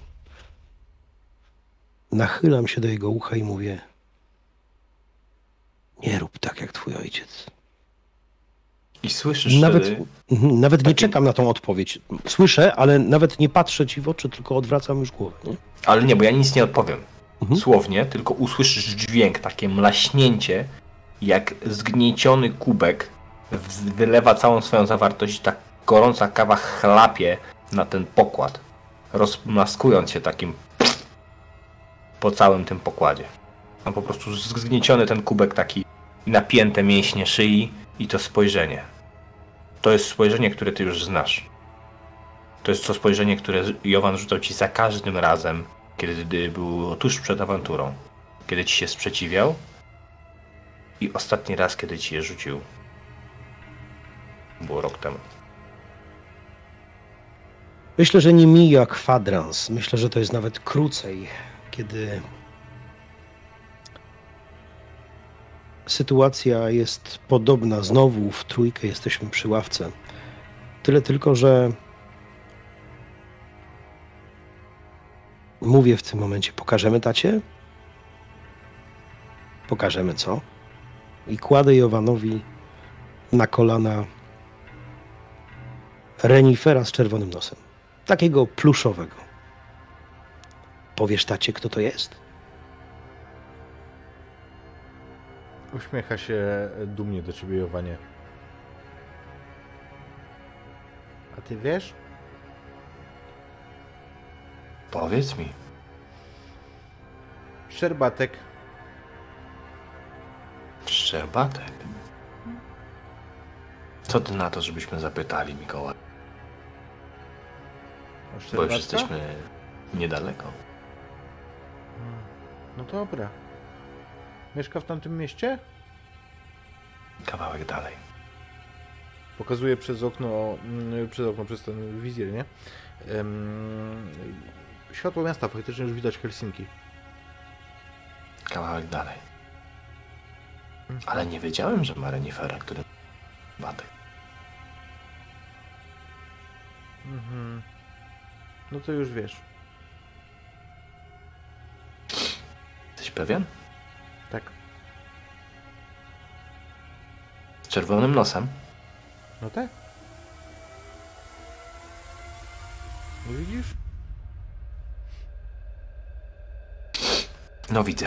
nachylam się do jego ucha i mówię: nie rób tak jak twój ojciec. I słyszysz Nawet, wtedy... mhm, nawet nie taki- czekam na tą odpowiedź. Słyszę, ale nawet nie patrzę ci w oczy, tylko odwracam już głowę. Nie? Ale nie, bo ja nic nie odpowiem. Mhm. Słownie, tylko usłyszysz dźwięk, takie mlaśnięcie, jak zgnieciony kubek w- wylewa całą swoją zawartość, tak gorąca kawa chlapie na ten pokład, rozmaskując się takim po całym tym pokładzie. A po prostu zgnieciony ten kubek, taki napięte mięśnie szyi i to spojrzenie. To jest spojrzenie, które ty już znasz. To jest to spojrzenie, które Jovan rzucał ci za każdym razem, kiedy był tuż przed awanturą. Kiedy ci się sprzeciwiał i ostatni raz, kiedy ci je rzucił, było rok temu. Myślę, że nie mija kwadrans. Myślę, że to jest nawet krócej, kiedy sytuacja jest podobna. Znowu w trójkę jesteśmy przy ławce. Tyle tylko, że mówię w tym momencie: pokażemy tacie? Pokażemy co? I kładę Jowanowi na kolana renifera z czerwonym nosem. Takiego pluszowego. Powiesz tacie, kto to jest? Uśmiecha się dumnie do ciebie, Jowanie. A ty wiesz? Powiedz mi. Szczerbatek. Szczerbatek. Co ty na to, żebyśmy zapytali Mikołaj? O Bo już Szczerbatka? jesteśmy niedaleko. No dobra. Mieszka w tamtym mieście? Kawałek dalej. Pokazuje przez okno, mm, przez okno, przez ten wizjer, nie? Ym, światło miasta, faktycznie już widać Helsinki. Kawałek dalej. Ale nie wiedziałem, że ma renifera, który batek. Mhm. No to już wiesz. Jesteś pewien? Tak. Z czerwonym nosem? No tak. Nie widzisz? No widzę.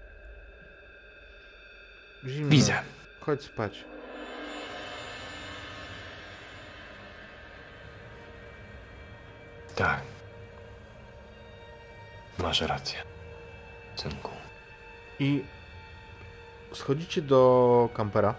Zimno. Widzę. Chodź spać. Tak. Masz rację, synku. I schodzicie do kampera,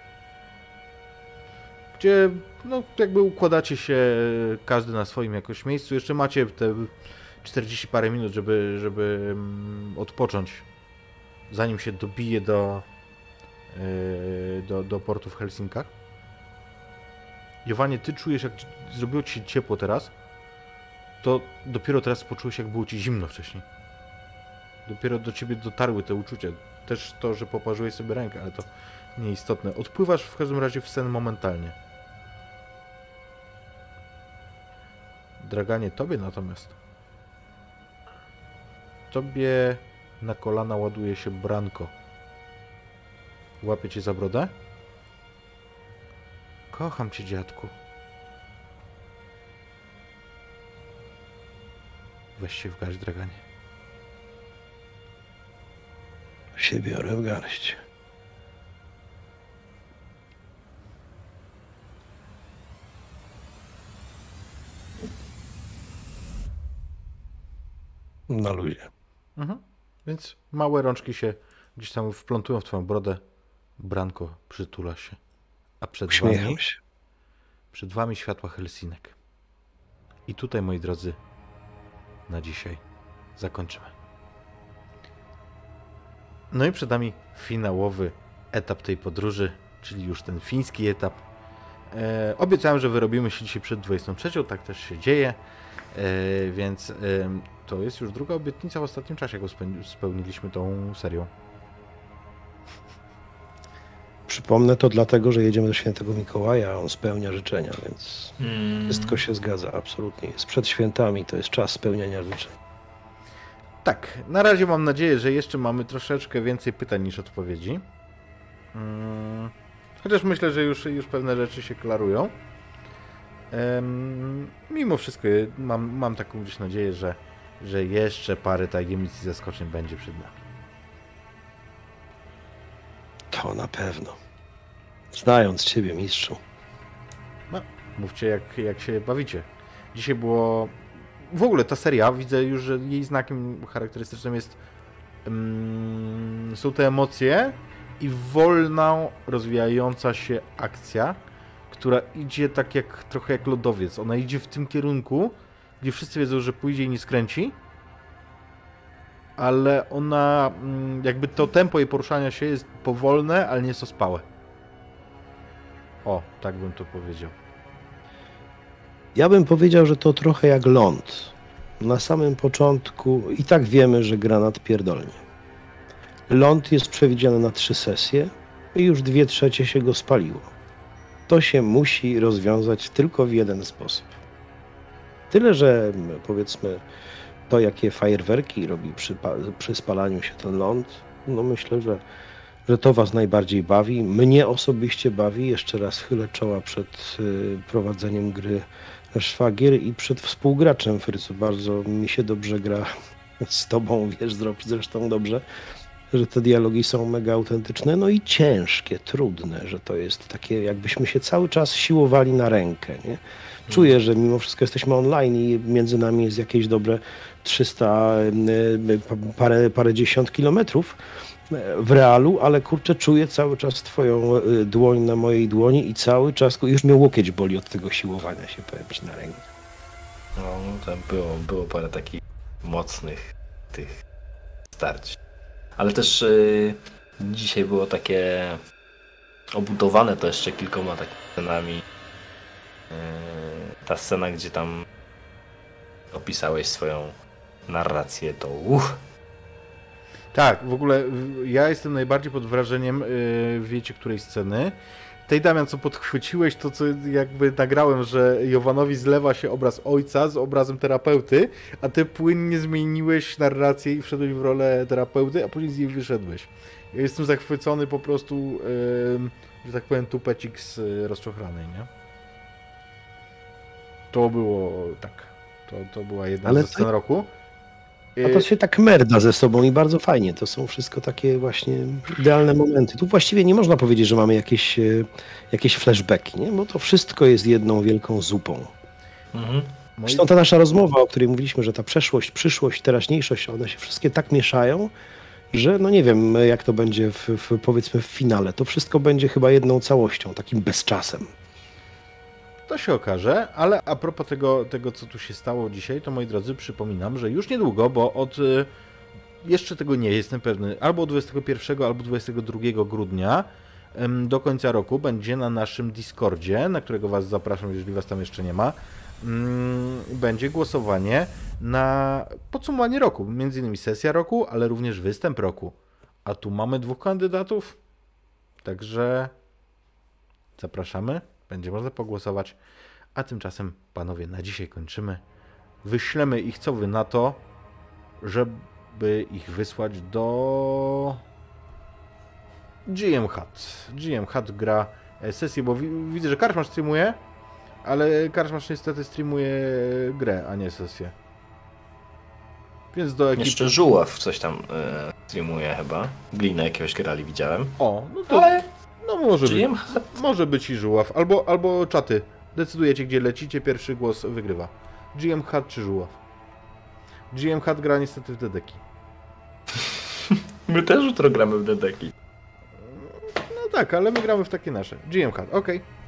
gdzie no jakby układacie się każdy na swoim jakoś miejscu. Jeszcze macie te czterdzieści parę minut, żeby, żeby mm, odpocząć, zanim się dobije do, yy, do, do portu w Helsinkach. Jowanie, ty czujesz, jak zrobiło ci się ciepło teraz, to dopiero teraz poczułeś, jak było ci zimno wcześniej. Dopiero do ciebie dotarły te uczucia. Też to, że poparzyłeś sobie rękę, ale to nieistotne. Odpływasz w każdym razie w sen momentalnie. Draganie, tobie natomiast. Tobie na kolana ładuje się Branko. Łapie cię za brodę? Kocham cię, dziadku. Weź się w garść, Draganie. Się biorę w garść. Na luzie. Mhm. Więc małe rączki się gdzieś tam wplątują w twoją brodę. Branko przytula się. A przed wami, Uśmiecham się. przed wami światła Helsinek. I tutaj, moi drodzy, na dzisiaj zakończymy. No i przed nami finałowy etap tej podróży, czyli już ten fiński etap. E, obiecałem, że wyrobimy się dzisiaj przed dwudziestą trzecią, tak też się dzieje, e, więc e, to jest już druga obietnica w ostatnim czasie, jaką speł- spełniliśmy tą serią. Przypomnę to dlatego, że jedziemy do świętego Mikołaja, a on spełnia życzenia, więc Mm. wszystko się zgadza, absolutnie. Jest przed świętami, to jest czas spełniania życzeń. Tak, na razie mam nadzieję, że jeszcze mamy troszeczkę więcej pytań niż odpowiedzi. Hmm. Chociaż myślę, że już, już pewne rzeczy się klarują. Ehm, mimo wszystko mam, mam taką gdzieś nadzieję, że, że jeszcze parę tajemnic i zaskoczeń będzie przed nami. To na pewno. Znając ciebie, mistrzu. No, mówcie jak, jak się bawicie. Dzisiaj było... W ogóle ta seria, widzę już, że jej znakiem charakterystycznym jest um, są te emocje i wolna, rozwijająca się akcja, która idzie tak jak trochę jak lodowiec. Ona idzie w tym kierunku, gdzie wszyscy wiedzą, że pójdzie i nie skręci, ale ona, um, jakby to tempo jej poruszania się jest powolne, ale nie jest ospałe. O, tak bym to powiedział. Ja bym powiedział, że to trochę jak ląd. Na samym początku i tak wiemy, że granat pierdolnie. Ląd jest przewidziany na trzy sesje i już dwie trzecie się go spaliło. To się musi rozwiązać tylko w jeden sposób. Tyle, że powiedzmy to, jakie fajerwerki robi przy, przy spalaniu się ten ląd, no myślę, że, że to was najbardziej bawi. Mnie osobiście bawi. Jeszcze raz chylę czoła przed y, prowadzeniem gry Szwagier i przed współgraczem, Frycu. Bardzo mi się dobrze gra z tobą, wiesz, zresztą dobrze, że te dialogi są mega autentyczne, no i ciężkie, trudne, że to jest takie, jakbyśmy się cały czas siłowali na rękę, nie? Czuję, że mimo wszystko jesteśmy online i między nami jest jakieś dobre trzysta, parę, parę dziesiąt kilometrów w realu, ale kurczę, czuję cały czas twoją dłoń na mojej dłoni i cały czas, już mnie łokieć boli od tego siłowania się, powiem ci, na rękę. No, tam było, było parę takich mocnych tych starć. Ale też yy, dzisiaj było takie obudowane to jeszcze kilkoma takimi scenami ta scena, gdzie tam opisałeś swoją narrację, to uff. Tak, w ogóle ja jestem najbardziej pod wrażeniem, yy, wiecie, której sceny. Tej, Damian, co podchwyciłeś, to co jakby nagrałem, że Jowanowi zlewa się obraz ojca z obrazem terapeuty, a ty płynnie zmieniłeś narrację i wszedłeś w rolę terapeuty, a później z niej wyszedłeś. Ja jestem zachwycony po prostu, yy, że tak powiem, tupecik z yy, rozczochranej, nie? To było, tak, to, to była jedna Ale ze scen to- roku. A to się tak merda ze sobą i bardzo fajnie. To są wszystko takie właśnie idealne momenty. Tu właściwie nie można powiedzieć, że mamy jakieś, e, jakieś flashbacki, nie? Bo to wszystko jest jedną wielką zupą. Mhm. Moi... Zresztą ta nasza rozmowa, o której mówiliśmy, że ta przeszłość, przyszłość, teraźniejszość, one się wszystkie tak mieszają, że no nie wiem, jak to będzie w, w, powiedzmy w finale. To wszystko będzie chyba jedną całością, takim bezczasem. To się okaże, ale a propos tego, tego, co tu się stało dzisiaj, to moi drodzy, przypominam, że już niedługo, bo od, y, jeszcze tego nie jestem pewny, albo dwudziestego pierwszego, albo dwudziestego drugiego grudnia ym, do końca roku będzie na naszym Discordzie, na którego Was zapraszam, jeżeli Was tam jeszcze nie ma, ym, będzie głosowanie na podsumowanie roku, między innymi sesja roku, ale również występ roku. A tu mamy dwóch kandydatów, także zapraszamy. Będzie można pogłosować. A tymczasem, panowie, na dzisiaj kończymy. Wyślemy ich, co wy na to, żeby ich wysłać do G M Hat. G M Hat gra sesję, bo wi- widzę, że Karczmarz streamuje, ale Karczmarz niestety streamuje grę, a nie sesję. Więc do ekipy... Jeszcze Żuław coś tam e, streamuje chyba. Glinę jakiegoś grali widziałem. O, no to... Ale No może G M być, może być i Żuław, albo, albo czaty. Decydujecie, gdzie lecicie, pierwszy głos wygrywa. G M Hat czy Żuław? G M Hat gra niestety w Dedeki. my też jutro gramy w Dedeki. No tak, ale my gramy w takie nasze. G M Hat, ok.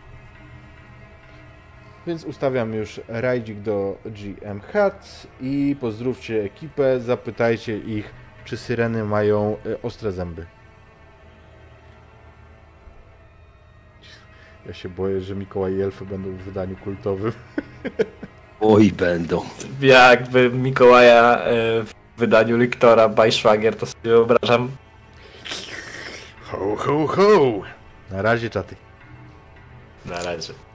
Więc ustawiam już rajdzik do G M Hat i pozdrówcie ekipę, zapytajcie ich, czy syreny mają y, ostre zęby. Ja się boję, że Mikołaj i Elfy będą w wydaniu kultowym. Oj, będą. Jakby Mikołaja e, w wydaniu Liktora Bajszwagier, to sobie wyobrażam. Ho, ho, ho! Na razie, czaty. Na razie.